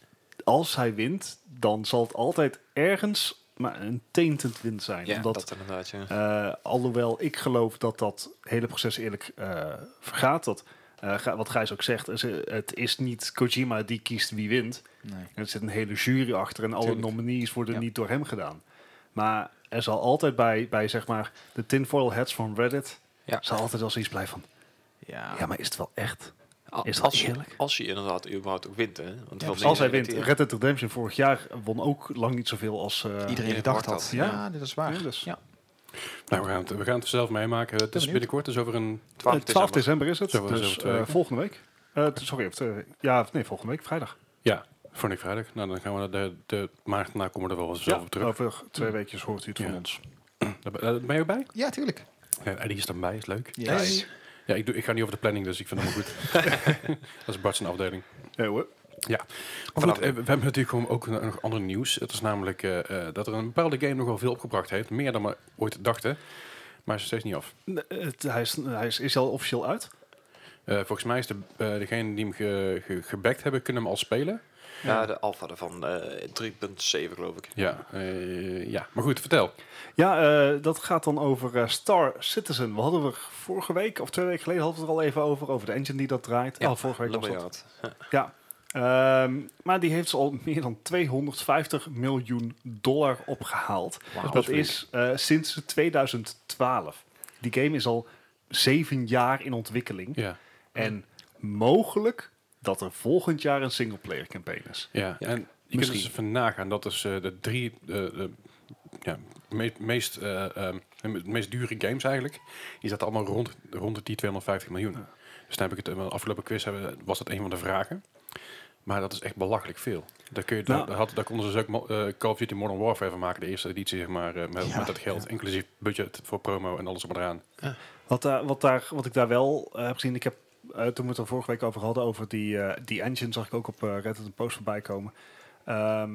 B: als hij wint, dan zal het altijd ergens maar een tainted win zijn.
D: Ja,
B: Omdat,
D: dat inderdaad, ja.
B: eh, alhoewel ik geloof dat dat hele proces eerlijk eh, vergaat. Dat, eh, Ga- wat Gijs ook zegt, is, eh, het is niet Kojima die kiest wie wint.
C: Nee.
B: Er zit een hele jury achter en alle
A: Tuurlijk.
B: nominees worden
C: Ja.
B: niet door hem gedaan. Maar er zal altijd bij, bij zeg maar, de tinfoil hats van Reddit,
D: Ja.
B: zal altijd wel zoiets blijven van,
C: Ja,
B: ja, maar is het wel echt?
D: A-
B: Is dat
D: als, je,
B: eerlijk?
D: als je inderdaad überhaupt ook wint, hè. Want veel
B: Als
D: dingen
B: hij
D: zeggen
B: wint,
D: dat hij-
B: Red Dead Redemption vorig jaar won ook lang niet zoveel als... eh,
C: iedereen
D: iedereen
C: gedacht
D: verwacht
C: had.
B: dat.
C: Ja,
B: Ja.
C: dit is waar.
B: Ja, dus.
C: Ja.
A: Nou, we gaan het, we gaan het zelf meemaken. Het is
C: benieuwd.
A: binnenkort, dus over een...
D: twaalf
B: Eh, twaalf
D: december.
B: december is het,
A: Zo, zo,
B: dus
A: twee
B: eh,
A: weken.
B: volgende week. Eh, t- sorry, of, eh, ja, nee, volgende week, vrijdag.
A: Ja, voor die vrijdag. Nou, dan gaan we de, de maart na komen we er wel zelf op terug.
B: Over twee weekjes hoort u het
A: Ja.
B: van ons.
A: Daar ben- daar ben je ook bij?
C: Ja, tuurlijk.
A: Ja, Eddie is erbij, is leuk.
C: Yes.
B: Hey.
A: Ja, ik, doe, ik ga niet over de planning, dus ik vind het allemaal goed. Dat is Bart zijn afdeling.
B: Ja hoor.
A: Maar goed, eh, we hebben natuurlijk gewoon ook nog nog andere nieuws. Het is namelijk eh, eh, dat er een bepaalde game nogal veel opgebracht heeft. Meer dan we ooit dachten. Maar is er steeds niet af.
B: Nee, het, hij is, hij is, is hij al officieel uit?
A: Eh, volgens mij is de, eh degene die hem ge, ge, gebackt hebben, kunnen hem al spelen.
D: Ja, de alpha ervan, eh drie punt zeven geloof ik.
A: Ja, eh, ja. Maar goed, vertel.
B: Ja, eh, dat gaat dan over eh, Star Citizen. We hadden er vorige week of twee weken geleden hadden we het er al even over. Over de engine die dat draait.
D: Ja,
B: oh, vorige week was dat.
D: Lumberyard.
B: Ja. Ehm, maar die heeft ze al meer dan tweehonderdvijftig miljoen dollar opgehaald.
A: Wauw.
B: Dat
A: flink.
B: is eh, sinds tweeduizend twaalf. Die game is al zeven jaar in ontwikkeling.
A: Ja,
B: En mogelijk dat er volgend jaar een singleplayer campaign is.
A: ja.
D: Ja,
A: en je kunt
B: misschien.
A: dus even nagaan. Dat is eh, de drie eh, de, ja, me- meest, eh, ehm, de meest dure games eigenlijk. Die zaten allemaal rond, rond die tweehonderdvijftig miljoen.
B: Ja.
A: Dus dan heb ik het in de afgelopen quiz hebben, was dat een van de vragen. Maar dat is echt belachelijk veel. Daar, kun je,
B: Nou.
A: daar, daar had, daar konden ze dus ook mo- eh, Call of Duty Modern Warfare van maken. De eerste editie, zeg maar, eh, met,
C: Ja.
A: met dat geld. Inclusief budget voor promo en alles op en eraan.
B: Wat, daar, wat, daar, wat ik daar wel eh, heb gezien, ik heb eh, toen we het er vorige week over hadden, over die, eh, die engine, zag ik ook op eh, Reddit een post voorbij komen. Ehm,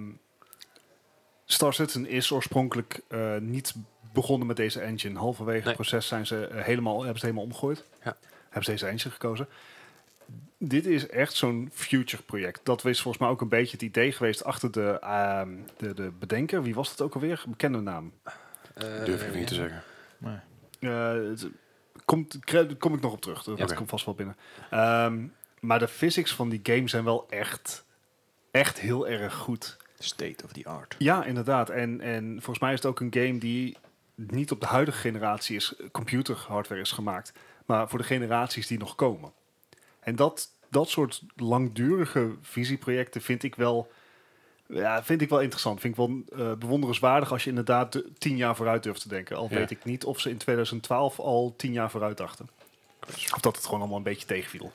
B: Star Citizen is oorspronkelijk eh, niet begonnen met deze engine. Halverwege
D: Nee.
B: het proces zijn ze eh, helemaal, hebben ze het helemaal omgegooid.
D: Ja.
B: Hebben ze deze engine gekozen. Dit is echt zo'n future project. Dat is volgens mij ook een beetje het idee geweest achter de, ehm, de, de bedenker. Wie was dat ook alweer? Een bekende naam.
D: Eh,
A: Durf ik niet te zeggen.
C: Maar,
B: Eh, het komt, kre- kom ik nog op terug. Dat
A: Ja, oké.
B: komt vast wel binnen. Ehm, maar de physics van die game zijn wel echt, echt heel erg goed.
C: state of the art.
B: Ja, inderdaad. En, en volgens mij is het ook een game die niet op de huidige generatie is, computerhardware is gemaakt, maar voor de generaties die nog komen. En dat, dat soort langdurige visieprojecten vind ik wel, ja, vind ik wel interessant. Vind ik wel eh, bewonderenswaardig als je inderdaad de- tien jaar vooruit durft te denken. Al
A: Ja.
B: weet ik niet of ze in tweeduizend twaalf al tien jaar vooruit dachten. Of dat het gewoon allemaal een beetje tegenviel.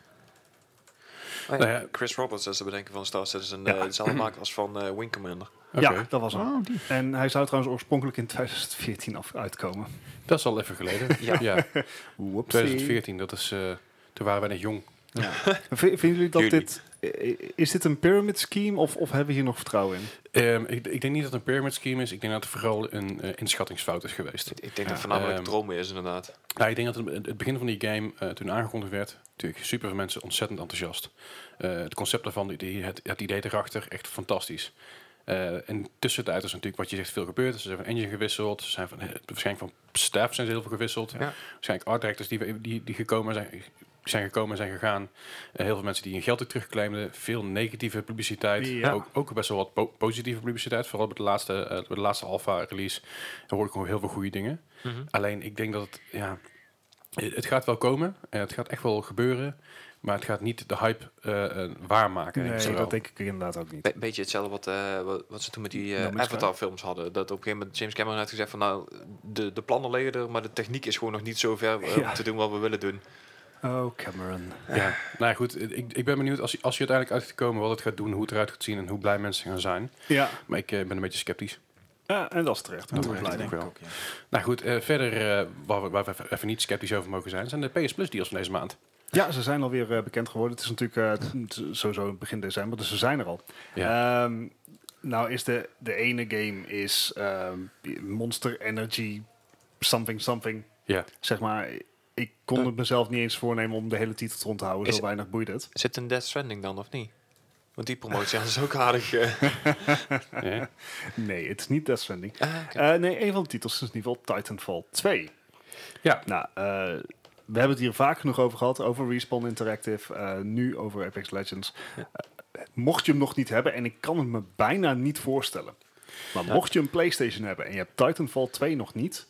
D: Oh ja,
A: Nou ja.
D: Chris Roberts is de bedenker van Star Citizen.
B: Ja.
D: eh, dezelfde maker als van eh, Wing Commander.
A: Oké.
B: Ja, dat was hem.
C: Oh, die.
B: En hij zou trouwens oorspronkelijk in tweeduizend veertien af uitkomen.
A: Dat is al even geleden.
D: Ja.
A: ja.
B: Whoopsie.
A: twintig veertien, dat is... eh, toen waren wij nog jong.
B: V- Vinden jullie dat
D: Jullie.
B: dit... i- Is dit een pyramid scheme of, of hebben we hier nog vertrouwen in?
A: Ehm, ik, ik denk niet dat het een pyramid scheme is. Ik denk dat het vooral een eh, inschattingsfout is geweest.
D: Ik, ik denk dat
B: Ja.
D: het voornamelijk
A: Ehm,
D: dromen is, inderdaad.
A: Nou, ik denk dat het, het begin van die game, eh, toen aangekondigd werd, natuurlijk super veel mensen ontzettend enthousiast. Eh, het concept daarvan, die- die, het, het idee erachter, echt fantastisch. Eh en tussentijd is natuurlijk wat je zegt veel gebeurd. Ze zijn van engine gewisseld, ze zijn van, eh, waarschijnlijk van staff zijn ze heel veel gewisseld.
D: Ja.
A: Waarschijnlijk art directors die, die, die gekomen zijn, zijn gekomen en zijn gegaan. Eh, heel veel mensen die hun geld ook terugclaimden. Veel negatieve publiciteit.
B: Ja.
A: Ook, ook best wel wat po- positieve publiciteit. Vooral bij de laatste, eh, bij de laatste alpha release. Daar hoor ik gewoon heel veel goede dingen.
D: Mhm.
A: Alleen, ik denk dat het, ja, het gaat wel komen. En het gaat echt wel gebeuren. Maar het gaat niet de hype eh, eh, waarmaken. denk ik zo
B: Nee,
A: wel.
B: dat denk ik inderdaad ook niet.
D: Be- beetje hetzelfde wat, eh, wat, wat ze toen met die eh,
B: No Man's Sky.
D: Avatar-films hadden. Dat op een gegeven moment James Cameron had gezegd van nou, de, de plannen liggen er, maar de techniek is gewoon nog niet zo ver eh,
B: Ja.
D: om te doen wat we willen doen.
B: Oh, Cameron.
A: Ja, nou ja, goed. Ik, ik ben benieuwd als je, als je uiteindelijk uit gaat komen wat het gaat doen, hoe het eruit gaat zien en hoe blij mensen gaan zijn.
B: Ja,
A: Maar ik eh, ben een beetje sceptisch.
B: ja en dat is terecht.
A: Dat
B: Dat
A: is
B: blij.
A: terecht.
C: denk
A: ook
C: ik
A: wel.
C: ook, ja.
A: Nou goed, eh, verder eh, waar, we, waar we even- even niet sceptisch over mogen zijn, zijn de P S Plus deals van deze maand.
B: Ja, ze zijn alweer eh, bekend geworden. Het is natuurlijk eh, t- t- sowieso begin december, dus ze zijn er al.
A: Ja.
B: Ehm, nou is de, de ene game is ehm, Monster Energy something something.
A: Ja.
B: Zeg maar, ik kon het mezelf niet eens voornemen om de hele titel te onthouden.
D: Is-
B: Zo weinig boeide het.
D: Zit een Death Stranding dan, of niet? Want die promotie is ook aardig. Uh.
A: Ja.
B: Nee, het is niet Death Stranding.
D: Ah, okay.
B: Uh, nee, een van de titels is in ieder geval Titanfall twee.
A: Ja.
B: Nou, uh, we hebben het hier vaak genoeg over gehad, over Respawn Interactive, uh, nu over Apex Legends.
D: Ja.
B: Uh, mocht je hem nog niet hebben, en ik kan het me bijna niet voorstellen, maar
D: Ja.
B: mocht je een PlayStation hebben en je hebt Titanfall twee nog niet,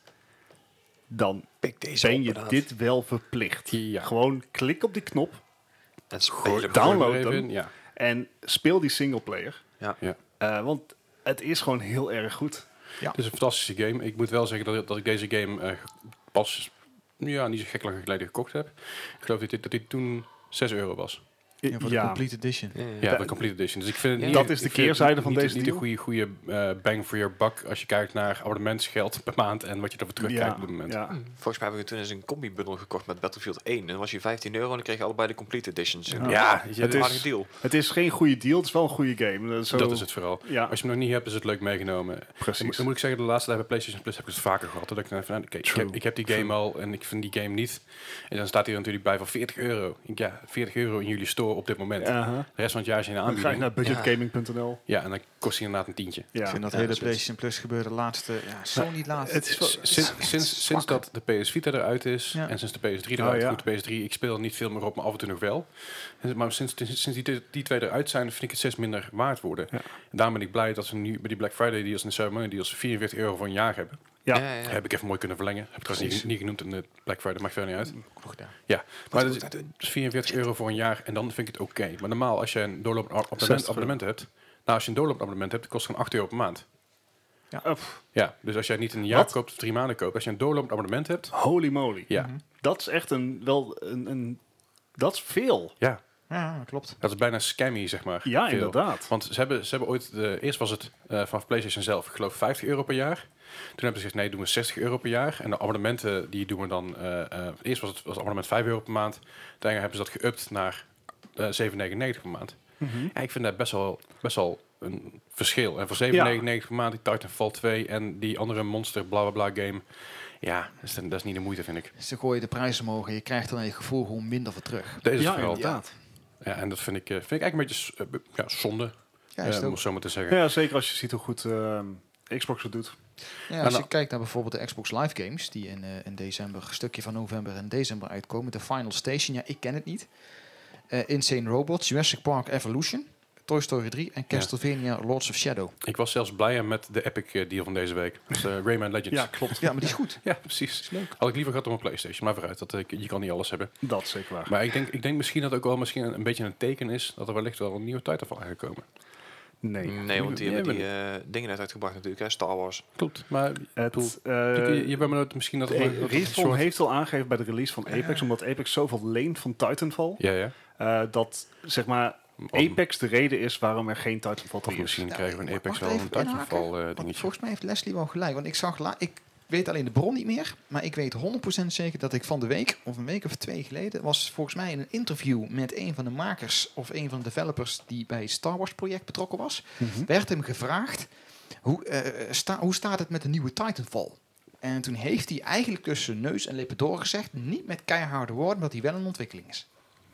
B: dan
D: Pik deze
B: ben
D: op,
B: je
D: inderdaad.
B: dit wel verplicht.
A: Ja.
B: Gewoon klik op die knop
D: En spelen.
B: download
A: Gooi er even
B: hem.
A: in, Ja.
B: en speel die singleplayer.
D: Ja.
A: Ja.
B: Uh, want het is gewoon heel erg goed.
A: Het is een fantastische game. Ik moet wel zeggen dat, dat ik deze game uh, pas ja, niet zo gek lang geleden gekocht heb. Ik geloof dat dit, dat dit toen zes euro was.
C: Ja, voor de
B: Ja.
C: Complete Edition.
D: Ja, ja.
A: Ja,
B: Da-
A: de Complete Edition. Dus ik vind het
D: Ja.
A: niet,
B: Dat is de
A: ik vind het
B: keerzijde van
A: niet,
B: deze
A: niet
B: deal.
A: een goede, goede uh, bang for your buck als je kijkt naar abonnementsgeld per maand en wat je ervoor terugkrijgt op dit moment.
B: ja.
D: Hm. Volgens mij hebben we toen eens een combi-bundle gekocht met Battlefield één. En dan was je vijftien euro en dan kreeg je allebei de Complete Editions.
B: Ja.
D: Ja,
A: Ja,
D: het
A: je-
D: is
B: het
D: een
B: is-
D: aardige deal.
B: Het is geen goede deal, het is wel een goede game. Uh, Zo,
A: Dat is het vooral.
B: Ja,
A: Als je hem nog niet hebt, is het leuk meegenomen. Dan,
B: precies.
A: moet- dan moet ik zeggen, de laatste tijd bij PlayStation Plus heb ik het vaker gehad. Dat ik dan even, nou, oké, ik,
B: True.
A: heb, ik heb die game al en ik vind die game niet. En dan staat hij er natuurlijk bij voor veertig euro. Ik denk, ja, veertig euro in jullie store op dit moment.
B: Uh-huh.
A: De rest van het jaar is in de
B: Dan ga je
A: aanbieding.
B: naar budgetgaming punt n l.
A: Ja, en dan kost hij inderdaad een tientje.
B: Ja.
C: Ik vind dat
D: Ja,
C: hele
D: dat is-
C: PlayStation Plus gebeuren de laatste... Ja, zo niet laatste.
B: het is wel-
A: S- Sinds, sinds, sinds dat de P S Vita eruit is
C: Ja.
A: en sinds de P S drie
B: Oh,
A: eruit,
B: ja.
A: goed, de P S drie, ik speel er niet veel meer op, maar af en toe nog wel. En- Maar sinds, sinds die, die twee eruit zijn, vind ik het steeds minder waard worden.
B: Ja.
A: En daarom ben ik blij dat ze nu bij die Black Friday deals en de Cyber Monday deals vierenveertig euro voor een jaar hebben.
B: Ja.
D: Ja, ja, ja.
A: Heb ik even mooi kunnen verlengen. Heb ik trouwens niet, niet genoemd in de Black Friday, maakt verder niet uit.
C: Goed gedaan.
A: Maar
D: goed
A: dat
D: uit
A: is
D: doen.
A: dus vierenveertig euro voor een jaar en dan vind ik het oké. Maar normaal, als je een doorlopend ab- abonnement,
B: zestig
A: abonnement hebt, nou als je een doorlopend abonnement hebt, kost het gewoon acht euro per maand.
B: Uh, pff,
A: Ja, dus als jij niet een jaar
B: Wat?
A: koopt of drie maanden koopt, als je een doorlopend abonnement hebt,
B: holy moly.
A: ja,
C: Mhm.
B: Dat is echt een, wel een, een dat is veel.
A: ja,
C: Ja, klopt.
A: dat is bijna scammy, zeg maar.
B: Ja,
A: Veel.
B: inderdaad.
A: Want ze hebben, ze hebben ooit, de, eerst was het uh, vanaf PlayStation zelf, ik geloof vijftig euro per jaar. Toen hebben ze gezegd, nee, doen we zestig euro per jaar. En de abonnementen, die doen we dan, uh, uh, eerst was het, was het abonnement vijf euro per maand. Daarna hebben ze dat geüpt naar uh, zeven negenennegentig per maand.
B: Mhm.
A: Ja, ik vind dat best wel, best wel een verschil. En voor zeven negenennegentig per maand, die Titanfall twee en die andere monster bla bla bla game. Ja, dat is, dat is niet de moeite, vind ik.
C: Ze gooien de prijzen omhoog en je krijgt dan je gevoel gewoon minder voor terug.
A: Deze is
B: Ja,
A: vooral.
B: inderdaad.
A: Ja, en dat vind ik, uh, vind ik eigenlijk een beetje s- uh, ja, zonde,
C: Ja,
A: uh,
C: is het
A: om
C: ook.
A: het zo maar te zeggen.
B: Ja, zeker als je ziet hoe goed uh, Xbox het doet.
C: Ja, als
A: En
C: je
A: dan-
C: kijkt naar bijvoorbeeld de Xbox Live Games, die in, uh, in december, een stukje van november en december uitkomen. De Final Station, ja, ik ken het niet. Uh, Insane Robots, Jurassic Park Evolution, Toy Story drie en Castlevania Lords of Shadow.
A: Ik was zelfs blijer met de Epic uh, deal van deze week. Dus, uh, Rayman Legends.
B: Ja, klopt.
C: Ja, maar die is goed.
A: Ja, precies.
C: Is leuk.
A: Had ik liever gehad op een PlayStation, maar vooruit. Dat, uh, je kan niet alles hebben.
B: Dat is zeker waar.
A: Maar ik denk, ik denk misschien dat het ook wel misschien een, een beetje een teken is dat er wellicht wel een nieuwe Titanfall aangekomen.
B: Nee.
D: Nee, want die
A: Ja,
D: hebben
A: maar-
D: die uh, dingen net uitgebracht natuurlijk, hè? Star Wars.
A: Klopt. Maar
B: Het,
A: uh,
B: uh,
A: je, je bent me misschien dat,
B: eh,
A: dat, dat een
B: Respawn
A: soort-
B: heeft al aangegeven bij de release van Apex,
C: Ja.
B: omdat Apex zoveel leent van Titanfall,
A: Ja, ja.
B: uh, dat zeg maar
A: Om-
B: Apex de reden is waarom er geen Titanfall
A: Of
B: drie is.
A: misschien
C: Ja,
A: krijgen we een
C: maar
A: Apex
C: mag
A: wel
C: ik
A: een
C: even inhaken?
A: Titanfall uh,
C: Want
A: dingetje.
C: volgens mij heeft Leslie wel gelijk. Want ik zag, la ik weet alleen de bron niet meer, maar ik weet honderd procent zeker dat ik van de week, of een week of twee geleden, was volgens mij in een interview met een van de makers of een van de developers die bij het Star Wars project betrokken was,
B: Mhm.
C: werd hem gevraagd, hoe, eh, sta, hoe staat het met de nieuwe Titanfall? En toen heeft hij eigenlijk tussen neus en lippen doorgezegd, niet met keiharde woorden, dat hij wel een ontwikkeling is.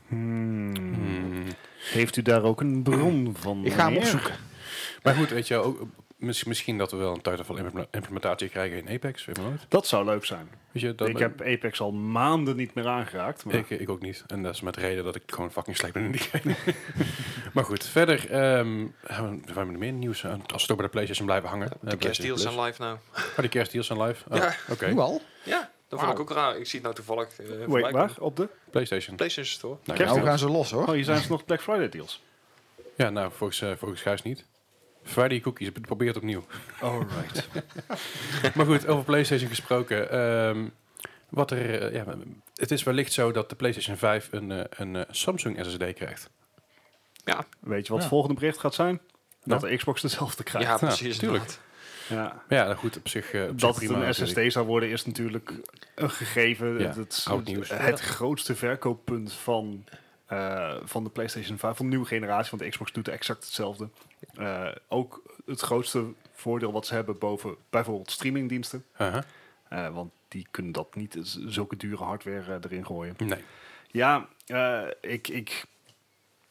B: Hmm.
A: Hmm.
B: Heeft u daar ook een bron van?
C: Ik ga hem
B: meneer?
C: opzoeken.
A: Maar goed, weet je, ook, mis- misschien dat we wel een Titanfall implementa- implementatie krijgen in Apex. Weet je nooit.
B: Dat zou leuk zijn.
A: Weet je, dat
B: Ik heb Apex al maanden niet meer aangeraakt. Maar
A: Ik, ik ook niet. En dat is met reden dat ik gewoon fucking slecht ben in die game. Maar goed, verder um, hebben we hebben meer nieuws. uh, Als we het ook bij de PlayStation blijven hangen.
D: De
A: Uh,
D: kerstdeals
A: PlayStation
D: zijn live nou.
A: Plus. Oh, die kerstdeals zijn live? Oh,
D: Ja.
A: Oké.
C: Nu al?
D: Ja, dat
C: Wauw.
D: vond ik ook raar. Ik zie het nou toevallig. Uh,
B: Wait,
D: voorbij
B: waar?
D: komen.
B: Op de?
A: PlayStation.
D: PlayStation Store.
A: Nou,
B: Kerst-
C: Nou gaan ze los hoor.
B: Oh, hier zijn ze nog Black Friday deals.
A: Ja, nou, volgens, uh, volgens Gijs niet. Friday cookies, probeer het opnieuw.
B: Alright.
A: Maar goed, over PlayStation gesproken. Um, wat er, uh, ja, het is wellicht zo dat de PlayStation vijf een, uh, een uh, Samsung S S D krijgt.
D: Ja,
B: Weet je wat
C: Ja.
B: het volgende bericht gaat zijn? Dat
A: Nou.
B: de Xbox dezelfde krijgt.
D: ja, precies.
A: tuurlijk.
D: inderdaad.
B: Ja.
A: Maar ja, nou goed, op zich, uh, op zich
B: Dat het
A: prima.
B: een S S
A: natuurlijk.
B: D zou worden is natuurlijk een gegeven.
A: Ja,
B: het, het,
A: oud nieuws.
B: het grootste verkooppunt van, uh, van de PlayStation vijf, van de nieuwe generatie, want de Xbox doet exact hetzelfde. Uh, ook het grootste voordeel wat ze hebben boven bijvoorbeeld streamingdiensten.
A: Uh-huh.
B: Uh, want die kunnen dat niet, z- zulke dure hardware uh, erin gooien.
A: Nee.
B: Ja, uh, ik, ik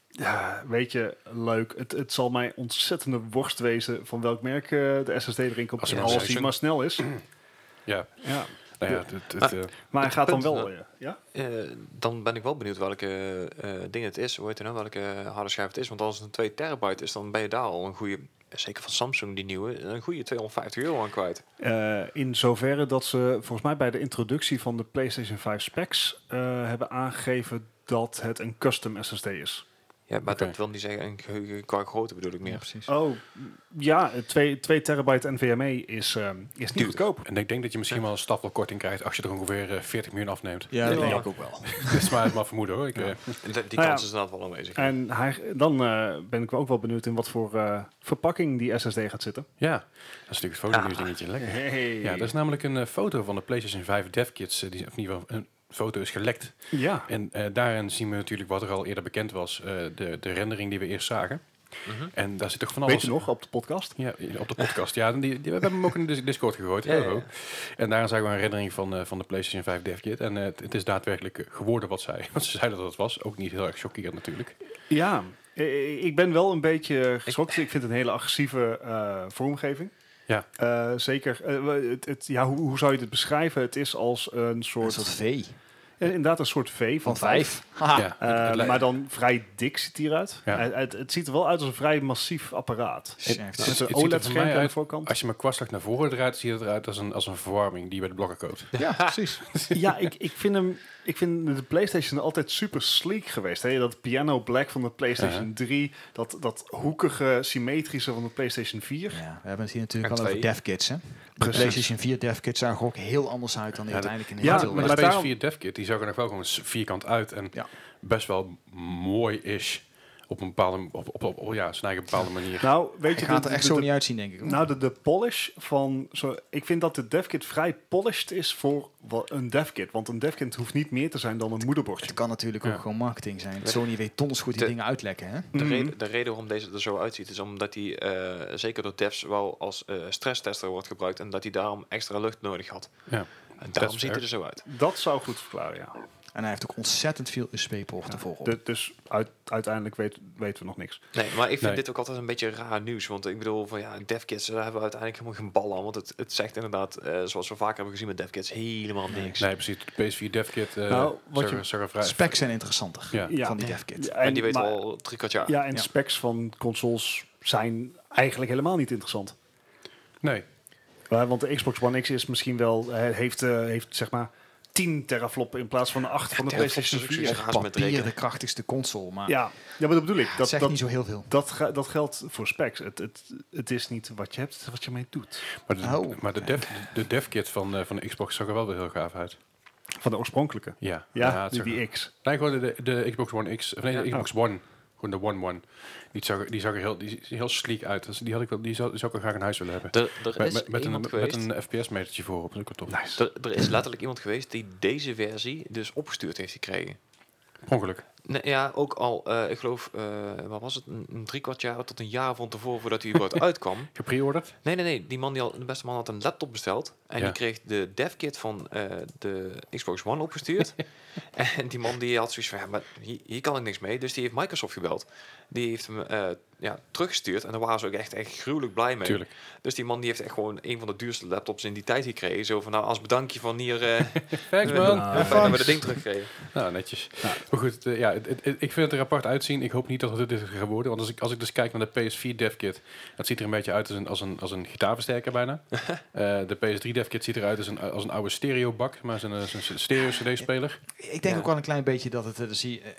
B: Ja, weet je, leuk. Het, het zal mij ontzettende worst wezen van welk merk uh, de S S D erin komt.
A: Als
B: Als,
A: hij
B: als
A: maar
B: hij maar snel is.
A: Ja,
B: Ja.
A: nou ja, het, het, het, uh,
B: Maar hij gaat dan
D: punt,
B: wel...
D: uh,
B: Uh, ja?
D: Uh, dan ben ik wel benieuwd welke uh, ding het is. Hoe heet het nou? Welke harde schijf het is. Want als het een twee terabyte is, dan ben je daar al een goede... Zeker van Samsung, die nieuwe, een goede tweehonderdvijftig euro aan kwijt.
B: Uh, in zoverre dat ze volgens mij bij de introductie van de PlayStation vijf specs uh, hebben aangegeven dat het een custom S S D is.
D: Ja, maar
A: Okay.
D: dat wil niet zeggen een geheugen qua grootte bedoel ik meer.
C: Ja, precies.
B: Oh, ja, twee terabyte N V M E is, uh, is niet
D: Duur.
B: goedkoop.
A: en ik denk dat je misschien
D: Ja.
A: wel een stapelkorting krijgt als je er ongeveer uh, veertig miljoen afneemt.
C: Ja, dat
B: Ja.
C: denk ik ook wel.
A: Dat is maar, maar vermoeden hoor. Ik, uh,
D: En die
B: Nou
D: kans
B: ja.
D: is inderdaad wel aanwezig.
B: En hij, dan uh, ben ik ook wel benieuwd in wat voor uh, verpakking die S S D gaat zitten.
A: ja, dat is natuurlijk het fotonieuws dingetje. Lekker.
B: Hey.
A: Ja, dat is namelijk een uh, foto van de PlayStation vijf devkits. Uh, die, of in ieder geval, een foto is gelekt.
B: Ja.
A: En uh, daarin zien we natuurlijk wat er al eerder bekend was. Uh, de, de rendering die we eerst zagen.
D: Mm-hmm.
A: En daar zit toch van alles...
B: Weet je nog, op de podcast?
A: Ja, op de podcast. Ja, die, die, we hebben hem ook in de Discord gegooid.
D: Ja, ja,
A: Hallo.
D: ja.
A: En daarin zagen we een rendering van, uh, van de PlayStation vijf devkit. En uh, het, het is daadwerkelijk uh, geworden wat zij, wat ze zeiden dat het was. Ook niet heel erg chockerend natuurlijk.
B: Ja, eh, ik ben wel een beetje geschokt. Ik vind het een hele agressieve uh, vormgeving.
A: Ja.
B: Uh, zeker. Uh, het, het, ja, hoe, hoe zou je het beschrijven? Het is als een
C: Een
B: soort...
C: soort V.
B: eh, inderdaad, een soort V van,
C: Van vijf. Haha.
A: Ja,
B: Uh,
A: het- het lijkt-
B: maar dan vrij dik ziet hij eruit.
A: Ja.
B: Het, het, het ziet er wel uit als een vrij massief apparaat.
C: Chef.
A: het-
B: Met
A: het
B: een
A: ziet er voor
B: OLED-scherm
A: mij
B: aan de
A: uit-
B: voorkant.
A: Als je mijn kwastslag naar voren draait, ziet het eruit als een, als een verwarming die je bij de blokken koopt.
C: Ja, precies.
B: Ja, ik, ik vind hem... Ik vind de PlayStation altijd super sleek geweest. Hè? Dat piano black van de PlayStation
A: Uh-huh.
B: drie. Dat, dat hoekige, symmetrische van de PlayStation vier.
C: Ja, we hebben het hier natuurlijk
D: En
C: al over
D: twee.
C: devkits, hè? De
B: Precies.
C: PlayStation vier devkits zagen er ook heel anders uit dan die
A: Ja,
C: uiteindelijk in de
B: ja,
C: retail
A: Maar
B: maar
A: de
C: waren.
A: P S vier devkit, die zag er nog wel gewoon s- vierkant uit. En
C: Ja.
A: best wel mooi is. Op een bepaalde, op, op, op, op- ja, zijn eigen bepaalde manier.
B: Nou, weet
C: Het
B: je...
C: gaat
B: de-
C: er echt
B: de-
C: zo
B: de-
C: niet uitzien, denk ik. hoor.
B: Nou, de, de polish van... Zo, ik vind dat de devkit vrij polished is voor wel een devkit. Want een devkit hoeft niet meer te zijn dan een moederbordje.
C: Het kan natuurlijk
A: Ja.
C: ook gewoon marketing zijn.
D: Ja.
C: Sony weet donders goed die
D: De-
C: dingen uitlekken, hè?
D: De,
B: Mhm.
D: reden, de reden waarom deze er zo uitziet is omdat hij uh, zeker door devs wel als uh, stresstester wordt gebruikt en dat hij daarom extra lucht nodig had.
A: Ja.
D: En daarom
A: is
D: ziet hij
A: fair.
D: er zo uit.
B: Dat zou goed verklaren, ja.
C: En hij heeft ook ontzettend veel U S B-poorten voorop.
B: De, dus uit, uiteindelijk weet, weten we nog niks.
D: Nee, maar ik vind
A: Nee.
D: dit ook altijd een beetje raar nieuws. Want ik bedoel, van ja, devkits, daar hebben we uiteindelijk helemaal geen bal aan. Want het, het zegt inderdaad, uh, zoals we vaker hebben gezien met devkits, helemaal niks.
A: Nee, precies. De P S vier devkit uh,
B: Nou, wat
A: zag,
B: je-
A: er- zag er vrij...
C: Specs zijn interessanter
A: Ja.
B: Ja.
C: van die
D: Ja.
C: devkit.
B: Ja,
D: En die weten
B: maar-
D: al drie kwart jaar.
B: Ja, en
C: Ja.
B: specs van consoles zijn eigenlijk helemaal niet interessant.
A: Nee.
B: Uh, want de Xbox One X is misschien wel, uh, heeft, uh, heeft zeg maar tien teraflop in plaats van de acht van de
D: teraflops
B: PlayStation
D: is ook
B: vier.
D: zoiets.
C: Op
D: Gaan ze met
C: papier
D: rekenen.
C: de krachtigste console, maar
B: Ja, ja, maar dat bedoel ik.
C: het
B: Dat,
C: zegt
B: dat,
C: niet zo heel veel.
B: dat, ga- dat geldt voor specs. Het, het, het is niet wat je hebt, het is wat je mee doet.
A: Maar de,
C: Oh.
A: maar de, dev, de devkit van, uh, van de Xbox zag er wel weer heel gaaf uit.
B: Van de oorspronkelijke.
A: Ja.
B: Ja,
A: het
B: die,
A: zag er-
B: die X.
A: Nee, gewoon de, de Xbox One X. Of nee, de
B: Ja.
A: Xbox One. Gewoon de One One. Die zag, er- die zag er heel, die, ziet er heel sleek uit. Dus die, had ik wel, die zou, die zou ik wel graag in huis willen hebben.
D: Er, er
A: Met,
D: is
A: met, met, een,
D: iemand
A: met
D: geweest.
A: een F P S-metertje voorop. Dat is ook wel tof.
B: Nice.
D: Er, er is letterlijk iemand geweest die deze versie dus opgestuurd heeft gekregen.
A: Per ongeluk.
D: Nee, ja, ook al, uh, ik geloof, uh, wat was het, een, een drie kwart jaar tot een jaar van tevoren voordat hij überhaupt uitkwam.
A: Gepreorderd?
D: Nee, nee, nee. Die man, die al, de beste man had een laptop besteld. En
A: Ja.
D: die kreeg de devkit van uh, de Xbox One opgestuurd. En die man die had zoiets van, ja, maar hier, hier kan ik niks mee. Dus die heeft Microsoft gebeld. Die heeft hem uh, ja, teruggestuurd. En daar waren ze ook echt, echt gruwelijk blij mee.
A: Tuurlijk.
D: Dus die man die heeft echt gewoon een van de duurste laptops in die tijd gekregen. Zo van, nou, als bedankje van hier... Uh,
A: Thanks, man.
B: Ja.
D: uh, fijn dat we dat ding terugkregen.
A: Nou, netjes.
B: Ja.
A: Maar goed, uh, ja, het, het, het- ik vind het er apart uitzien. Ik hoop niet dat het dit is geworden. Want als ik, als ik dus kijk naar de P S vier devkit, dat ziet er een beetje uit als een, als een, als een gitaarversterker bijna. uh, de P S drie devkit ziet eruit als een, als een oude stereobak, maar zo'n zo'n stereo cd-speler.
C: Ik denk
D: Ja.
C: ook wel een klein beetje dat het, uh, zie, uh, uh,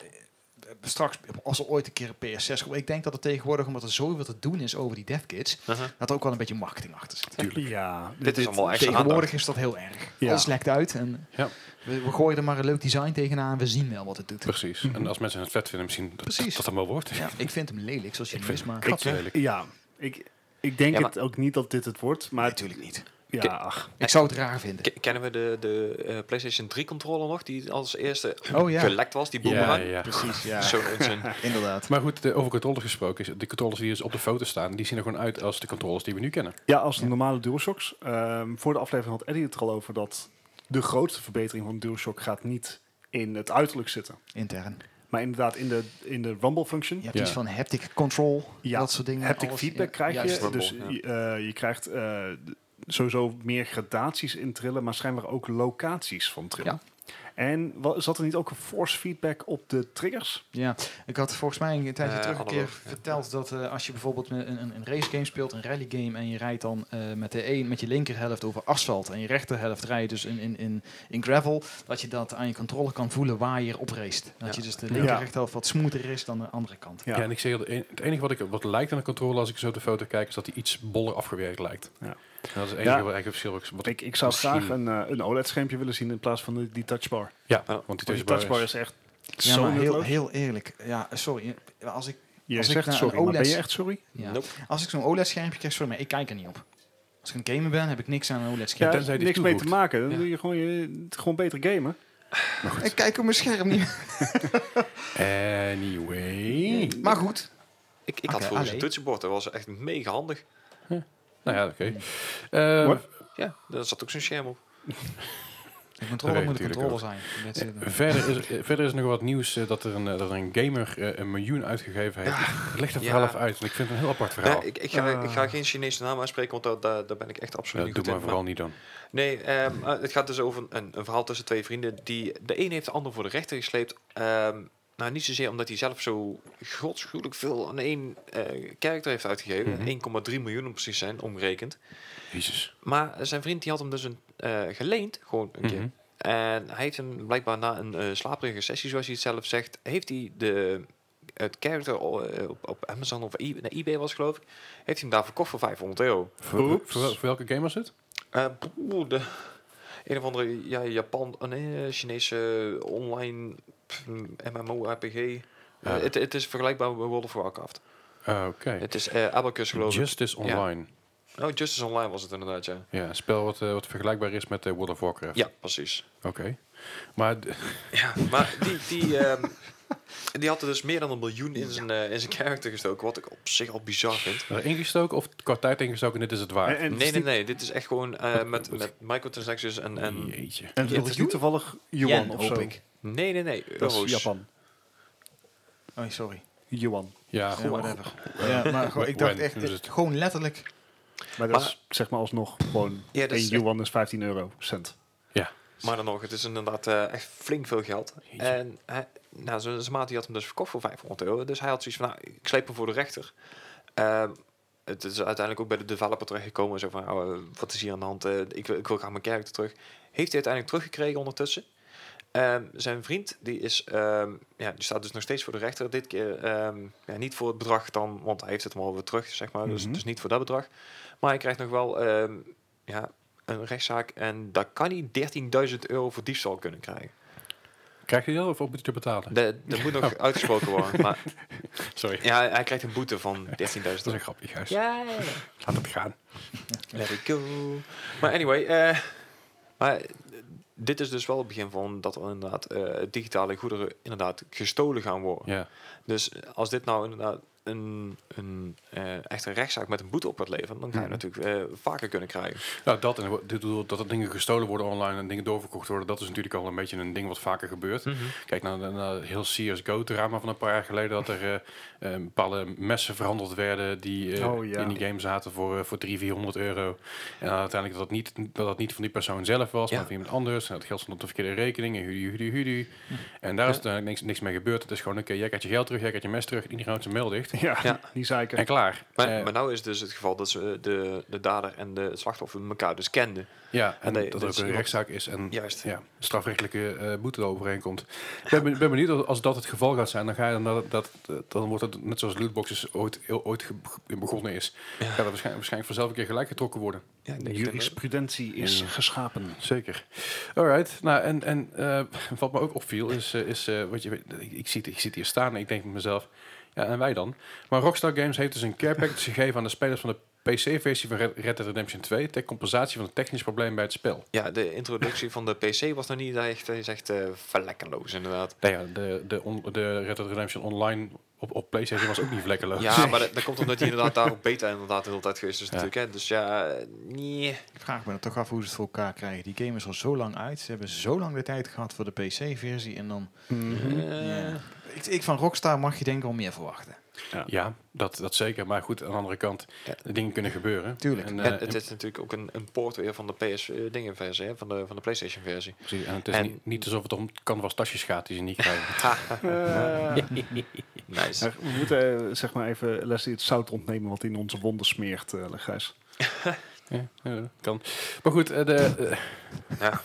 C: straks, als er ooit een keer een P S zes komt, ik denk dat het tegenwoordig, omdat er zoveel te doen is over die devkits,
D: Uh-huh.
C: dat er ook wel een beetje marketing achter zit.
A: Tuurlijk.
B: Ja,
D: Dit is allemaal extra
C: Tegenwoordig
D: aandacht.
C: is dat heel erg.
B: Ja.
C: Alles lekt uit en
A: Ja.
C: we, we gooien er maar een leuk design tegenaan en we zien wel wat het doet.
A: Precies.
B: Mhm.
A: En als mensen het vet vinden, misschien dat
C: Precies.
A: dat, dat wel wordt.
C: Ja, ik vind hem lelijk, zoals je
A: Ik
C: hem
A: vind
C: is, maar
A: het lelijk.
B: ja ik, ik denk
D: Ja, maar-
B: het ook niet dat dit het wordt. Maar
C: natuurlijk niet.
B: ja, ach.
C: Ik zou het raar vinden.
D: K- kennen we de, de uh, PlayStation drie controller nog? Die als eerste
C: Oh ja,
D: gelekt was, die
A: Ja,
D: boomerang.
A: ja.
C: precies. Ja,
D: Zo onzin.
C: inderdaad.
A: Maar goed, de, over controllers gesproken, is de controllers die dus op de foto staan, die zien er gewoon uit als de controllers die we nu kennen.
B: Ja, als de
C: Ja.
B: normale DualShocks. Um, voor de aflevering had Eddie het er al over dat de grootste verbetering van DualShock gaat niet in het uiterlijk zitten.
C: Intern.
B: Maar inderdaad, in de, in de Rumble function,
C: Je hebt
A: Ja.
C: iets van haptic control,
B: Ja,
C: dat soort dingen.
B: haptic
C: alles.
B: feedback
C: Ja,
B: krijg je.
C: juist.
D: Rumble,
B: Dus
D: ja.
B: je, eh, je krijgt eh, sowieso meer gradaties in trillen, maar schijnbaar ook locaties van trillen.
C: Ja.
B: En wa- zat er niet ook een force feedback op de triggers?
C: Ja, ik had volgens mij een tijdje
D: Eh,
C: terug een keer
D: analoog, ja.
C: verteld dat eh, als je bijvoorbeeld een, een, een race game speelt, een rally game, en je rijdt dan eh, met, de een, met je linkerhelft over asfalt en je rechterhelft rijdt dus in, in, in, in gravel, dat je dat aan je controle kan voelen waar je op race. Dat
D: Ja.
C: je dus de
B: Ja.
C: linker rechterhelft wat smoother is dan de andere kant.
B: Ja.
A: Ja, en ik zeg, het en- het enige wat, ik, wat lijkt aan de controle als ik zo op de foto kijk, is dat hij iets boller afgewerkt lijkt.
B: Ja.
A: En dat is het enige
B: Ja.
A: wat eigenlijk verschil is. Wat
B: Ik, ik zou
A: misschien-
B: graag een, eh, een O L E D-schermpje willen zien in plaats van de, die touchbar.
A: Ja,
D: Ja,
A: want die
B: Want die
A: touchbar
B: touchbar
A: is...
B: is echt
C: Ja,
B: zo
C: maar heel,
B: nutteloos.
C: heel eerlijk. Ja, sorry. Als ik,
B: Je
C: als ik
B: zegt
C: naar een
B: sorry, maar
C: O L E D
B: ben je echt sorry?
C: ja,
D: Nope.
C: als ik zo'n O L E D-schermpje krijg, sorry, maar ik kijk er niet op. Als ik een gamer ben, heb ik niks aan een O L E
B: Ja,
C: D-schermpje.
A: tenzij die
B: niks mee te
A: toevoegt.
B: maken. Dan
C: Ja.
B: doe je gewoon, je, gewoon beter gamen.
C: Ik kijk op mijn scherm niet.
A: Anyway.
C: Maar goed.
D: Ik, ik
C: Oké,
D: had vroeger
C: allee.
D: zo'n toetsenbord, dat was echt mega handig.
A: Nou ja, oké. Eh,
B: What?
D: Ja, daar zat ook zo'n scherm op.
C: De controle
A: Dat
C: moet
A: weet
C: een
A: ik
C: controle
A: natuurlijk
C: zijn. That's it.
A: Eh, verder, is, eh, verder is er nog wat nieuws eh, dat er een, eh, dat er een gamer eh, een miljoen uitgegeven heeft. Het ligt er
D: Ja.
A: vooral even uit. En ik vind het een heel apart verhaal.
D: Ja, ik, ik, ga, ik ga
B: Ah.
D: geen Chinese naam aanspreken, want daar, daar, daar ben ik echt absoluut
A: Ja,
D: niet
A: doe
D: goed
A: maar
D: in.
A: vooral niet doen.
D: Nee, ehm, eh, het gaat dus over een, een verhaal tussen twee vrienden. Die, de een heeft de ander voor de rechter gesleept. Ehm, nou, niet zozeer omdat hij zelf zo godschuwelijk veel aan één eh karakter heeft uitgegeven.
A: Mhm.
D: één komma drie miljoen om precies te zijn, omgerekend.
A: Jezus.
D: Maar zijn vriend die had hem dus een, eh, geleend, gewoon een keer.
A: Mhm.
D: En hij heeft hem blijkbaar na een eh, slaperige sessie, zoals hij het zelf zegt, heeft hij de, het character eh, op, op Amazon of e naar eBay was geloof ik, heeft hij hem daar verkocht voor vijfhonderd euro.
A: Voor, voor,
B: Oeps.
A: voor wel- voor welke game was het?
D: Eh, poeh, de, een of andere ja, Japan, oh nee, Chinese online pff, MMORPG. Eh,
A: Ja.
D: Het het is vergelijkbaar met World of Warcraft.
A: Ah, oké.
D: Het is eh Abacus geloof ik.
A: Justice Online.
D: Oh, Justice Online was het inderdaad, ja.
A: Ja, een spel wat, eh, wat vergelijkbaar is met eh, World of Warcraft.
D: Ja, precies.
A: Oké. Maar d-
D: Ja, maar die, die, ehm, die had er dus meer dan een miljoen in zijn, eh, in zijn character gestoken, wat ik op zich al bizar vind.
A: er ingestoken of qua tijd ingestoken, dit is het waard.
B: En, en,
D: Nee, nee, nee, dit is echt gewoon eh,
A: Wat-
D: met,
A: wat-
D: met microtransactions en... en
A: Jeetje.
B: En het is niet toevallig Yuan
C: Yen,
B: of
C: hoop
B: zo.
C: ik.
D: nee, nee, nee,
B: Dat is
D: euro's.
B: Japan.
C: Oh, sorry.
B: Yuan.
A: Ja,
C: Ja,
A: goed.
C: whatever. Ja, maar gewoon, ik dacht
A: When-
C: echt,
A: dus het-
C: gewoon letterlijk.
B: Maar dat
D: Maar-
B: is zeg maar alsnog gewoon
D: Ja, dat
B: één
D: is
B: Yuan is vijftien euro cent.
D: Maar dan nog, het is inderdaad eh, echt flink veel geld.
A: Jeetje.
D: En hij, nou, zijn zijn maat die had hem dus verkocht voor vijfhonderd euro. Dus hij had zoiets van, nou, ik sleep hem voor de rechter. Ehm, het is uiteindelijk ook bij de developer terechtgekomen. Zo van, oh, eh, wat is hier aan de hand? Eh, ik, wil, ik wil graag mijn character terug. Heeft hij uiteindelijk teruggekregen ondertussen. Ehm, zijn vriend, die, is, ehm, ja, die staat dus nog steeds voor de rechter. Dit keer ehm, ja, niet voor het bedrag dan, want hij heeft het hem al weer terug, zeg maar. Dus,
B: Mhm.
D: dus niet voor dat bedrag. Maar hij krijgt nog wel ehm, ja, een rechtszaak. En daar kan hij dertienduizend euro voor diefstal kunnen krijgen.
A: Krijg je dat of moet je het betalen?
D: De- Dat moet nog uitgesproken worden. Maar
A: Sorry.
D: ja, hij krijgt een boete van
A: Dat is
D: dertienduizend
A: een
D: euro.
A: grapje, Gijs.
D: Ja, ja, ja.
A: Laat het gaan.
D: Let it go. Maar anyway, eh, maar eh, dit is dus wel het begin van dat er inderdaad eh, digitale goederen inderdaad gestolen gaan worden.
A: Ja.
D: Dus als dit nou inderdaad een, een eh, echte rechtszaak met een boete op gaat leveren, dan ga je
B: Mhm.
D: natuurlijk eh, vaker kunnen krijgen.
A: Nou, dat en dit bedoel, dat er dingen gestolen worden online en dingen doorverkocht worden, dat is natuurlijk al een beetje een ding wat vaker gebeurt. Kijk naar, naar heel C S G O-drama van een paar jaar geleden, dat er eh, eh, bepaalde messen verhandeld werden die eh,
B: Oh, ja.
A: in die game zaten voor, eh, voor driehonderd, vierhonderd euro. En dan uiteindelijk dat het niet, dat het niet van die persoon zelf was,
D: Ja.
A: maar van iemand anders. En dat geld stond op de verkeerde rekening en hudu, hudu, hudu. En daar is
D: Ja.
A: uiteindelijk niks, niks mee gebeurd. Het is gewoon, oké, jij krijgt je geld terug, jij krijgt je mes terug, iedereen houdt zijn mail dicht.
B: Ja,
D: Ja.
B: niet zeiken.
A: En klaar.
D: Maar,
A: Eh,
D: maar nou is dus het geval dat ze de, de dader en de slachtoffer elkaar dus kenden.
A: Ja, en
D: Nee,
A: dat
D: dus
A: er ook een
D: wat-
A: rechtszaak is en
D: Juist.
A: ja, strafrechtelijke eh boete overeenkomt. Ik ben, ben benieuwd, als dat het geval gaat zijn, dan ga je dan, dat, dat, dan wordt het net zoals lootboxes ooit, ooit ge- begonnen is.
D: Ja.
A: Gaat dat waarschijnlijk, waarschijnlijk vanzelf een keer gelijk getrokken worden.
D: Ja, ik
B: De
D: denk dat-
B: jurisprudentie is
A: Ja.
B: geschapen.
A: Zeker. Alright. Nou, en, en eh, wat me ook opviel is, eh, is eh, wat je weet, ik, ik, zit, ik zit hier staan en ik denk met mezelf, ja, en wij dan? Maar Rockstar Games heeft dus een care package gegeven aan de spelers van de P C-versie van Red Red Dead Redemption twee ter compensatie van een technisch probleem bij het spel.
D: Ja, de introductie van de P C was nog niet echt, is echt eh verlekkerloos inderdaad.
A: Nou ja, de, de, on, de Red Dead Redemption Online op, op PlayStation was ook niet vlekkeloos.
D: Ja, maar dat, dat komt omdat hij inderdaad daar op beta inderdaad de hele tijd geweest is
A: Ja.
D: natuurlijk. Hè. Dus ja, eh, nee.
C: Ik vraag me er toch af hoe ze het voor elkaar krijgen. Die game is al zo lang uit. Ze hebben zo lang de tijd gehad voor de P C-versie. En dan...
B: Mhm.
D: Eh,
C: Ja. ik, ik van Rockstar mag je denk ik wel meer verwachten.
B: Ja.
A: Ja, dat, dat zeker. Maar goed, aan de andere kant,
D: Ja.
A: de dingen kunnen gebeuren.
C: Tuurlijk.
A: En,
D: En
A: eh,
D: het is natuurlijk ook een, een poort weer van de P S-dingen-versie, van de, van de PlayStation-versie.
A: precies. En het is
D: en-
A: niet, niet alsof het om canvas tasjes gaat die ze niet krijgen.
B: Eh,
D: Nice.
B: we moeten eh, zeg maar even Leslie het zout ontnemen wat in onze wonden smeert, uh, Gijs.
A: Ja, ja, kan. Maar goed, eh, de, eh,
D: Ja.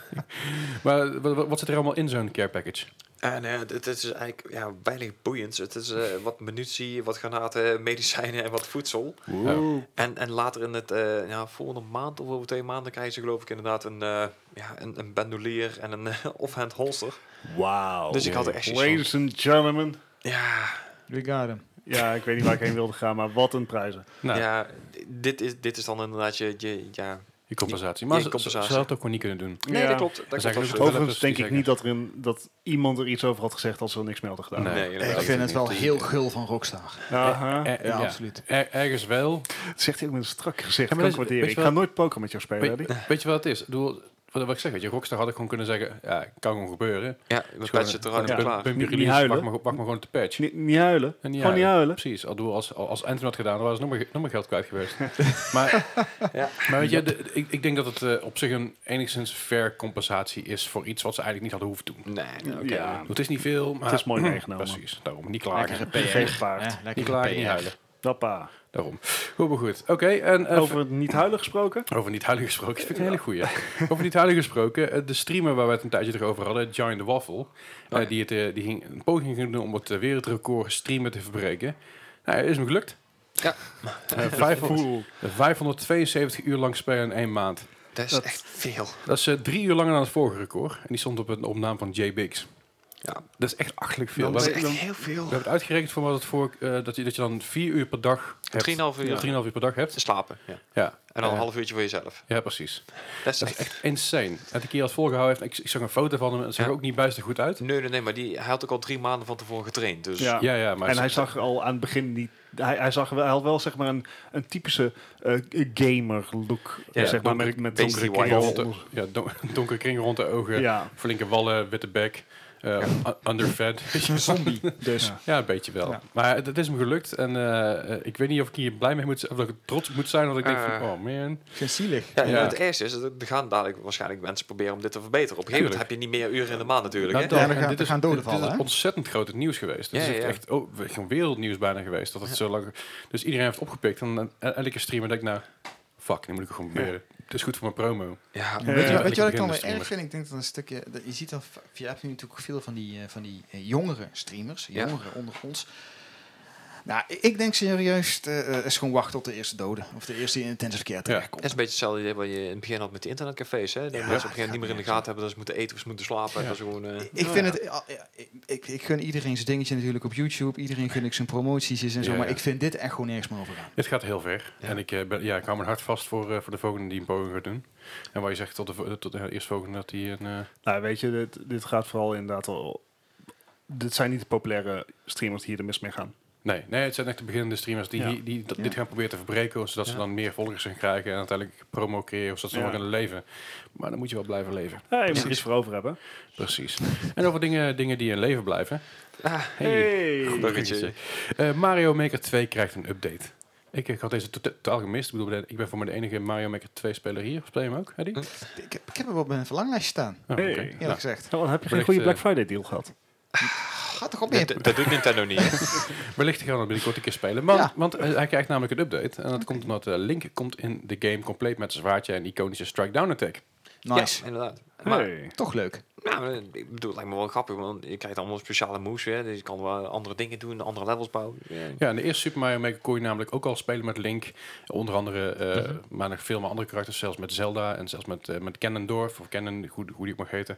A: maar wat, wat zit er allemaal in zo'n care package?
D: En uh, het is eigenlijk ja, weinig boeiends. Het is uh, wat munitie, wat granaten, medicijnen en wat voedsel.
A: Oeh.
D: En, en later in het uh, ja, volgende maand of over twee maanden krijgen ze geloof ik inderdaad een, uh, ja, een, een bandolier en een uh, offhand holster.
B: Wauw.
D: Dus ik had er echt zoiets van,
B: Ladies and gentlemen.
D: ja,
C: We got him.
B: Ja, ik weet niet waar ik heen wilde gaan, maar wat een prijzen.
A: Nou,
D: ja dit, is, dit is dan inderdaad je, je ja...
A: je compensatie.
D: je
A: Maar ze,
D: compensatie.
A: ze, ze hadden het ook gewoon niet kunnen doen.
D: Nee,
B: Ja.
D: dat klopt. Dat
A: zijn
D: klopt
A: eigenlijk
D: absoluut.
B: Overigens denk
A: die
B: ik niet dat, er een, dat iemand er iets over had gezegd als ze er niks mee hadden gedaan.
A: Nee.
D: Nee, inderdaad.
C: Ik vind het wel
A: niet.
C: heel gul van Rockstar.
B: Aha.
A: Eh, eh,
C: Ja,
A: ja,
C: absoluut.
A: er- ergens wel.
B: Dat zegt hij ook met een strak gezicht.
A: Ja,
B: Ja,
A: maar
B: kan ik
A: dat is-
B: waarderen.
A: weet
B: Ik
A: je
B: ga
A: wel-
B: nooit poker met jou spelen, Eddie.
A: Weet, weet je wat het is? Ik bedoel, wat, wat ik zeg, weet je, Rockstar had ik gewoon kunnen zeggen, ja, kan gewoon gebeuren.
D: Ja,
A: Het
D: we
A: is gewoon
D: patchen het
A: een-
D: eruit
A: gewoon
D: en
A: een
D: klaar.
A: bump-
B: Niet-
A: bumpy
B: niet
A: release,
B: huilen.
A: wacht maar, wacht maar gewoon op de patch.
B: Niet, niet huilen.
A: En
B: Gewoon niet huilen.
A: Precies, al doe als, als Anthem had gedaan, dan waren ze nog meer, nog meer geld kwijt geweest. maar,
D: Ja.
A: maar weet je, de- de- ik, ik denk dat het uh, op zich een enigszins fair compensatie is voor iets wat ze eigenlijk niet hadden hoeven doen.
D: Nee, nee, oké.
B: Ja.
A: Het is niet veel, maar
B: Het is mooi meegenomen.
A: Precies, daarom niet klagen.
C: Lekkere P R.
B: Geen paard.
C: Ja,
A: Niet
C: lekkere
A: klagen,
C: P R.
A: niet huilen.
B: Papa.
A: Daarom. Goed, maar goed. Oké, en uh,
B: Over het niet huilen gesproken.
A: over niet huilen gesproken, dat vind ik een hele goeie. Over niet huilen gesproken, uh, de streamer waar we het een tijdje terug over hadden, Giant the Waffle, uh,
D: ja.
A: die, het, uh, die ging een poging ging doen om het uh, wereldrecord streamen te verbreken. Nou, is hem gelukt.
D: Ja.
A: Uh, vijfhonderd vijfhonderdtweeënzeventig uur lang spelen in één maand.
D: Dat is
B: Dat-
D: echt veel.
A: Dat is uh, drie uur langer dan het vorige record. En die stond op, een, op naam van J Biggs.
D: Ja.
A: Dat is echt achtelijk veel.
B: Dan
A: We
D: Dat is
A: hebben,
D: echt heel veel.
A: we hebben het uitgerekend voor wat het voor, uh, dat, je, dat je dan vier uur per dag hebt.
D: drieënhalf uur.
A: Ja, drieënhalf uur per dag hebt.
D: Te slapen. Ja.
A: Ja.
D: En dan een
A: Uh,
D: half uurtje voor jezelf.
A: Ja, precies.
D: Dat is
A: Dat is
D: echt...
A: echt insane. En de keer als volgehouden heeft, ik, ik zag een foto van hem en het zag
D: Ja.
A: ook niet bijster goed uit.
D: Nee, nee, nee, maar die, hij had ook al drie maanden van tevoren getraind. Dus
B: Ja.
A: Ja, ja, maar
B: En hij zag er al aan het begin niet. Hij, hij, zag wel, hij had wel zeg maar een, een typische eh, gamer look.
D: Ja,
B: zeg maar met,
A: donkere-
B: met
D: donkere
B: donkere
A: kringen
B: kringen
A: rond de, ja, don, donkere kringen rond de ogen,
B: Ja,
A: flinke wallen, witte bek, uh, u- underfed.
C: Zombie.
B: dus.
C: Ja.
A: Ja, een beetje wel.
C: Ja.
A: Maar het, het is me gelukt en uh, ik weet niet of ik hier blij mee moet zijn, of dat ik trots moet zijn, dat ik denk van,
D: Uh.
A: oh man.
C: Ik vind het zielig.
D: Ja, en
A: Ja.
D: het eerste is, dat er gaan dadelijk waarschijnlijk mensen proberen om dit te verbeteren. Op een gegeven moment heb je niet meer uren in de maand natuurlijk.
A: Nou,
D: Hè?
A: dat-
C: Ja, dan
A: en
C: gaan-
A: dit
C: dan
A: is,
C: gaan doden
A: dit
C: vallen,
A: is
C: hè?
A: ontzettend groot het nieuws geweest. Het
D: Ja,
A: is
D: ja,
A: echt,
D: ja.
A: echt oh, gewoon wereldnieuws bijna geweest. Dat het zo lang. Dus iedereen heeft het opgepikt. En uh, elke streamer denkt nou, fuck, nu moet ik het gewoon proberen. Het is goed voor mijn promo.
D: Ja,
B: Ja.
C: Weet je,
B: Ja,
C: weet je wat ik dan
A: beginnende
C: weer erg
A: streamer.
C: vind? Ik denk dat een stukje... Dat je ziet dan... Je hebt nu natuurlijk veel van die, eh, van die eh, jongere streamers.
D: Ja.
C: Jongeren onder ons. Nou, ik- ik denk serieus... eh eh, is gewoon wachten tot de eerste dode. Of de eerste die in intensive care
D: het
C: terechtkomt.
D: is een beetje hetzelfde idee wat je in het begin had met de internetcafés. Hè? Dat
C: Ja,
D: mensen op een gegeven
C: het
D: moment niet meer in de
C: gaat
D: gaten hebben dat ze moeten eten of ze moeten slapen.
A: Ja.
D: Dat is gewoon, eh,
C: Ik
B: Oh,
C: vind
B: ja.
C: het... ja, ja, ik, ik, ik gun iedereen zijn dingetje natuurlijk op YouTube. Iedereen gun ik zijn promoties en zo.
A: Ja,
C: Maar
A: ja.
C: ik vind dit echt gewoon nergens meer over gaan.
A: Dit gaat heel ver.
D: Ja.
A: En ik, uh, ben, ja, ik hou mijn hart vast voor, uh, voor de volgende die een poging gaat doen. En waar je zegt tot de, vo- tot de eerste volgende dat die een... Uh,
B: Nou, weet je, dit, dit gaat vooral inderdaad al. Dit zijn niet de populaire streamers die hier de mis mee gaan.
A: nee, nee, het zijn echt de beginnende streamers die,
B: Ja.
A: die, die dat,
C: Ja.
A: dit gaan proberen te verbreken. Zodat ze
D: Ja.
A: dan meer volgers gaan krijgen. En uiteindelijk promo creëren. Zodat ze
B: Ja.
A: nog kunnen leven. Maar dan moet je wel blijven leven.
B: Ja, je moet
A: Precies.
B: er iets voor over hebben.
A: Precies. En over dingen, dingen die in leven blijven.
D: ah,
B: Hey.
A: Goed
D: bruggetje.
A: bruggetje. Uh, Mario Maker twee krijgt een update. Ik, ik had deze to- totaal gemist. Ik, bedoel, ik ben voor mij de enige Mario Maker twee speler hier. Speel je hem ook, Eddie?
D: Hm.
C: Ik heb, ik heb hem wel op mijn verlanglijstje staan.
A: Oh,
B: Hey.
A: oké.
C: Eerlijk
A: Nou,
C: gezegd.
B: Ja, dan heb je geen
A: Wellicht,
B: goede
A: eh,
B: Black Friday deal gehad.
C: Gaat toch op meer.
D: dat, dat doet Nintendo niet. Hè?
A: wellicht gaan we dat binnenkort een keer spelen. Want,
C: Ja.
A: want uh, hij krijgt namelijk een update. En dat komt omdat uh, Link komt in de game compleet met een zwaardje en iconische strike down attack.
C: Nice.
D: Ja, inderdaad. Maar,
B: Hey.
C: Toch leuk.
D: nou, ik bedoel, het lijkt me wel grappig, want je krijgt allemaal speciale moves weer. Dus je kan wel andere dingen doen, andere levels bouwen. Ja.
A: Ja, in de eerste Super Mario Maker kon je namelijk ook al spelen met Link. Onder andere, uh,
D: Mhm.
A: maar nog veel meer andere karakters. Zelfs met Zelda en zelfs met, uh, met Ganondorf. Of Ganon, hoe, hoe die ook mag heten.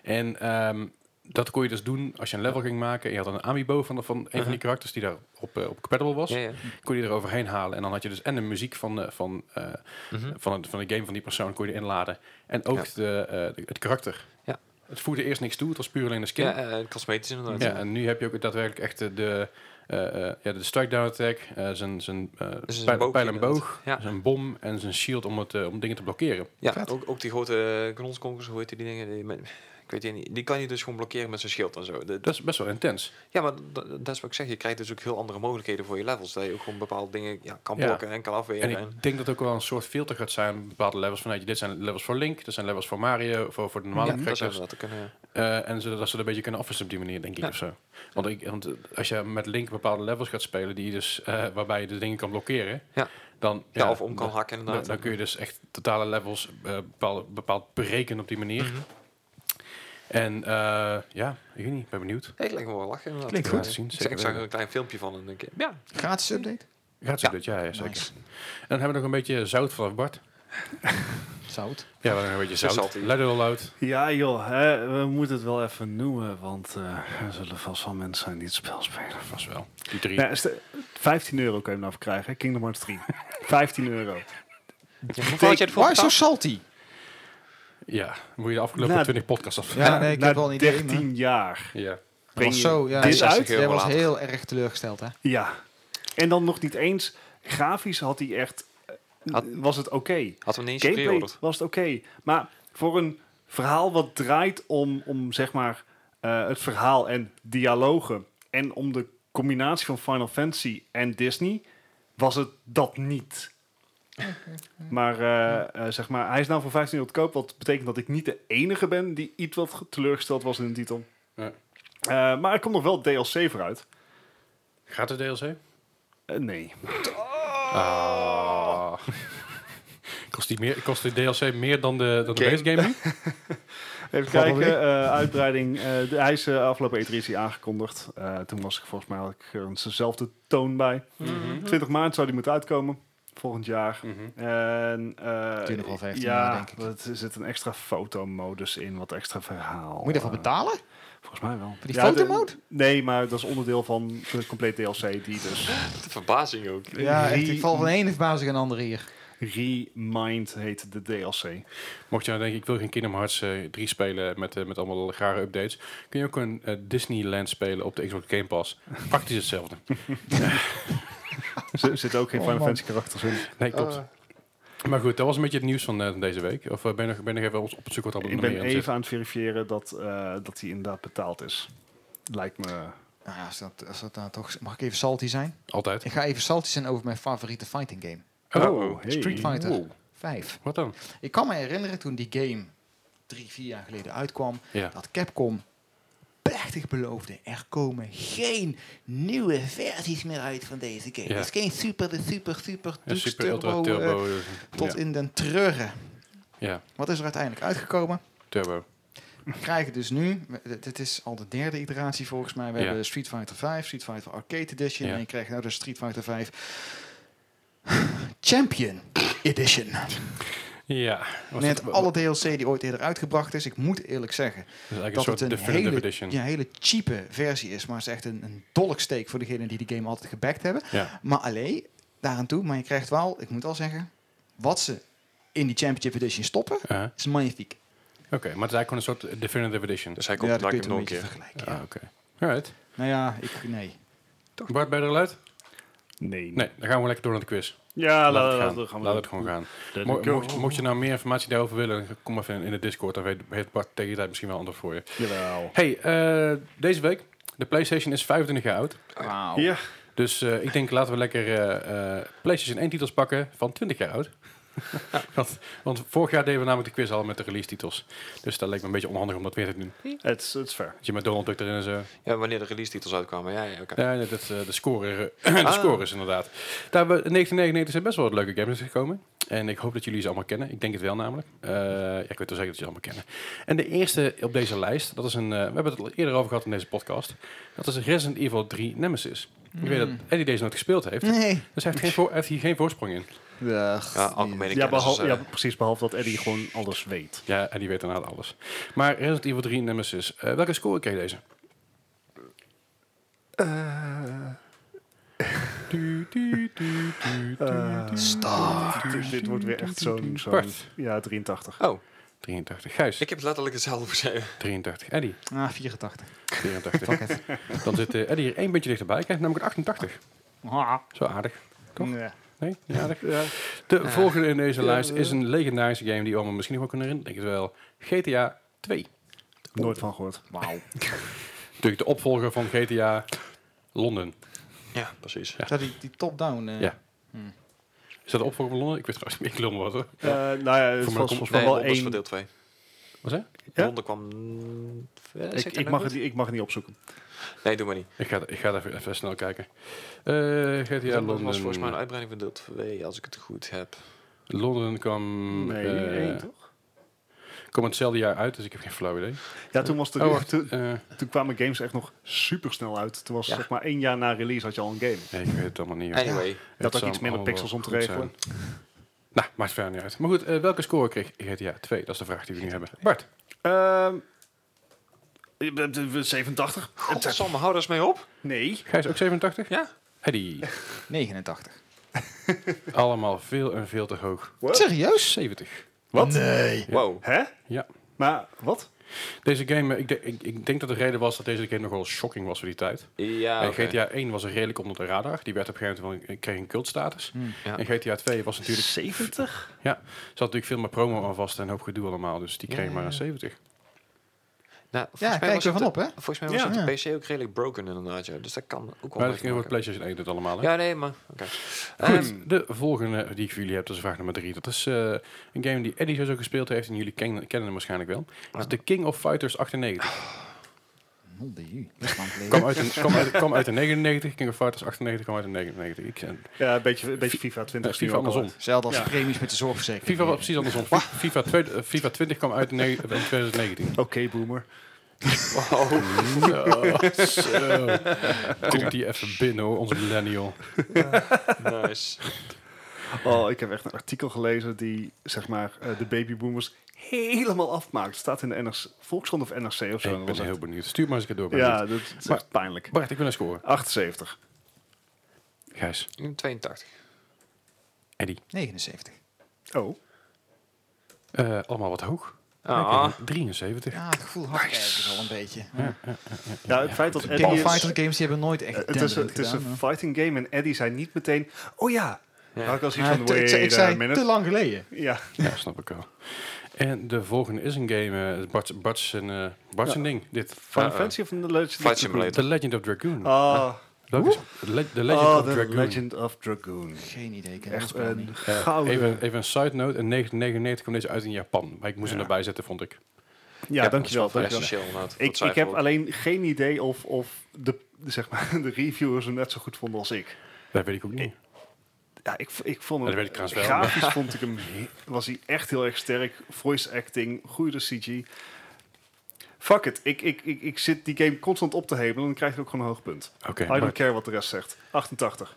A: En um, dat kon je dus doen als je een level ging maken. En je had een amiibo van, van een van die
D: Mhm.
A: karakters die daar op, uh, op compatible was.
D: Ja, ja.
A: Kon je er overheen halen. En dan had je dus en de muziek van, uh, van, uh,
D: Mhm.
A: van, het, van de game van die persoon kon je inladen. En ook
D: Ja.
A: de, uh, de, het karakter.
D: Ja.
A: Het voerde eerst niks toe. Het was puur alleen een skin.
D: Ja, uh, cosmetisch inderdaad.
A: Ja, en nu heb je ook daadwerkelijk echt de, de, uh, uh, ja, de strike down attack, uh, zijn, zijn uh,
D: Dus een
A: pijl,
D: boog
A: pijl en
D: inderdaad.
A: boog,
D: Ja.
A: zijn bom en zijn shield om, het, uh, om dingen te blokkeren.
D: Ja,
C: Vet.
D: ook, ook die grote knolskonkers, hoe heet die dingen? Die, met- Ik weet niet. Die kan je dus gewoon blokkeren met zijn schild en zo. De,
A: Dat is best wel intens.
D: ja, maar d- dat is wat ik zeg. Je krijgt dus ook heel andere mogelijkheden voor je levels. Dat je ook gewoon bepaalde dingen ja, kan
A: Ja.
D: blokken en kan
A: En
D: afweren.
A: ik
D: En
A: denk dat het ook wel een soort filter gaat zijn. Bepaalde levels vanuit je. Dit zijn levels voor Link. Dit zijn levels voor Mario. Voor, voor de normale
D: ja, dat zou
A: characters.
D: dat kunnen.
A: Uh, en zodat ze dat een beetje kunnen afwisselen op die manier, denk ik,
D: Ja.
A: of zo. Want, ik, want uh, als je met Link bepaalde levels gaat spelen, die dus, uh, waarbij je de dingen kan blokkeren,
D: Ja.
A: dan,
D: Ja,
A: ja,
D: of om kan
A: dan,
D: hakken
A: dan,
D: inderdaad.
A: dan kun je dus echt totale levels uh, bepaald, bepaald berekenen op die manier.
D: Mhm.
A: En uh, ja, ik weet niet, ik ben benieuwd.
D: Ja, ik leg me wel lachen inderdaad.
C: Klinkt
D: Ik,
C: goed.
D: eh,
A: Zien,
D: Ik,
A: zeker
D: zeg, ik zag er
A: weten.
D: een klein filmpje van en denk ik, ja,
C: Gratis update?
A: Gaat zo dit, ja, ja, zeker.
C: Nice.
A: En dan hebben we nog een beetje zout vanaf Bart.
C: Zout.
A: Ja, we hebben nog een beetje zout.
D: Salty.
A: Let it all out.
B: Ja joh, hè, we moeten het wel even noemen, want uh, er zullen vast wel mensen zijn die het spel spelen.
A: Vast wel. Die drie.
B: Ja, st- vijftien euro kan je hem nou voor krijgen, hè? Kingdom Hearts drie. vijftien euro.
D: ja hoeveel had je ervoor
C: Waar is zo
D: betaald?
C: salty?
A: Ja, moet je de afgelopen
B: Nou,
A: twintig podcasts af.
C: Ja, nee, ik
B: Na
C: heb wel een idee,
B: dertien jaar.
A: Ja.
C: Dat
B: Breng
C: was
B: je
C: zo, ja.
B: dit
C: Dit
B: uit?
C: Jij was
D: later.
C: heel erg teleurgesteld, hè?
B: Ja. En dan nog niet eens, grafisch had hij echt, uh,
D: Had-
B: was het oké.
D: Hadden we niet eens
B: Gameplay
D: gepreorderd.
B: was het oké. Maar voor een verhaal wat draait om, om zeg maar, uh, het verhaal en dialogen en om de combinatie van Final Fantasy en Disney, was het dat niet. Maar, uh, uh, zeg maar, hij is nou voor vijftien euro te koop, wat betekent dat ik niet de enige ben die iets wat teleurgesteld was in de titel.
A: Ja.
B: Uh, maar er komt nog wel D L C vooruit.
A: Gaat de D L C?
B: Uh, nee.
A: Ah. kost, die meer, kost de D L C meer dan de, dan de
D: Game.
A: base game nu?
B: Even
C: Probably.
B: kijken, uh, uitbreiding. Uh, de, hij is uh, afgelopen E drie is hij aangekondigd. Uh, toen was ik volgens mij had ik er dezelfde toon bij.
A: Mhm.
B: twintig maart zou die moeten uitkomen. Volgend jaar.
A: Mhm.
B: En, uh,
C: Duurt nog wel vijftien
B: ja,
C: jaar, denk ik.
B: er zit een extra fotomodus in, wat extra verhaal.
C: Moet je ervoor
B: Uh,
C: betalen?
B: Volgens mij wel.
C: Voor die
B: Ja,
C: fotomode?
B: de- Nee, maar dat is onderdeel van de complete D L C die dus
D: De verbazing ook.
C: Ja, echt,
B: Re-
C: ik val van de ene verbazing aan de andere hier.
B: Remind heet de D L C.
A: Mocht je nou denken, ik wil geen Kingdom Hearts uh, drie spelen met, uh, met allemaal rare updates, kun je ook een uh, Disneyland spelen op de Xbox Game Pass. Praktisch hetzelfde.
B: Er zitten ook geen
C: Oh,
B: Final
C: man.
B: Fantasy karakters in.
A: Nee, klopt.
D: Uh,
A: Maar goed, dat was een beetje het nieuws van uh, deze week. Of uh, ben je nog, ben je nog even op op zoek wat er
B: Ik
A: nog
B: ben
A: meer in
B: even
A: zit?
B: aan het verifiëren dat, uh, dat hij inderdaad betaald is. Lijkt me...
C: Nou ja, als dat, als dat nou toch... Mag ik even salty zijn?
A: Altijd.
C: Ik ga even salty zijn over mijn favoriete fighting game.
A: Oh,
B: hey.
C: Street Fighter
A: Wow.
C: vijf.
A: Wat dan?
C: Ik kan me herinneren toen die game drie, vier jaar geleden uitkwam,
A: Ja.
C: dat Capcom plechtig beloofde, er komen geen nieuwe versies meer uit van deze game.
A: Ja.
C: Het is geen super, de super, super,
A: Ja,
C: Deluxe
A: super ultra
C: turbo, eh,
A: turbo. uh,
C: tot
A: ja.
C: in den treuren.
A: ja,
C: Wat is er uiteindelijk uitgekomen?
A: turbo.
C: We krijgen dus nu, we- dit is al de derde iteratie volgens mij, we
A: Ja.
C: hebben Street Fighter vijf, Street Fighter Arcade Edition
A: Ja.
C: en je krijgt nou de Street Fighter vijf Champion Edition.
A: Ja. Was
C: Met
A: dat- wa-
C: alle D L C die ooit eerder uitgebracht is. Ik moet eerlijk zeggen
A: dat is eigenlijk
C: dat
A: een
C: het
A: soort
C: een
A: definitive
C: hele,
A: edition.
C: ja, hele cheape versie is. Maar het is echt een, een dolksteek voor degenen die de game altijd gebackt hebben.
A: Ja.
C: Maar alleen daaraan toe. Maar je krijgt wel, ik moet wel zeggen, wat ze in die Championship Edition stoppen,
A: Uh,
C: is magnifiek.
A: Oké, maar het is eigenlijk gewoon een soort definitive edition.
D: dus hij
C: Ja,
D: komt
C: dat
D: ja,
C: kun je
D: nog
C: het
D: een
C: een beetje
D: keer.
C: vergelijken.
A: Ah,
C: Ja.
A: oké. Alright.
C: Nou ja, ik, nee.
A: Bart, ben je er al uit?
B: Nee.
A: Nee, dan gaan we lekker door naar de quiz.
B: Ja,
A: Laat
B: laat,
A: het
B: laat,
A: gaan.
B: laat, gaan we
A: Laat
B: doen.
A: het gewoon gaan.
B: Let
A: Mo-
B: it go.
A: mocht, mocht je nou meer informatie daarover willen, dan kom even in, in de Discord. Dan weet, heeft Bart tegen die tijd misschien wel antwoord voor je.
B: Jawel.
A: Hey, eh, deze week, de PlayStation is vijfentwintig jaar oud.
C: Wauw.
B: Ja.
A: Dus eh, ik denk, laten we lekker eh, eh, PlayStation één titels pakken van twintig jaar oud. want, want vorig jaar deden we namelijk de quiz al met de release titels. Dus dat leek me een beetje onhandig om dat weer te doen.
B: Het is- het is fair.
A: Dat je met Donald Duck erin en zo.
D: Ja, wanneer de release titels uitkwamen. Ja, ja, oké.
A: Ja, nee, dat, eh, de score, eh, de
D: Ah.
A: score is inderdaad. Daar hebben we in negentien negenennegentig zijn best wel wat leuke games gekomen. En ik hoop dat jullie ze allemaal kennen. Ik denk het wel namelijk. Eh, ja, ik weet wel zeker dat jullie ze allemaal kennen. En de eerste op deze lijst, dat is een, eh, we hebben het al eerder over gehad in deze podcast. Dat is Resident Evil drie Nemesis. Ik weet dat Eddie deze nooit gespeeld heeft.
C: Nee.
A: Dus hij heeft, geen voor, hij heeft hier geen voorsprong in.
C: Ugh,
D: Ja, algemene
B: Ja,
D: kennis.
B: behal-
D: eh,
B: ja, precies. Behalve dat Eddie gewoon alles weet.
A: Ja, Eddie weet inderdaad alles. Maar Resident Evil drie Nemesis. Eh, welke score kreeg deze? Du, du, du, du, du,
B: Eh,
A: du.
C: Star.
B: Dit, dit wordt weer echt zo'n... zo'n
A: Bart.
B: ja, drieëntachtig.
D: Oh,
A: drieëntachtig. Gijs.
D: ik heb letterlijk hetzelfde gezegd.
A: drieëntachtig. Eddie.
C: Ah, vierentachtig.
A: vierentachtig.
C: Fuck it.
A: Dan zit eh, Eddie hier één beetje dichterbij. Krijgt namelijk een achtentachtig.
C: Ah.
A: Zo aardig. Toch?
B: Ja.
A: Nee? Niet aardig?
B: Ja.
A: De
D: Ja.
A: volgende in deze
B: Ja,
A: lijst
B: eh.
A: is een legendarische game die we allemaal misschien nog wel kunnen herinneren. Denk het wel. G T A twee.
B: Nooit van gehoord.
C: Wauw.
A: Natuurlijk de opvolger van G T A Londen.
D: Ja, precies.
A: Ja.
C: Is dat die, die top-down? eh?
A: Ja. Is dat de opvolger van Londen? Ik weet trouwens niet, ik lul me wat hoor.
B: Eh, nou ja, het
A: Voor
B: was
A: mij
B: volgens
D: Nee,
B: mij wel
D: Londen is voor
B: één...
D: deel twee.
A: Wat zeg?
B: Ja?
D: Londen kwam... eh, zeg
B: Ik,
D: dat
B: ik,
D: nou
B: mag
D: goed?
B: het, niet- ik mag het niet opzoeken.
D: Nee, doe maar niet.
A: Ik ga, ik ga even, even snel kijken. Eh G T A
D: Londen
A: Londen.
D: was volgens mij een uitbreiding van deel twee, als ik het goed heb.
A: Londen kwam...
B: Nee,
A: eh,
B: één toch?
A: kwam hetzelfde jaar uit, dus ik heb geen flauw idee.
B: Ja, toen, was de,
A: Oh, wacht.
B: toen,
A: eh,
B: toen kwamen games echt nog super snel uit. Toen was
D: Ja.
B: zeg maar één jaar na release had je al een game.
A: nee, ik weet het allemaal niet. hoor.
D: Anyway.
B: Je
A: Het
B: had ook
A: zou
B: iets minder
A: allemaal
B: pixels om te
A: goed
B: regelen.
A: zijn. Nou, maakt verder niet uit. Maar goed, eh, welke score kreeg G T A twee? Dat is de vraag die we nu hebben. Bart.
B: Ehm, je bent, eh, zevenentachtig?
D: Godsamme, hou er eens mee op.
B: Nee.
A: Gijs ook zevenentachtig?
D: Ja.
A: Eddie.
C: negenentachtig.
A: Allemaal veel en veel te hoog.
B: What?
C: Serieus?
A: zeventig.
B: Wat?
C: Nee.
A: Ja.
D: Wow.
B: Hè?
A: Ja.
B: Maar wat?
A: Deze game, eh, ik, de- ik, ik denk dat de reden was dat deze game nogal shocking was voor die tijd.
D: Ja,
A: en
D: oké.
A: G T A één was er redelijk onder de radar. Die werd op een gegeven moment wel- kreeg een cultstatus.
C: Hm.
D: Ja.
A: En G T A twee was natuurlijk...
B: zeventig?
A: Er zat natuurlijk veel meer promo aan vast en een hoop gedoe allemaal. Dus die
D: Ja,
A: kreeg
D: ja,
A: maar een
D: ja.
A: zeventig.
D: Nou,
C: Ja,
D: volgens mij
C: kijk
D: was
C: er
D: het
C: van
D: de-
C: op, hè?
D: Volgens mij was
B: Ja.
D: het
C: Ja.
D: de P C ook redelijk broken inderdaad, ja. Dus dat kan ook wel
A: Maar dat
D: mee
A: ging
D: te
A: over
D: maken.
A: PlayStation één dit allemaal. Hè?
D: Ja, nee, maar... Oké.
A: Goed,
D: Ehm,
A: de volgende die ik voor jullie heb, dat is vraag nummer drie. Dat is eh, een game die Eddie zo gespeeld heeft en jullie kennen, kennen hem waarschijnlijk wel. Dat is de King of Fighters achtennegentig.
C: Oh, de u. Dat is lang geleden.
A: Kwam uit, een, kwam, uit, kwam uit de negenennegentig, King of Fighters achtennegentig kwam uit de negenennegentig. Ik, en,
B: Ja, een beetje, een beetje FIFA twintig.
A: FIFA andersom.
C: Hetzelfde als
B: Ja.
C: de premies met de zorgverzekering.
A: FIFA was precies andersom. Fi- FIFA, twee, eh, FIFA twintig kwam uit in ne- in twintig negentien.
B: Oké, boomer.
D: wow.
A: Zo, zo. Komt die even binnen hoor, onze millennial.
D: Nice.
B: Oh, ik heb echt een artikel gelezen die, zeg maar, eh, de babyboomers helemaal afmaakt. Het staat in de N R C, Volkskrant of N R C of zo.
A: Ik
B: Dat
A: ben
B: was
A: heel
B: echt-
A: benieuwd. Stuur maar eens een keer door. ben
B: Ja,
A: benieuwd.
B: dat is
A: Maar-
B: echt pijnlijk.
A: Bart, ik wil een score.
B: achtenzeventig.
A: Gijs,
D: tweeëntachtig.
A: Eddie.
C: negenenzeventig.
B: Oh.
A: Eh, allemaal wat hoog.
D: Ah.
A: Kijk, drieënzeventig.
C: Ja, het gevoel had ik ergens al een beetje. Ja.
B: Ja, het feit dat
C: King
B: Eddie...
C: of
B: is-
C: Fighter games die hebben nooit echt
B: eh, het is, een-
C: denderend
B: het is een
C: gedaan,
B: fighting game en Eddie zei niet meteen... Oh ja.
D: Ja.
B: Nou, ik was iets
C: Ja,
B: van...
C: te- ik zei- ik
B: wait a
C: zei
B: minute.
C: te lang geleden.
B: Ja.
A: Ja, snap ik wel. En de volgende is een game, eh Bart, Bart zijn, eh, Bart zijn ding. Dit.
B: Final
D: Uh-oh.
B: Fantasy of The Legend
D: Flight
B: of
D: Simulator.
A: The Legend of Dragoon.
B: Ah,
A: Welke is The Le- The Legend
B: oh,
A: of
B: The
A: Dragoon.
B: Legend of Dragoon.
C: Geen idee. Ik ken
B: Echt
C: het spel
B: een
C: niet.
A: Eh,
B: gouden...
A: even, even een side note. In negentien negenennegentig kwam deze uit in Japan. Maar ik moest hem
B: Ja.
A: erbij zetten, vond ik.
B: Ja,
A: Ja,
B: dankjewel.
D: Dat is wel
B: dankjewel.
D: essentieel inderdaad.
B: Ik,
D: Dat zei
B: ik heb
D: ook.
B: alleen geen idee of, of de, de, zeg maar, de reviewers hem net zo goed vonden als ik.
A: Dat weet ik ook niet.
B: Ja, ik, v- ik vond
A: Ja,
B: hem...
A: dat weet ik trouwens wel,
B: grafisch vond ik hem... he- was hij echt heel erg sterk. Voice acting, goede C G. Fuck it. Ik, ik, ik, ik zit die game constant op te hemelen en dan krijg ik ook gewoon een hoog punt.
A: Oké,
B: I don't
A: Bart.
B: care wat de rest zegt. achtentachtig.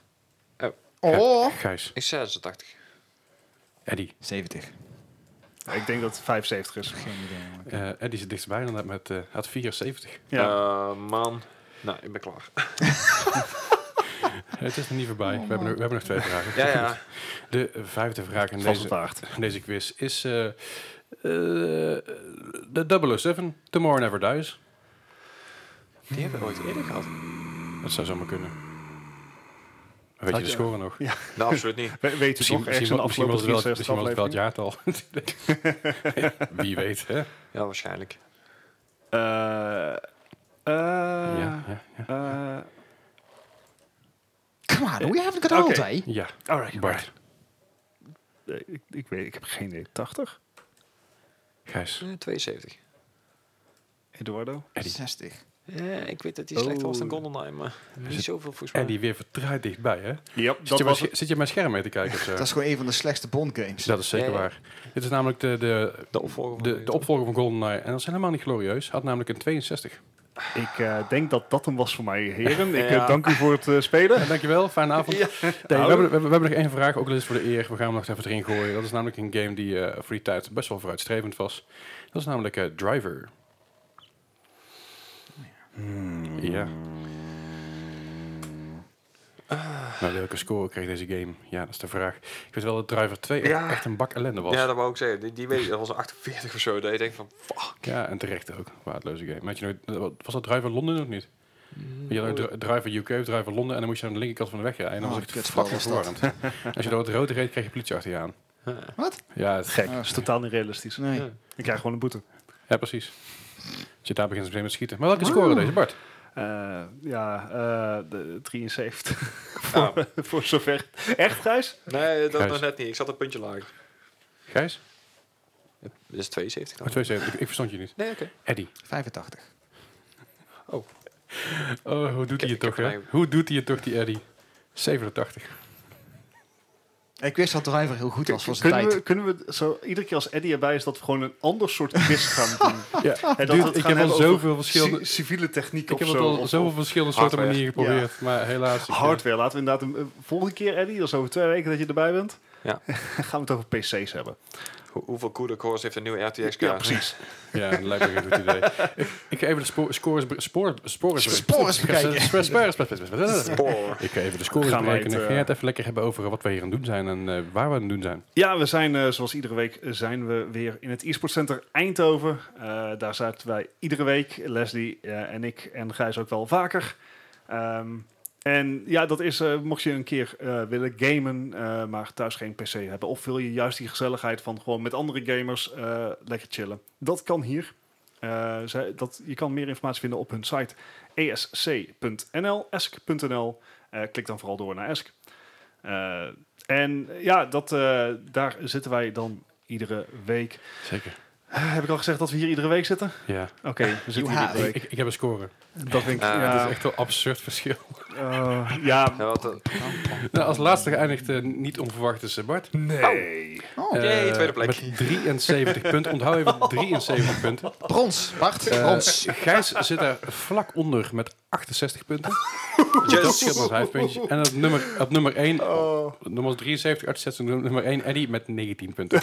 C: Oh!
A: Gijs.
D: Ik zesentachtig.
A: Eddie.
C: zeventig.
B: Ja, ik denk dat het vijfenzeventig is.
C: Geen idee. man.
A: Eh, Eddie zit dichtstbij inderdaad met uh, had vierenzeventig.
B: Ja.
D: Eh, man. Nou, ik ben klaar.
A: Het is nog niet voorbij.
C: Oh,
A: we, hebben nog,
C: man.
A: we hebben nog twee vragen.
D: Ja, ja.
A: De vijfde vraag in
B: Vast het
A: deze,
B: waard.
A: in deze quiz is eh, eh, de double oh seven, Tomorrow Never Dies.
D: Die hebben we ooit eerder gehad.
A: Dat zou zomaar kunnen. Weet je
B: Had
A: de
B: je-
A: score nog?
D: Nou, absoluut niet.
B: We, weet je
A: Misschien,
B: nog, ergens
A: misschien,
B: in de
A: misschien, was het wel,
B: afgelopen
A: misschien was het wel het jaartal. Wie weet, hè?
D: Ja, waarschijnlijk.
B: Uh, uh,
A: Ja, ja, ja.
B: uh,
C: Come on, we haven't got all
B: Oké.
C: day.
A: ja.
B: alright,
A: Bart.
B: alright. Ik, ik weet, ik heb geen idee. tachtig?
A: Gijs.
D: Eh, tweeënzeventig.
B: Eduardo?
A: Eddie.
C: zestig.
D: Ja, ik weet dat die slechter was dan
B: Oh.
D: GoldenEye, maar niet
A: Zit-
D: zoveel volgens mij.
A: Eddie weer verdraaid dichtbij, hè?
B: Yep,
A: Zit
B: dat
A: je,
B: was
A: met,
B: het.
A: zit je met scherm mee te kijken of zo?
C: Dat is gewoon een van de slechtste Bond games.
A: Dat is zeker
D: Ja, ja.
A: waar. Dit is namelijk de, de,
D: De opvolger van
A: de, de opvolger van GoldenEye. En dat is helemaal niet glorieus. Had namelijk een tweeënzestig.
B: Ik uh, denk dat dat hem was voor mij, heren. Ik
D: Ja.
B: uh, dank u voor het uh, spelen.
A: En dankjewel, fijne avond.
B: Ja.
A: Nee, we,
B: Nou,
A: hebben, we, hebben, we hebben nog één vraag, ook al is het voor de eer. We gaan hem nog even erin gooien. Dat is namelijk een game die uh, voor die tijd best wel vooruitstrevend was. Dat is namelijk uh, Driver.
B: Hmm.
A: Ja. Nou, welke score kreeg deze game? Ja, dat is de vraag. Ik weet wel dat Driver twee
D: Ja.
A: echt een bak ellende was.
D: Ja,
A: Ja,
D: dat wou ik zeggen. Die, die weet, dat was een achtenveertig of zo. Dat je denkt van, fuck.
A: en terecht ook. Waardeloze game. Weet je nog, was dat Driver Londen of niet? Je had ook Dri- Driver U K of Driver Londen en dan moest je aan de linkerkant van de weg rijden. En dan
C: Oh,
A: was het
C: kutspel
A: fucking
C: was dat.
A: verwarrend. Als je door het rode reed, kreeg je politie achter je aan.
C: Wat?
A: Ja, het,
B: Gek,
C: Ah,
B: dat is totaal niet realistisch.
C: Nee.
D: Ja.
B: Ik krijg gewoon een boete.
A: ja precies. je daar begint meteen met schieten. Maar welke score deze, Bart?
B: Uh, ja, uh, de drieënzeventig.
D: Nou.
B: voor, voor zover. Echt, Gijs?
D: Nee, dat
A: Gijs.
D: nog net niet. Ik zat een puntje lager.
A: Gijs?
D: Dit is tweeënzeventig dan.
A: Oh, tweeënzeventig. Ik, ik verstond je niet.
D: Nee, oké.
A: Eddie.
C: vijfentachtig.
A: Oh, hoe doet hij
D: Ik-
A: het
D: ik
A: toch,
D: heb
A: hè?
D: een-
A: Hoe doet hij het toch, die Eddie? zevenentachtig.
C: Ik wist dat Driver heel goed was voor zijn
B: Kunnen
C: tijd.
B: we, kunnen we zo iedere keer als Eddie erbij is dat we gewoon een ander soort quiz gaan doen?
A: Ja,
B: En dat
A: dude,
B: we het
A: ik
B: gaan
A: heb al
B: hebben over
A: zoveel verschillende...
B: ci- civiele techniek
A: Ik
B: of
A: heb
B: zo.
A: het al
B: of-
A: zoveel
B: of
A: verschillende soorten
D: hardware.
A: manieren geprobeerd, maar helaas... ik, eh,
B: hardware. Laten we inderdaad een, een volgende keer, Eddie, dat is over twee weken dat je erbij bent.
D: Ja.
B: gaan we het over P C's hebben.
D: Hoe, hoeveel CUDA cores heeft een nieuwe R T X kaart?
B: Ja, precies.
A: Ja, dat lijkt me een goed idee. ik, ik ga even de spo- scores... be- Spoor, spores
C: Spores bekijken.
A: Spores- spores- spores- spores-
D: Spoor.
A: Ik ga even de scores
B: Gaan wij het,
A: berekenen.
B: eh,
A: Ga jij het even lekker hebben over wat we hier aan het doen zijn en eh, waar we aan het doen zijn?
B: Ja, we zijn eh, zoals iedere week eh, zijn we weer in het e-sport center Eindhoven. Eh, daar zaten wij iedere week, Leslie eh, en ik en Gijs ook wel vaker. Ehm, en ja, dat is, eh, mocht je een keer eh, willen gamen, eh, maar thuis geen P C hebben. Of wil je juist die gezelligheid van gewoon met andere gamers eh, lekker chillen. Dat kan hier. Eh, zij, dat, je kan meer informatie vinden op hun site e s c punt n l, esk punt n l. Eh, klik dan vooral door naar Esk. Eh, en ja, dat, eh, daar zitten wij dan iedere week.
A: Zeker.
B: Eh, heb ik al gezegd dat we hier iedere week zitten?
A: Ja.
B: Oké, we zitten hier
C: Ja,
B: iedere
A: Ik,
B: week.
A: ik, ik heb een score.
B: Dat vind ik,
D: Ah,
B: ja,
A: Dat is echt een absurd verschil.
B: eh, ja,
D: Ja, wat, eh,
A: Nou, als laatste geëindigd uh, niet onverwacht is uh, Bart.
B: nee.
C: Oh,
A: Uh,
D: Yay, tweede plek.
A: Met drieënzeventig punten. Onthoud even drieënzeventig punten.
C: brons, Bart.
A: Uh,
C: brons.
A: Gijs zit daar vlak onder met achtenzestig punten.
D: Yes.
A: Dat scheelt maar vijf puntjes. En op nummer, op nummer één,
B: Oh.
A: nummer drieënzeventig, achtenzestig, nummer één, Eddie met negentien punten.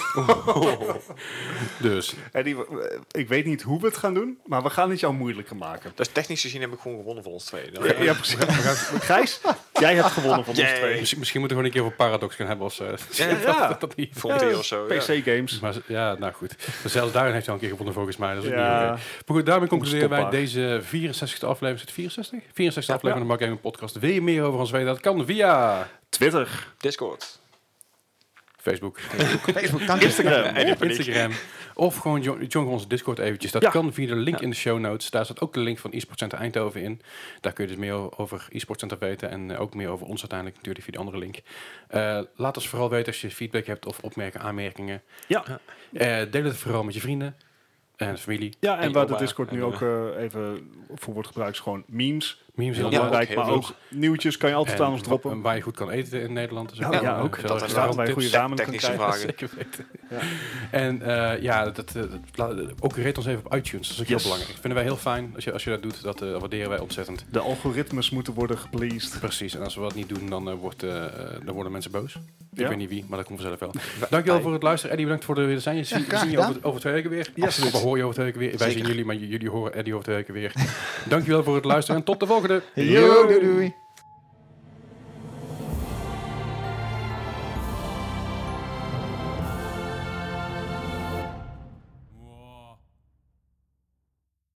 A: Dus,
B: Eddie, we- ik weet niet hoe we het gaan doen, maar we gaan het jou moeilijker maken.
D: Dus technisch gezien heb ik gewoon gewonnen voor ons twee. Dan,
B: Ja, ja, precies. Gijs, jij hebt gewonnen van ons
D: Yay.
B: twee.
A: misschien, misschien moeten we gewoon een keer voor Paradox gaan hebben. Als, uh,
D: Ja,
B: ja.
A: dat, dat niet.
D: Frontier of zo.
B: P
D: Ja.
B: C games.
A: Maar ja, nou goed. Maar zelfs daarin heeft hij al een keer gewonnen volgens mij. Dat is ook niet
B: Ja,
A: oké. Maar goed, daarmee concluderen wij
B: Onstopbaar.
A: deze vierenzestigste aflevering. Is het vierenzestig? vierenzestigste
B: Ja.
A: aflevering van de Mark Gaming Podcast. Wil je meer over ons weten? Dat kan via
B: Twitter,
D: Discord.
A: Facebook,
C: Facebook, dank je.
B: Instagram.
D: Eddie Paniek.
A: Instagram. Of gewoon join, join onze Discord eventjes. Dat
B: Ja.
A: kan via de link in de show notes. Daar staat ook de link van eSport Center Eindhoven in. Daar kun je dus meer o- over eSport Center weten. En eh, ook meer over ons uiteindelijk natuurlijk via de andere link. Eh, laat ons vooral weten als je feedback hebt of opmerkingen, aanmerkingen.
B: Ja.
A: Eh, deel het vooral met je vrienden en familie.
B: Ja, en
A: je
B: waar de
A: opa.
B: Discord nu
A: En,
B: ook eh, even voor wordt gebruikt, is gewoon memes.
A: Memes
B: Heel
A: en
D: Ja,
B: belangrijk,
D: ook
B: maar
D: heel
B: ook nieuwtjes kan je altijd
A: en
B: aan ons
A: wa-
B: droppen.
A: Waar je goed kan eten in Nederland. Dus
B: Ja,
A: ook,
B: ja,
A: eh,
B: ook.
A: veel
D: Dat
A: restaurant
B: waar je
A: tips.
B: goede ramen kunt
D: technische
B: krijgen.
D: vragen.
A: Zeker weten.
B: Ja.
A: En eh, ja, dat, dat, dat- la- ook rate ons even op iTunes. Dat is ook
B: Yes.
A: heel belangrijk. Vinden wij heel fijn als je, als je dat doet. Dat eh, waarderen wij ontzettend.
B: De algoritmes moeten worden gepleased.
A: Precies. En als we dat niet doen, dan, eh, wordt, eh, eh, dan worden mensen boos. Ik
B: Ja.
A: weet niet wie, maar dat komt vanzelf wel. Dankjewel voor het luisteren. Eddie, bedankt voor de weer zijn. Je ziet
C: graag
A: zien je
C: gedaan.
A: over, over twee weken weer.
B: Yes.
A: Absoluut. We horen je over twee weken weer. Wij
C: Zeker.
A: zien jullie, maar j- jullie horen Eddie over twee weken weer. Dankjewel voor het luisteren en tot de volgende.
C: Yo, doei doei.